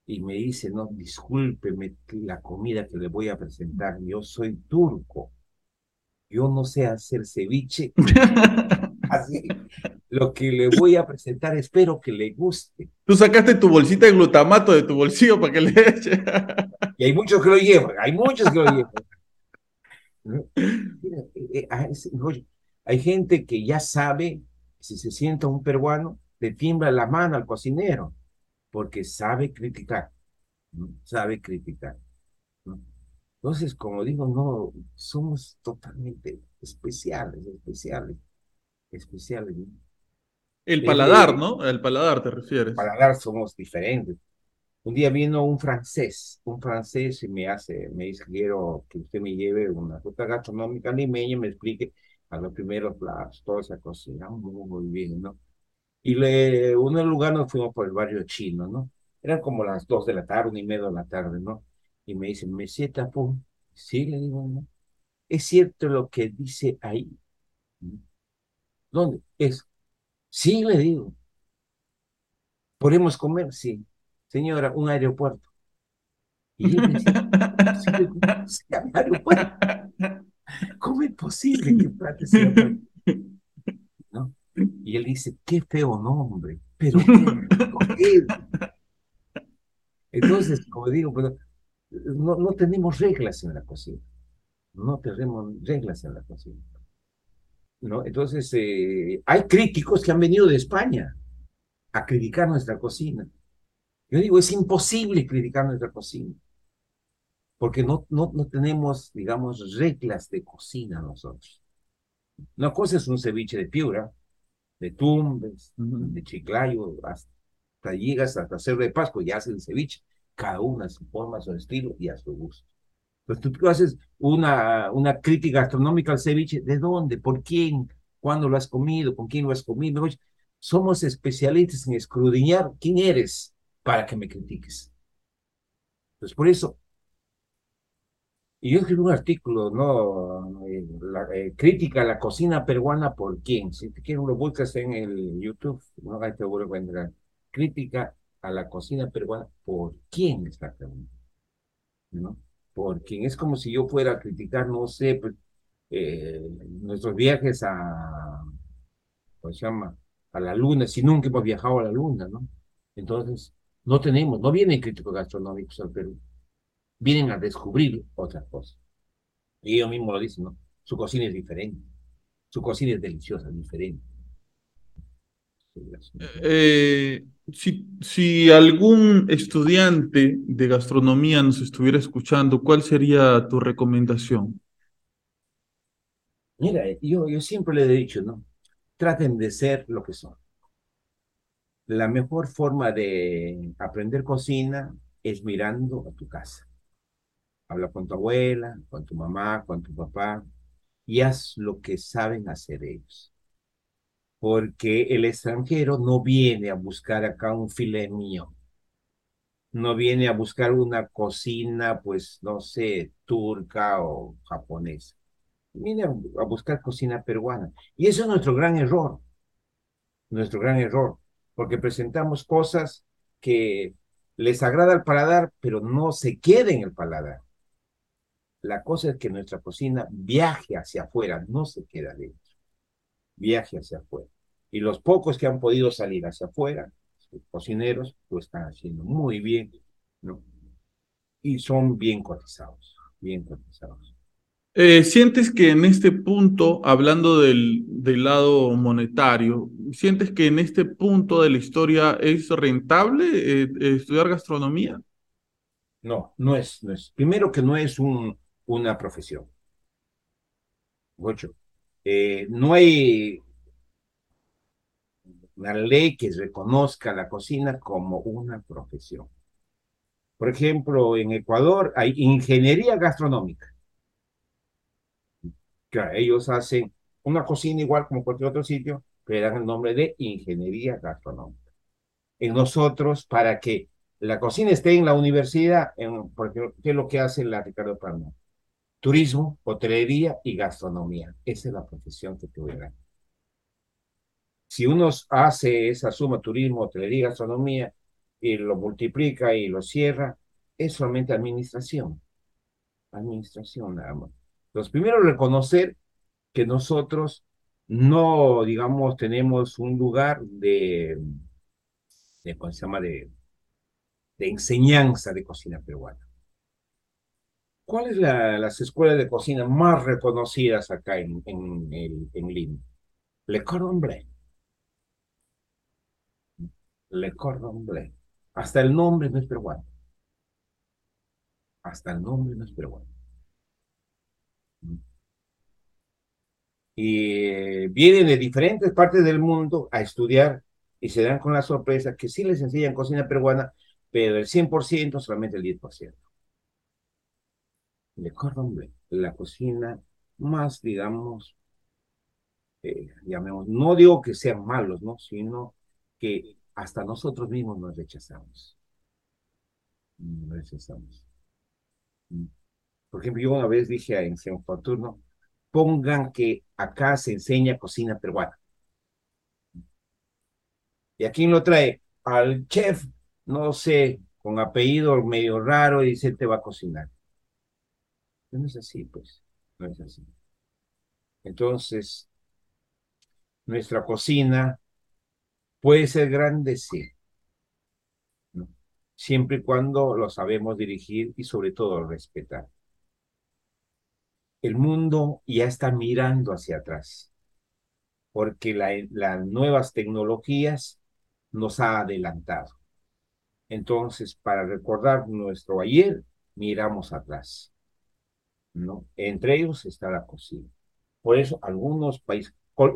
y me dice, no, discúlpeme la comida que le voy a presentar, yo soy turco, yo no sé hacer ceviche, así, lo que le voy a presentar espero que le guste. Tú sacaste tu bolsita de glutamato de tu bolsillo para que le eche. Y hay muchos que lo llevan, hay muchos que lo llevan. ¿No? Mira, oye, hay gente que ya sabe, si se sienta un peruano, le tiembla la mano al cocinero, porque sabe criticar, ¿no? Sabe criticar, ¿no? Entonces, como digo, no, somos totalmente especiales, especiales, especiales, ¿no? El Es paladar, de, ¿no? El paladar te refieres. para dar somos diferentes. Un día vino un francés y me dice, quiero que usted me lleve una ruta gastronómica limeña y me explique a los primeros platos, toda esa cocina, muy, muy bien, ¿no? Y uno lugar nos fuimos por el barrio chino, ¿no? Eran como las 2 de la tarde, 1:30 de la tarde, ¿no? Y me dice, Monsieur Tapón, sí, le digo, ¿no? ¿Es cierto lo que dice ahí? ¿Dónde? Es. Sí, le digo. ¿Podemos comer? Sí. Señora, un aeropuerto. Y yo le decía, ¿posible que sea un aeropuerto? ¿Cómo es posible que plate sea aeropuerto? ¿No? Y él dice, qué feo nombre, pero qué rico es. Entonces, como digo, pues, no, no tenemos reglas en la cocina. No tenemos reglas en la cocina. ¿No? Entonces, hay críticos que han venido de España a criticar nuestra cocina. Yo digo, es imposible criticar nuestra cocina, porque no tenemos, digamos, reglas de cocina nosotros. Una cosa es un ceviche de Piura, de Tumbes, Ujú. de Chiclayo, hasta llegas hasta Cerro de Pasco y hacen ceviche, cada una a su forma, a su estilo y a su gusto. Pues tú haces una crítica gastronómica al ceviche, ¿de dónde? ¿Por quién? ¿Cuándo lo has comido? ¿Con quién lo has comido? Oye, somos especialistas en escudriñar quién eres para que me critiques. Pues por eso, y yo escribí un artículo, ¿no? Crítica a la cocina peruana, ¿por quién? Si te quieres lo buscas en el YouTube, ¿no? Ahí te vuelvo a encontrar. Crítica a la cocina peruana, ¿por quién exactamente? ¿No? Por quién. Es como si yo fuera a criticar, no sé, pues, nuestros viajes ¿cómo se llama? A la luna, si nunca hemos viajado a la luna, ¿no? Entonces, no vienen críticos gastronómicos al Perú, vienen a descubrir otras cosas. Y ellos mismos lo dicen, ¿no? Su cocina es diferente, su cocina es deliciosa, diferente. Si algún estudiante de gastronomía nos estuviera escuchando, ¿cuál sería tu recomendación? Mira, yo siempre le he dicho, ¿no? Traten de ser lo que son. La mejor forma de aprender cocina es mirando a tu casa. Habla con tu abuela, con tu mamá, con tu papá y haz lo que saben hacer ellos. Porque el extranjero no viene a buscar acá un filet mío, no viene a buscar una cocina, pues, no sé, turca o japonesa. Viene a buscar cocina peruana. Y eso es nuestro gran error, porque presentamos cosas que les agrada al paladar, pero no se queda en el paladar. La cosa es que nuestra cocina viaje hacia afuera, no se queda dentro, viaje hacia afuera. Y los pocos que han podido salir hacia afuera, los cocineros, lo están haciendo muy bien, ¿no? Y son bien cotizados, bien cotizados. ¿Sientes que en este punto, hablando del lado monetario, sientes que en este punto de la historia es rentable estudiar gastronomía? No, no es. Primero que no es una profesión, ocho. No hay una ley que reconozca la cocina como una profesión. Por ejemplo, en Ecuador hay ingeniería gastronómica. Claro, ellos hacen una cocina igual como cualquier otro sitio, pero le dan el nombre de ingeniería gastronómica. En nosotros, para que la cocina esté en la universidad, porque ¿qué es lo que hace la Ricardo Palma? Turismo, hotelería y gastronomía. Esa es la profesión que te voy a dar. Si uno hace esa suma, turismo, hotelería, gastronomía, y lo multiplica y lo cierra, es solamente administración, administración nada más. Entonces, primero reconocer que nosotros no, digamos, tenemos un lugar ¿cómo se llama? De enseñanza de cocina peruana. ¿Cuáles es las escuelas de cocina más reconocidas acá en Lima? Le Cordon Bleu. Le Cordon Bleu. Hasta el nombre no es peruano. Hasta el nombre no es peruano. Y vienen de diferentes partes del mundo a estudiar y se dan con la sorpresa que sí les enseñan cocina peruana, pero el 100% solamente el 10%. Le Cordon Bleu, la cocina más, digamos, llamemos, no digo que sean malos, ¿no? Sino que hasta nosotros mismos nos rechazamos. Nos rechazamos. Por ejemplo, yo una vez dije en San Turno, pongan que acá se enseña cocina peruana. ¿Y a quién lo trae? Al chef, no sé, con apellido medio raro y dice, te va a cocinar. No es así, pues. No es así. Entonces, nuestra cocina puede ser grande, sí, ¿no? Siempre y cuando lo sabemos dirigir y sobre todo respetar. El mundo ya está mirando hacia atrás, porque las nuevas tecnologías nos ha adelantado. Entonces, para recordar nuestro ayer, miramos atrás, ¿no? Entre ellos está la cocina. Por eso, algunos países,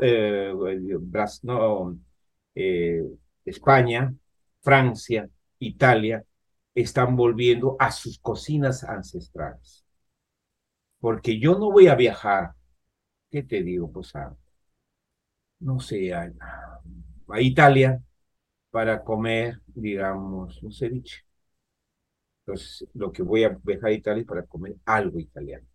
no, eh, España, Francia, Italia, están volviendo a sus cocinas ancestrales. Porque yo no voy a viajar, ¿qué te digo? Pues no sé, a Italia para comer, digamos, un ceviche. Entonces, lo que voy a viajar a Italia es para comer algo italiano.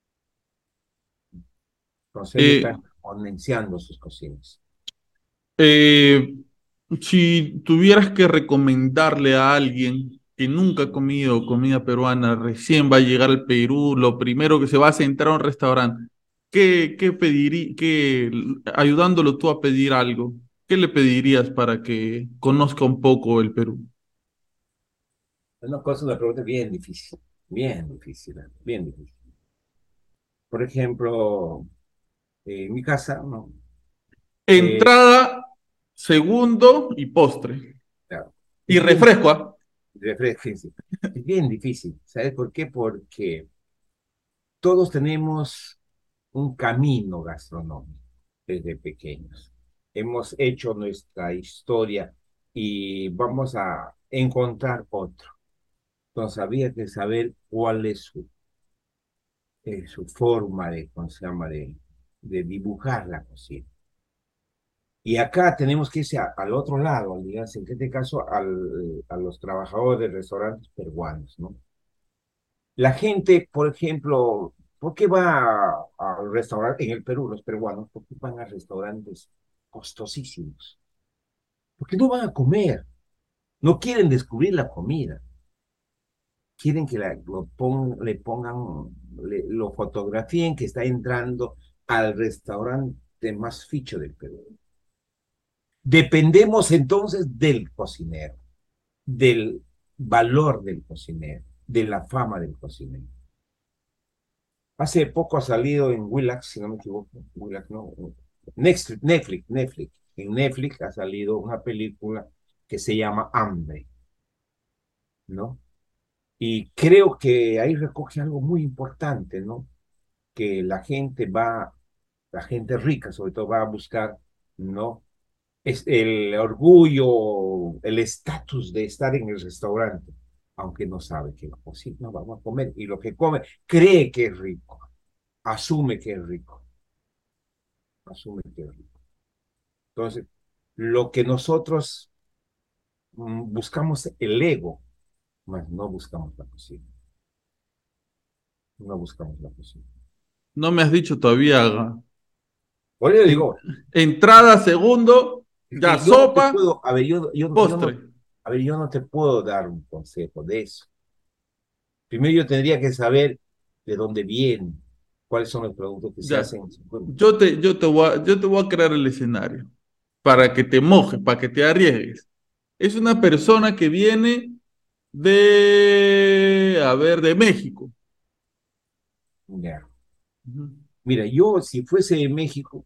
Entonces, ellos Eh, están potenciando sus cocinas. eh, si tuvieras que recomendarle a alguien que nunca ha comido comida peruana, recién va a llegar al Perú, lo primero que se va a sentar a un restaurante, ¿qué pediría, ayudándolo tú a pedir algo, qué le pedirías para que conozca un poco el Perú? Una pregunta bien difícil, bien difícil. Por ejemplo, en mi casa, ¿no? Eh, Entrada, segundo y postre. claro, Y es bien refresco, ¿ah? difícil. Es bien difícil. ¿Sabes por qué? Porque todos tenemos un camino gastronómico desde pequeños. Hemos hecho nuestra historia y vamos a encontrar otro. Entonces había que saber cuál es su forma de, ¿cómo se llama?, de dibujar la cocina. Y acá tenemos que irse al otro lado, digamos, en este caso a los trabajadores de restaurantes peruanos, ¿no? La gente, por ejemplo, ¿por qué va al restaurante en el Perú, los peruanos? ¿Por qué van a restaurantes costosísimos? Porque no van a comer, no quieren descubrir la comida, quieren que le pongan, lo fotografíen que está entrando al restaurante más ficho del Perú. Dependemos entonces del cocinero, del valor del cocinero, de la fama del cocinero. Hace poco ha salido en Willax, si no me equivoco, Willax no, Netflix. En Netflix ha salido una película que se llama Hambre, ¿no? Y creo que ahí recoge algo muy importante, ¿no? Que la gente rica sobre todo va a buscar, ¿no? Es el orgullo, el estatus de estar en el restaurante, aunque no sabe que no vamos a comer, y lo que come cree que es rico, asume que es rico, asume que es rico. Entonces, lo que nosotros buscamos el ego, mas no buscamos la cocina, no buscamos la cocina. No me has dicho todavía. Por eso En- digo, entrada, segundo, es ya que yo no te sopa, puedo, a ver, yo no, postre. A ver, yo no te puedo dar un consejo de eso. Primero yo tendría que saber de dónde vienen, cuáles son los productos que se Ya, hacen en su pueblo. yo te voy a crear el escenario para que te mojes, para que te arriesgues. Es una persona que viene a ver, de México. Ya. Ujú. Mira, yo si fuese de México,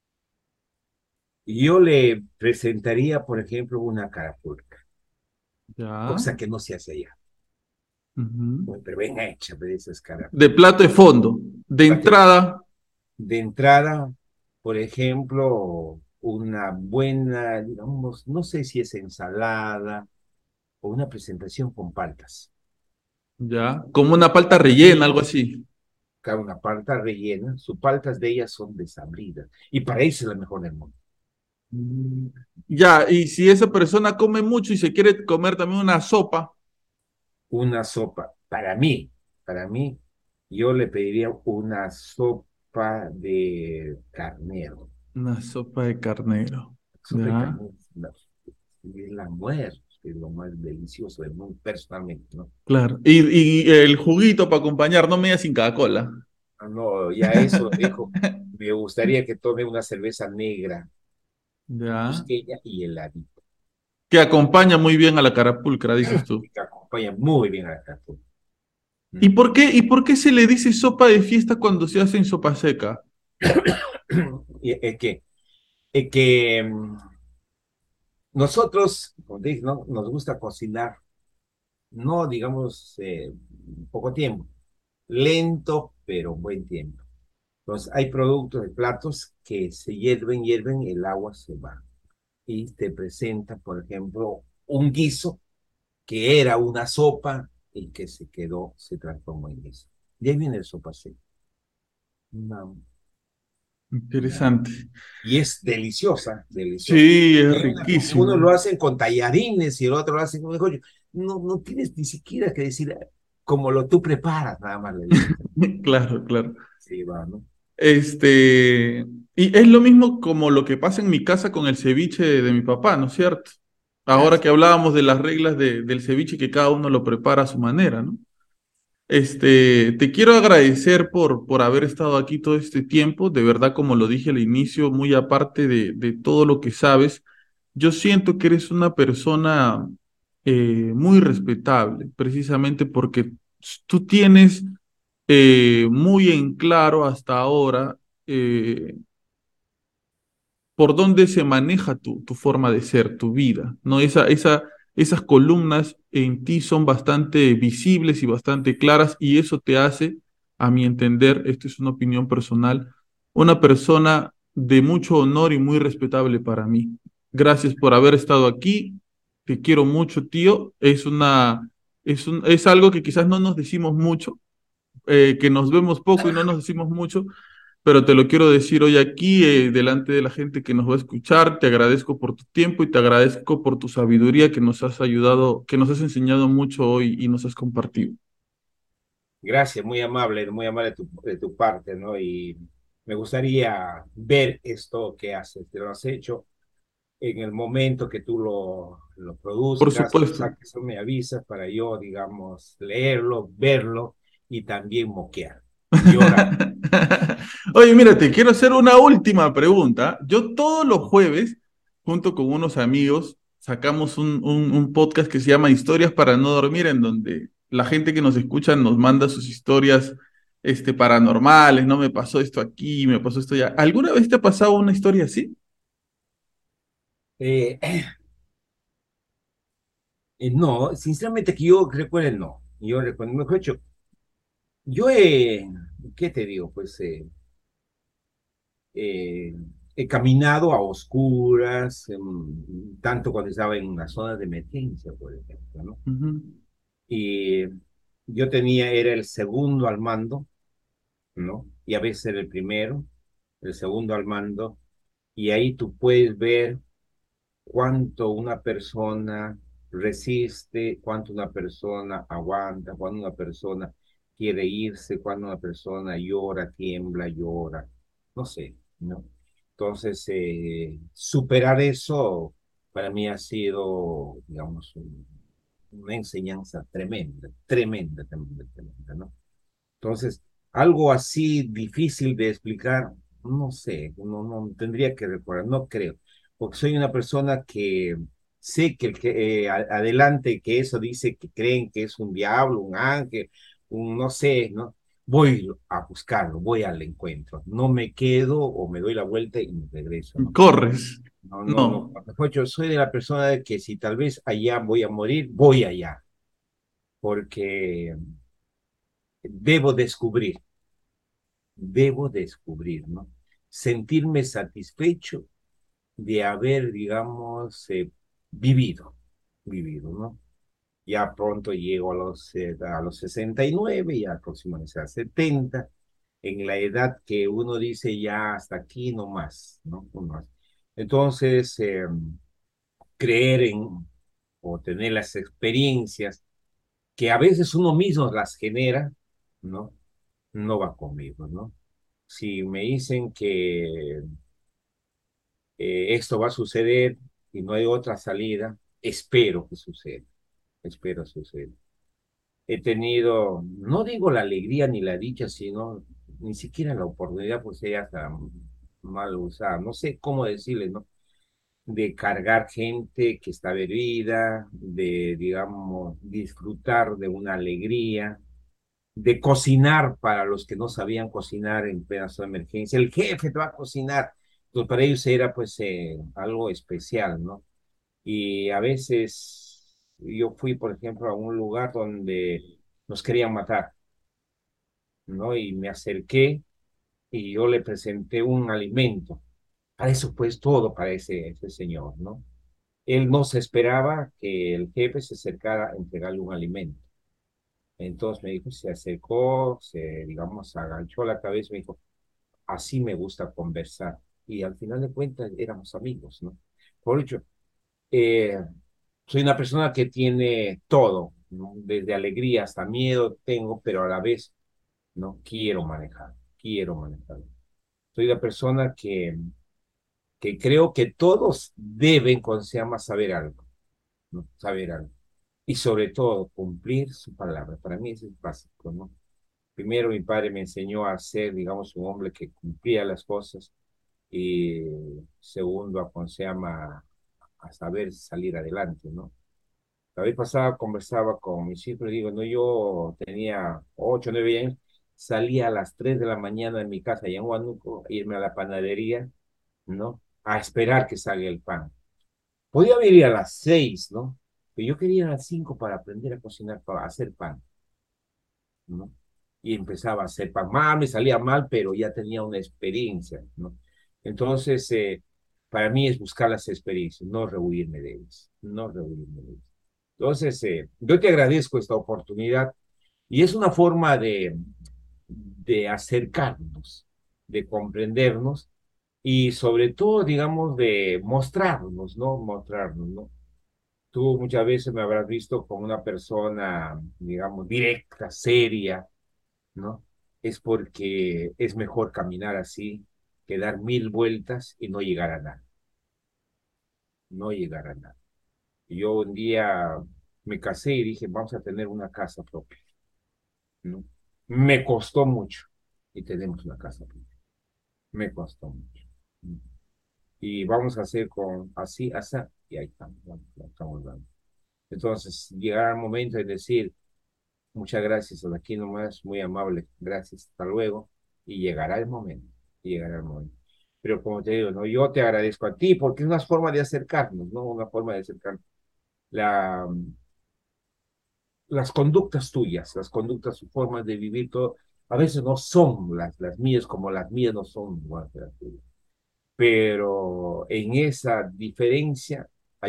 yo le presentaría, por ejemplo, una carapulcra, Ya. cosa que no se hace allá. Ujú. Bueno, pero bien hecha, de esas De carapulcras. plato de fondo. De entrada, De entrada, por ejemplo, una buena, digamos, no sé si es ensalada o una presentación con paltas. ya. Como una palta rellena, algo así. Cada una palta rellena, sus paltas de ellas son desabridas. Y para eso es la mejor del mundo. Mm. Ya, y si esa persona come mucho y se quiere comer también una sopa, Una sopa, para mí, yo le pediría una sopa de carnero. una sopa de carnero. Sopa de Ya, carnero es la muerte, es lo más delicioso del mundo, personalmente, ¿no? claro. Y el juguito para acompañar, no media sin Coca-Cola. Ah, no, ya eso dijo. Me gustaría que tome una cerveza negra, Ya. cusqueña y heladita, Que acompaña muy bien a la carapulcra, dices tú. que acompaña muy bien a la carne. ¿Y por qué se le dice sopa de fiesta cuando se hace en sopa seca? Y es que nosotros, como te dije, ¿no? Nos gusta cocinar, no digamos poco tiempo, lento, pero buen tiempo. Entonces, hay productos de platos que se hierven, el agua se va. Y te presenta, por ejemplo, un guiso que era una sopa y que se quedó, se transformó en guiso. De ahí viene el sopa seca. Una- una- Interesante. y es deliciosa, deliciosa. Sí, es Hay uno riquísimo. lo hacen con tallarines y el otro lo hacen con mejor. No, no tienes ni siquiera que decir como lo tú preparas, nada más le dices. Claro, claro. Sí, va, ¿no? Y es lo mismo como lo que pasa en mi casa con el ceviche de mi papá, ¿no es cierto? Ah, Ahora que hablábamos de las reglas del ceviche, que cada uno lo prepara a su manera, ¿no? Te quiero agradecer por haber estado aquí todo este tiempo. De verdad, como lo dije al inicio, muy aparte de todo lo que sabes, yo siento que eres una persona muy respetable, precisamente porque tú tienes muy en claro hasta ahora eh, por dónde se maneja tu forma de ser, tu vida, ¿no? Esas columnas en ti son bastante visibles y bastante claras y eso te hace, a mi entender, esto es una opinión personal, una persona de mucho honor y muy respetable para mí. Gracias por haber estado aquí. Te quiero mucho, tío. Es algo que quizás no nos decimos mucho, que nos vemos poco y no nos decimos mucho, pero te lo quiero decir hoy aquí, delante de la gente que nos va a escuchar. Te agradezco por tu tiempo y te agradezco por tu sabiduría que nos has ayudado, que nos has enseñado mucho hoy y nos has compartido. gracias, muy amable de tu parte, ¿no? Y me gustaría ver esto que haces, que lo has hecho en el momento que tú lo Por produzcas, lo supuesto. saques, o me avisas para yo, digamos, leerlo, verlo y también moquear, llorar. Oye, mira, te quiero hacer una última pregunta. Yo todos los jueves, junto con unos amigos, sacamos un podcast que se llama Historias para no dormir, en donde la gente que nos escucha nos manda sus historias paranormales, ¿no? Me pasó esto aquí, me pasó esto allá. ¿Alguna vez te ha pasado una historia así? Eh, no, sinceramente que yo recuerdo, no. Yo recuerdo, mejor dicho, yo ¿qué te digo? Pues eh, he caminado a oscuras, tanto cuando estaba en una zona de emergencia, por ejemplo, ¿no? Ujú, Y era el segundo al mando, ¿no? Y a veces era el primero, el segundo al mando, y ahí tú puedes ver cuánto una persona resiste, cuánto una persona aguanta, cuánto una persona quiere irse, cuando una persona llora, tiembla, llora, no sé, ¿no? Entonces, superar eso para mí ha sido, digamos, una enseñanza tremenda, tremenda, tremenda, tremenda, ¿no? Entonces, algo así difícil de explicar, no sé, no tendría que recordar, no creo, porque soy una persona que sé que, adelante, que eso dice que creen que es un diablo, un ángel, un no sé, ¿no? Voy a buscarlo, voy al encuentro, no me quedo o me doy la vuelta y me regreso, ¿no? Corres. No, No. mejor yo soy de la persona de que si tal vez allá voy a morir, voy allá, porque debo debo descubrir, ¿no? Sentirme satisfecho de haber, digamos, vivido, ¿no? Ya pronto llego a los 69, ya próximamente a 70, en la edad que uno dice ya hasta aquí no más, ¿no? Entonces, creer en o tener las experiencias que a veces uno mismo las genera, ¿no? No va conmigo, ¿no? Si me dicen que esto va a suceder y no hay otra salida, espero que suceda, espero suceda. He tenido, no digo la alegría ni la dicha, sino ni siquiera la oportunidad, pues ella está mal usada, no sé cómo decirle, ¿no? De cargar gente que está bebida, de, digamos, disfrutar de una alegría, de cocinar para los que no sabían cocinar en plena zona de emergencia. El jefe te va a cocinar. Entonces, para ellos era pues algo especial, ¿no? Y a veces yo fui, por ejemplo, a un lugar donde nos querían matar, ¿no? Y me acerqué y yo le presenté un alimento. Para eso, pues, todo para ese señor, ¿no? Él no se esperaba que el jefe se acercara a entregarle un alimento. Entonces me dijo, se acercó, digamos, agachó la cabeza y me dijo, así me gusta conversar. Y al final de cuentas éramos amigos, ¿no? Por hecho, eh, soy una persona que tiene todo, ¿no? Desde alegría hasta miedo tengo, pero a la vez no quiero manejar, quiero manejar. Soy una persona que creo que todos deben, con se llama, saber algo, ¿no? Saber algo. Y sobre todo, cumplir su palabra. Para mí eso es básico, ¿no? Primero, mi padre me enseñó a ser, digamos, un hombre que cumplía las cosas. Y segundo, a, ¿cómo se llama? A saber salir adelante, ¿no? La vez pasada conversaba con mis hijos y digo, no, yo tenía 8 9 años, salía a las 3 de la mañana de mi casa allá en Huánuco, a irme a la panadería, ¿no? A esperar que salga el pan. Podía venir a las 6, ¿no? Pero yo quería ir a las 5 para aprender a cocinar, para hacer pan, ¿no? Y empezaba a hacer pan. Mal, me salía mal, pero ya tenía una experiencia, ¿no? Entonces, para mí es buscar las experiencias, no rehuirme de ellas, no rehuirme de ellas. Entonces, yo te agradezco esta oportunidad y es una forma de acercarnos, de comprendernos y sobre todo, digamos, de mostrarnos, ¿no? Mostrarnos, ¿no? Tú muchas veces me habrás visto como una persona, digamos, directa, seria, ¿no? Es porque es mejor caminar así que dar 1000 vueltas y no llegar a nada, no llegar a nada. Yo un día me casé y dije, vamos a tener una casa propia, ¿no? Me costó mucho y tenemos una casa propia, me costó mucho. ¿No? Y vamos a hacer con así, así, y ahí estamos, estamos dando. Entonces, llegará el momento de decir, muchas gracias, hasta aquí nomás, muy amable, gracias, hasta luego, y llegará el momento, y llegará el momento. Pero como te digo, ¿no? Yo te agradezco a ti porque es una forma de acercarnos, ¿no? Una forma de acercarnos. La, las conductas tuyas, las conductas, sus formas de vivir, todo, a veces no son las mías como las mías no son igual que las tuyas. Pero en esa diferencia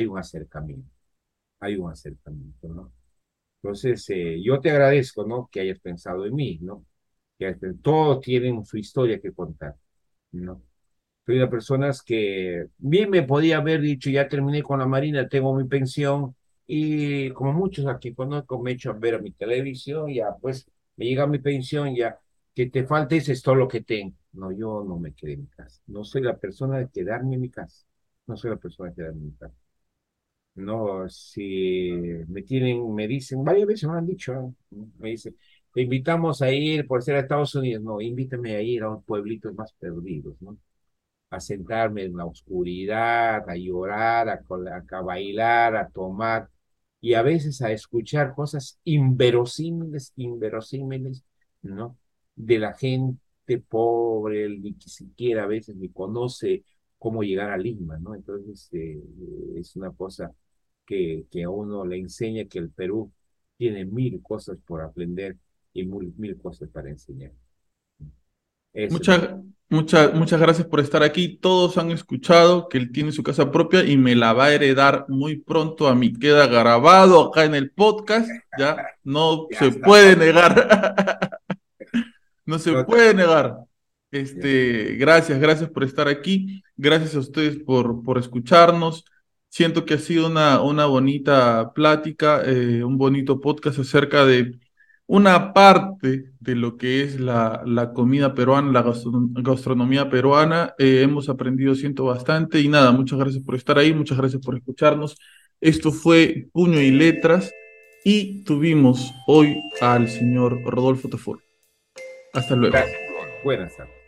hay un acercamiento, ¿no? Entonces, yo te agradezco, ¿no? Que hayas pensado en mí, ¿no? Todos tienen su historia que contar, ¿no? Soy de personas que bien me podía haber dicho, ya terminé con la Marina, tengo mi pensión, y como muchos aquí conozco, me echo a ver a mi televisión, ya pues me llega mi pensión, ya que te falte es todo lo que tengo. No, yo no me quedé en mi casa. No soy la persona de quedarme en mi casa. No soy la persona de quedarme en mi casa. No, si me dicen, varias veces me han dicho, me dicen, te invitamos a ir por ser a Estados Unidos. No, invítame a ir a un pueblito más perdidos, ¿no? A sentarme en la oscuridad, a llorar, a bailar, a tomar y a veces a escuchar cosas inverosímiles, inverosímiles, ¿no? De la gente pobre, ni que siquiera a veces ni conoce cómo llegar a Lima, ¿no? Entonces, es una cosa que a uno le enseña que el Perú tiene mil cosas por aprender y mil cosas para enseñar. Eso es lo que... Muchas gracias por estar aquí. Todos han escuchado que él tiene su casa propia y me la va a heredar muy pronto a mí. Queda grabado acá en el podcast, ya no Ya se está, puede ok. negar. No se No te puede preocupes. negar. Gracias por estar aquí. Gracias a ustedes por escucharnos. Siento que ha sido una bonita plática, un bonito podcast acerca de una parte de lo que es la comida peruana, la gastronomía peruana. Hemos aprendido, siento, bastante y nada, muchas gracias por estar ahí, muchas gracias por escucharnos. Esto fue Puño y Letras y tuvimos hoy al señor Rodolfo Tafur. Hasta luego. Gracias. Buenas tardes.